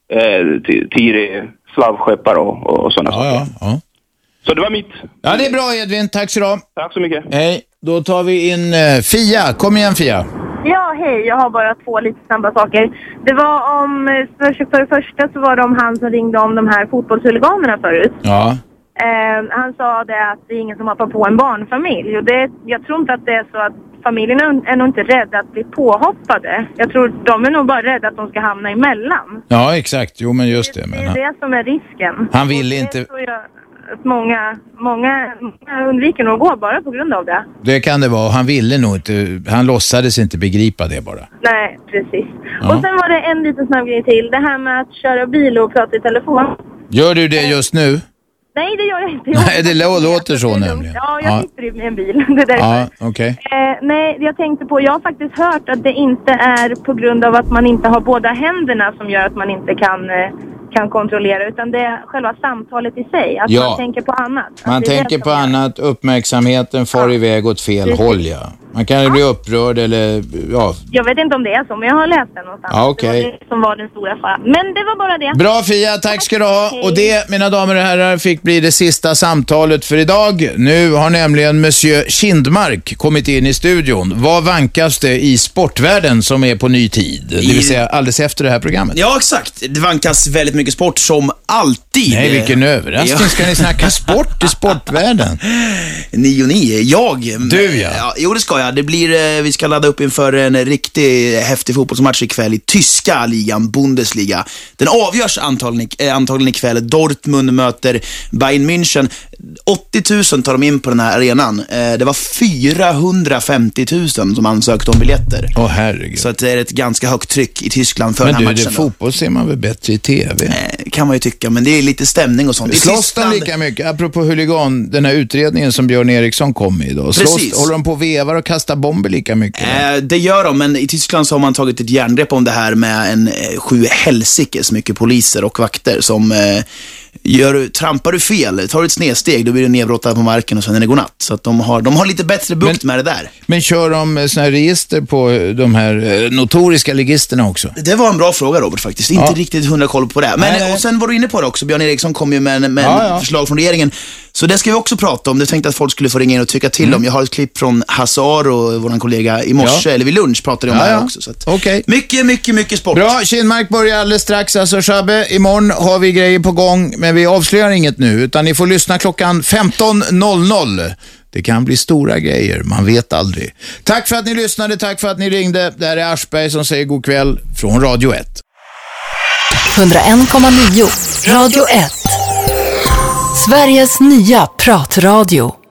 till slavskeppare och sådana saker. Ja. Så det var mitt. Ja, det är bra Edvin, tack så mycket. Tack så mycket. Hej, då tar vi in Fia. Kom igen Fia. Ja, hej. Jag har bara 2 lite snabba saker. Det var för det första så var det han som ringde om de här fotbollshuliganerna förut. Ja. Han sa det att det är ingen som hoppar på en barnfamilj. Och jag tror inte att det är så att familjerna är nog inte rädda att bli påhoppade. Jag tror de är nog bara rädda att de ska hamna emellan. Ja, exakt. Jo, men just det. Det är det som är risken. Han vill inte... Att många undviker nog att gå bara på grund av det. Det kan det vara. Han ville nog inte, han låtsades inte begripa det bara. Nej, precis. Ja. Och sen var det en liten snabb grej till. Det här med att köra bil och prata i telefon. Gör du det just nu? Nej, det gör jag inte. Nej, det låter så nämligen. Ja, jag sitter i en bil. Det är därför. Ja, okej. Nej, jag tänkte på, jag har faktiskt hört att det inte är på grund av att man inte har båda händerna som gör att man inte kan kontrollera, utan det är själva samtalet i sig. Att man tänker på annat. Man tänker på annat, uppmärksamheten far iväg åt fel håll, ja. Man kan ju bli upprörd eller, Jag vet inte om det är så, men jag har läst det någonstans. Ja, okej. Det var det som var den stora faran. Men det var bara det. Bra Fia, tack ska du ha. Och det, mina damer och herrar, fick bli det sista samtalet för idag. Nu har nämligen Monsieur Kindmark kommit in i studion. Vad vankas det i sportvärlden som är på ny tid? Det vill säga alldeles efter det här programmet. Ja, exakt. Det vankas väldigt mycket sport som alltid. Nej, vilken överraskning. Ska ni snacka sport i sportvärlden? 9-9. Du, ja. Jo, det ska jag. Det blir, vi ska ladda upp inför en riktigt häftig fotbollsmatch ikväll i tyska ligan, Bundesliga. Den avgörs antagligen ikväll. Dortmund möter Bayern München. 80 000 tar de in på den här arenan. Det var 450 000 som ansökte om biljetter. Åh, herregud. Så det är ett ganska högt tryck i Tyskland för den här matchen. Men fotboll ser man väl bättre i tv? Kan man ju tycka, men det är lite stämning och sånt. Slåss de lika mycket? Apropå huligan, den här utredningen som Björn Eriksson kom i idag. Håller de på och vevar och kastar bomber lika mycket? Det gör de, men i Tyskland så har man tagit ett järngrepp om det här med 7 helsikes mycket poliser och vakter som trampar du fel, tar du ett snedsteg, då blir det nedbrottad på marken och sen är det godnatt. Så att de har lite bättre bukt med det där. Men kör de såna här register på de här notoriska ligisterna också? Det var en bra fråga, Robert, faktiskt. Inte riktigt 100 koll på det. Men, och sen var du inne på det också. Björn Eriksson kom ju med förslag från regeringen. Så det ska vi också prata om. Jag tänkte att folk skulle få ringa in och tycka till om. Jag har ett klipp från Hazar och vår kollega i morse, eller vid lunch pratade om det här också. Så att mycket sport. Bra, Kinmark börjar alldeles strax. Alltså Shabbe, imorgon har vi grejer på gång, men vi avslöjar inget nu, utan ni får lyssna klockan 15.00. Det kan bli stora grejer, man vet aldrig. Tack för att ni lyssnade, tack för att ni ringde. Det här är Aschberg som säger god kväll från Radio 1. 101,9 Radio 1. Sveriges nya pratradio.